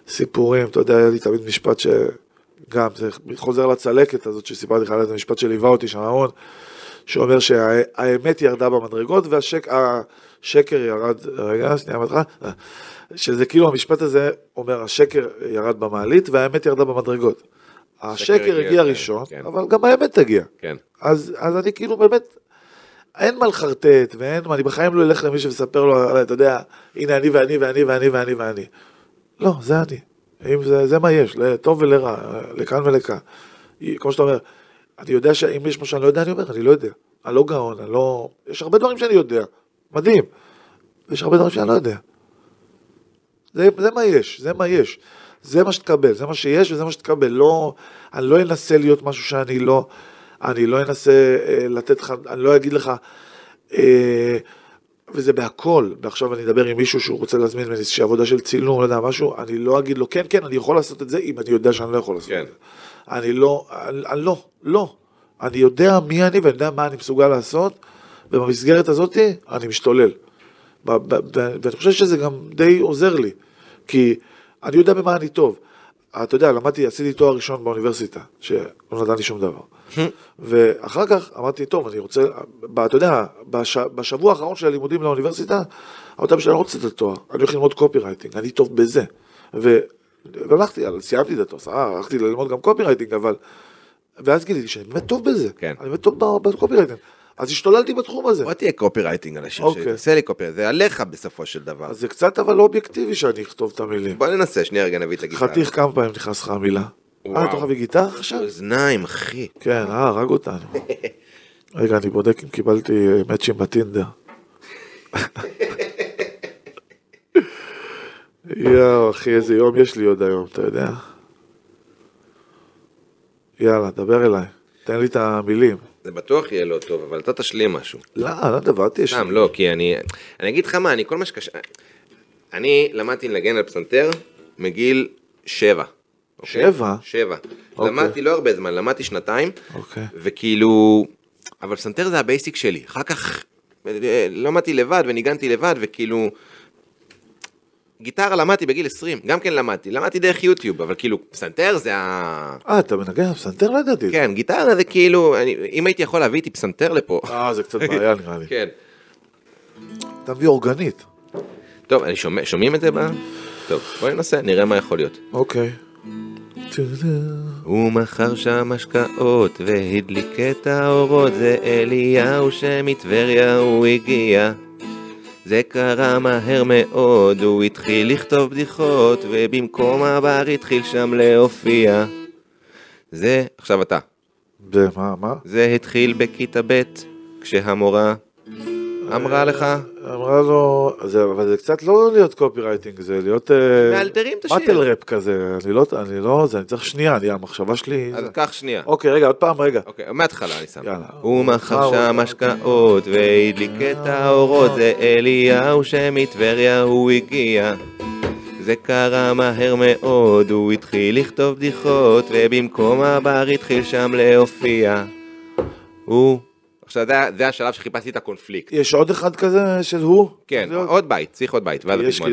סיפורים, אתה יודע, היה לי תמיד משפט שגם, זה חוזר לצלקת הזאת שסיפרתי לך, זה משפט שליווה אותי שם המון, שאומר שהאמת ירדה במדרגות והשקר ירד, רגע, שנייה מתך, שזה כאילו המשפט הזה אומר, השקר ירד במעלית והאמת ירדה במדרגות. השקר הגיע ראשון, אבל גם האמת תגיע. אז אני כאילו באמת, אין מה לחרטט, אני בחיים לא אלך למי שמספר לו, אתה יודע, הנה אני ואני ואני ואני ואני ואני. לא, זה אני. זה מה יש, לטוב ולרע, לכאן ולכאן. כמו שאתה אומר, אני יודע שאם יש מה שאני לא יודע, אני אומר, אני לא יודע. אני לא גאון, יש הרבה דברים שאני יודע. מדהים. ויש הרבה דברים שאני לא יודע. זה מה יש, זה מה יש. זה מה שתקבל, זה מה שיש וזה מה שתקבל. אני לא אנסה להיות משהו שאני לא, אני לא אנסה לתת לך, אני לא אגיד לך, וזה בהכל, ועכשיו אני אדבר עם מישהו שהוא רוצה להזמין מאיזושהי עבודה של צילום, לא יודע, משהו, אני לא אגיד לו, כן, אני יכול לעשות את זה, אם אני יודע שאני לא יכול לעשות את זה. אני לא. אני יודע מי אני ואני יודע מה אני מסוגל לעשות, ובמסגרת הזאת אני משתולל. ואני חושב שזה גם די עוזר לי, כי אני יודע במה אני טוב. אתה יודע, עשיתי תואר ראשון באוניברסיטה, שלא נתן לי שום דבר. ואחר כך אמרתי, טוב, אני רוצה, אתה יודע, בשבוע האחרון של הלימודים לאוניברסיטה, אמרתי שאני לא רוצה את התואר, אני הולך ללמוד קופירייטינג, אני טוב בזה. והלכתי, סיימתי את התואר, הלכתי ללמוד גם קופירייטינג, אבל, ואז גיליתי שאני באמת טוב בזה, אני באמת טוב בקופירייטינג. אז השתוללתי בתחום הזה. בוא תהיה קופירייטינג על השיר שלי, תעשה לי קופירייטינג, זה עליך בסופו של דבר. אז זה קצת אבל לא אובייקטיבי שאני אכתוב את המילים. בוא ננסה, שנייה רגע נביא את הגיטרה. חתיך כמה פעמים נכנס לך המילה. אתה חייב גיטרה עכשיו? אוזניים, אחי. כן, הרג אותנו. רגע, אני בודק אם קיבלתי מאצ'ים בטינדר. יאו, אחי, איזה יום יש לי עוד היום, אתה יודע? יאללה, דבר אליי. תן לי את המילים. זה בטוח יהיה לא טוב, אבל אתה תשלים משהו. לא דברתי. סתם, לא, כי אני אגיד לך מה, כל מה שקשה... אני למדתי לנגן על פסנתר מגיל 7. 7? 7. למדתי לא הרבה זמן, למדתי 2 וכאילו... אבל פסנתר זה הבייסיק שלי. אחר כך למדתי לבד וניגנתי לבד, וכאילו... גיטרה למדתי בגיל 20, גם כן למדתי דרך יוטיוב, אבל כאילו פסנתר זה אתה מנגן פסנתר? לא ידעתי. כן, גיטרה זה כאילו, אם הייתי יכול להביא איתי פסנתר לפה. זה קצת בעיה נראה לי. כן. אתה מביא אורגנית. טוב, שומעים את זה בה? טוב, בואי ננסה, נראה מה יכול להיות. אוקיי. הוא מכר שם השקעות והדליק את האורות, זה אליהו שמטבריה הוא הגיע. זה קרה מהר מאוד, הוא התחיל לכתוב בדיחות, ובמקום הבר התחיל שם להופיע. זה, עכשיו אתה. זה, מה? זה התחיל בכיתה ב' כשהמורה אמרה לך. אמרה לו, אבל זה קצת לא להיות קופירייטינג, זה להיות... מאלתרים את השיר. מטל ראפ כזה, אני צריך שנייה, המחשבה שלי... אז קח שנייה. אוקיי, רגע, עוד פעם, רגע. אוקיי, מההתחלה אני שם. יאללה. הוא מכר שם השקעות והדליק את האורות, זה אליהו שמטבריה הוא הגיע. זה קרה מהר מאוד, הוא התחיל לכתוב בדיחות, ובמקום הבר התחיל שם להופיע. עכשיו זה השלב שחיפשתי את הקונפליקט. יש עוד אחד כזה של הוא? כן, עוד בית, צריך עוד בית.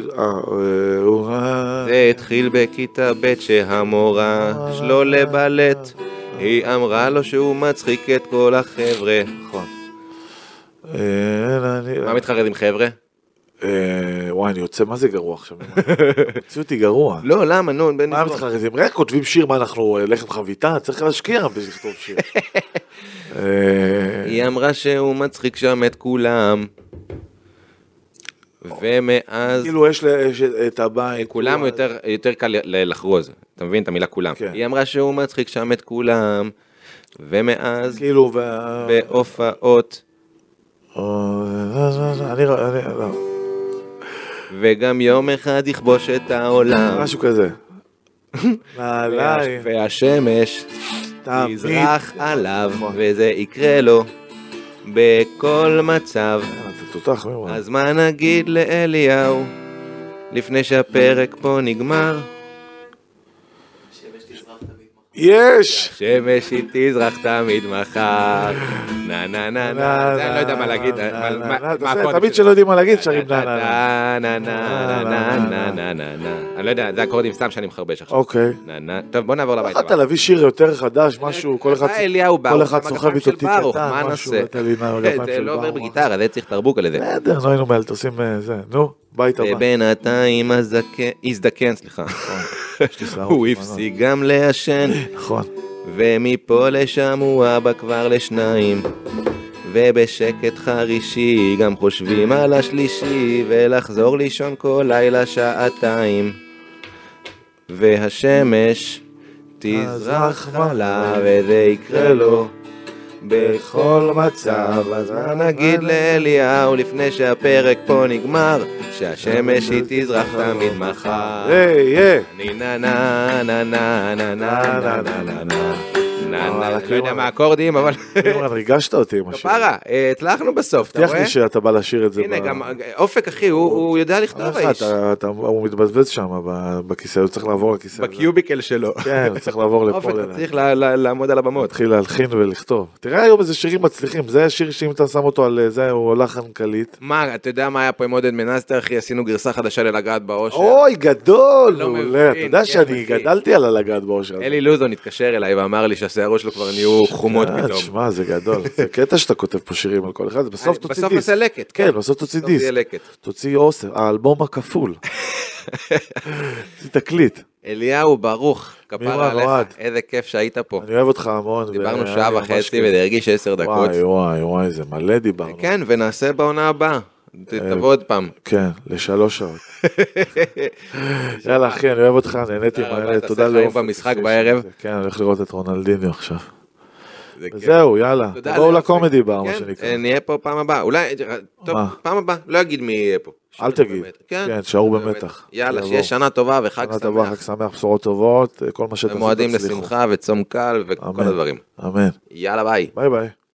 זה התחיל בכיתה ב' שהמורה שלו לבלט, היא אמרה לו שהוא מצחיק את כל החבר'ה. נכון. מה מתחרד עם חבר'ה? וואי, אני יוצא, מה זה גרוע עכשיו? יוצא אותי גרוע. לא, למה? נו, מה מתחרדים? רק כותבים שיר, מה אנחנו לחם חביתה? צריך להשקיע בשביל לכתוב שיר. היא אמרה שהוא מצחיק שם את כולם, ומאז... כאילו יש את הבית... כולם יותר קל לחרוז, אתה מבין את המילה כולם. היא אמרה שהוא מצחיק שם את כולם, ומאז... כאילו... בהופעות... וגם יום אחד יכבוש את העולם. משהו כזה. נעליי. והשמש תזרח עליו, וזה יקרה לו בכל מצב. אז מה נגיד לאליהו לפני שהפרק פה נגמר? השמש תזרח תמיד יש! שמש היא תזרח תמיד מחר, נה נה נה נה, זה אני לא יודע מה להגיד, תמיד שלא יודעים מה להגיד, שרים נה נה נה נה. נה נה נה נה נה נה, אני לא יודע, זה אקורדים סתם שאני מחרבש עכשיו. אוקיי. טוב, בוא נעבור לבית הבא. יכולת להביא שיר יותר חדש, משהו, כל אחד סוחב איתו טיק קטן, משהו, זה לא עובר בגיטרה, זה צריך תרבוק על זה. בסדר, לא היינו מלטוסים זה, נו, בית הבא. ובינתיים הזדקן, סליחה. הוא הפסיק גם לעשן. נכון. ומפה לשם הוא אבא כבר לשניים. ובשקט חרישי גם חושבים על השלישי, ולחזור לישון כל לילה שעתיים. והשמש תזרח עליו וזה יקרה לו בכל מצב. אז מה נגיד לאליהו לפני שהפרק פה נגמר? שהשמש היא תזרח תמיד מחר. אני נה נה נה נה נה נה נה נה נה. לא יודע מה האקורדים, אבל... ריגשת אותי עם השיר. כפרה, הצלחנו בסוף, אתה רואה? תבטיח לי שאתה בא לשיר את זה. הנה, גם אופק, אחי, הוא יודע לכתוב האיש. הוא מתבזבז שם בכיסא, הוא צריך לעבור לכיסא. בקיוביקל שלו. כן, הוא צריך לעבור לפה. אופק, אתה צריך לעמוד על הבמות. להתחיל להלחין ולכתוב. תראה היום איזה שירים מצליחים, זה השיר שאם אתה שם אותו על זה, הוא לחן קליט. מה, אתה יודע מה היה פה עם עודד מנסטר, אחי, עשינו גרסה חדשה ללגעת באושר. אוי, גדול! אתה יודע שאני גדלתי על הלגעת באושר. אלי לוזון התקשר אליי ואמר לי שהשערות שלו כבר נהיו חומות פתאום. שמע, זה גדול. זה קטע שאתה כותב פה שירים על כל אחד, בסוף תוציא דיסק. בסוף נעשה לקט. כן, בסוף תוציא דיסק. תוציא אוסר, האלבום הכפול. זה תקליט. אליהו ברוך, כפרה עליך, איזה כיף שהיית פה. אני אוהב אותך המון. דיברנו שעה וחצי וזה הרגיש 10 דקות. וואי, זה מלא דיברנו. כן, ונעשה בעונה הבאה. תבוא עוד פעם. כן, ל3 שעות. יאללה אחי, אני אוהב אותך, נהניתי מהאלה, תודה לאופן. תעשה חיים במשחק בערב. כן, אני הולך לראות את רונלדיניו עכשיו. וזהו, יאללה. תבואו לקומדי בר, מה שנקרא. נהיה פה פעם הבאה. אולי, טוב, פעם הבאה, לא אגיד מי יהיה פה. אל תגיד. כן, תשארו במתח. יאללה, שיהיה שנה טובה וחג שמח. שנה טובה, חג שמח, בשורות טובות, כל מה שאתם מועדים לשמחה וצום קל וכל הדברים. אמן. יאללה, ביי. ביי ביי.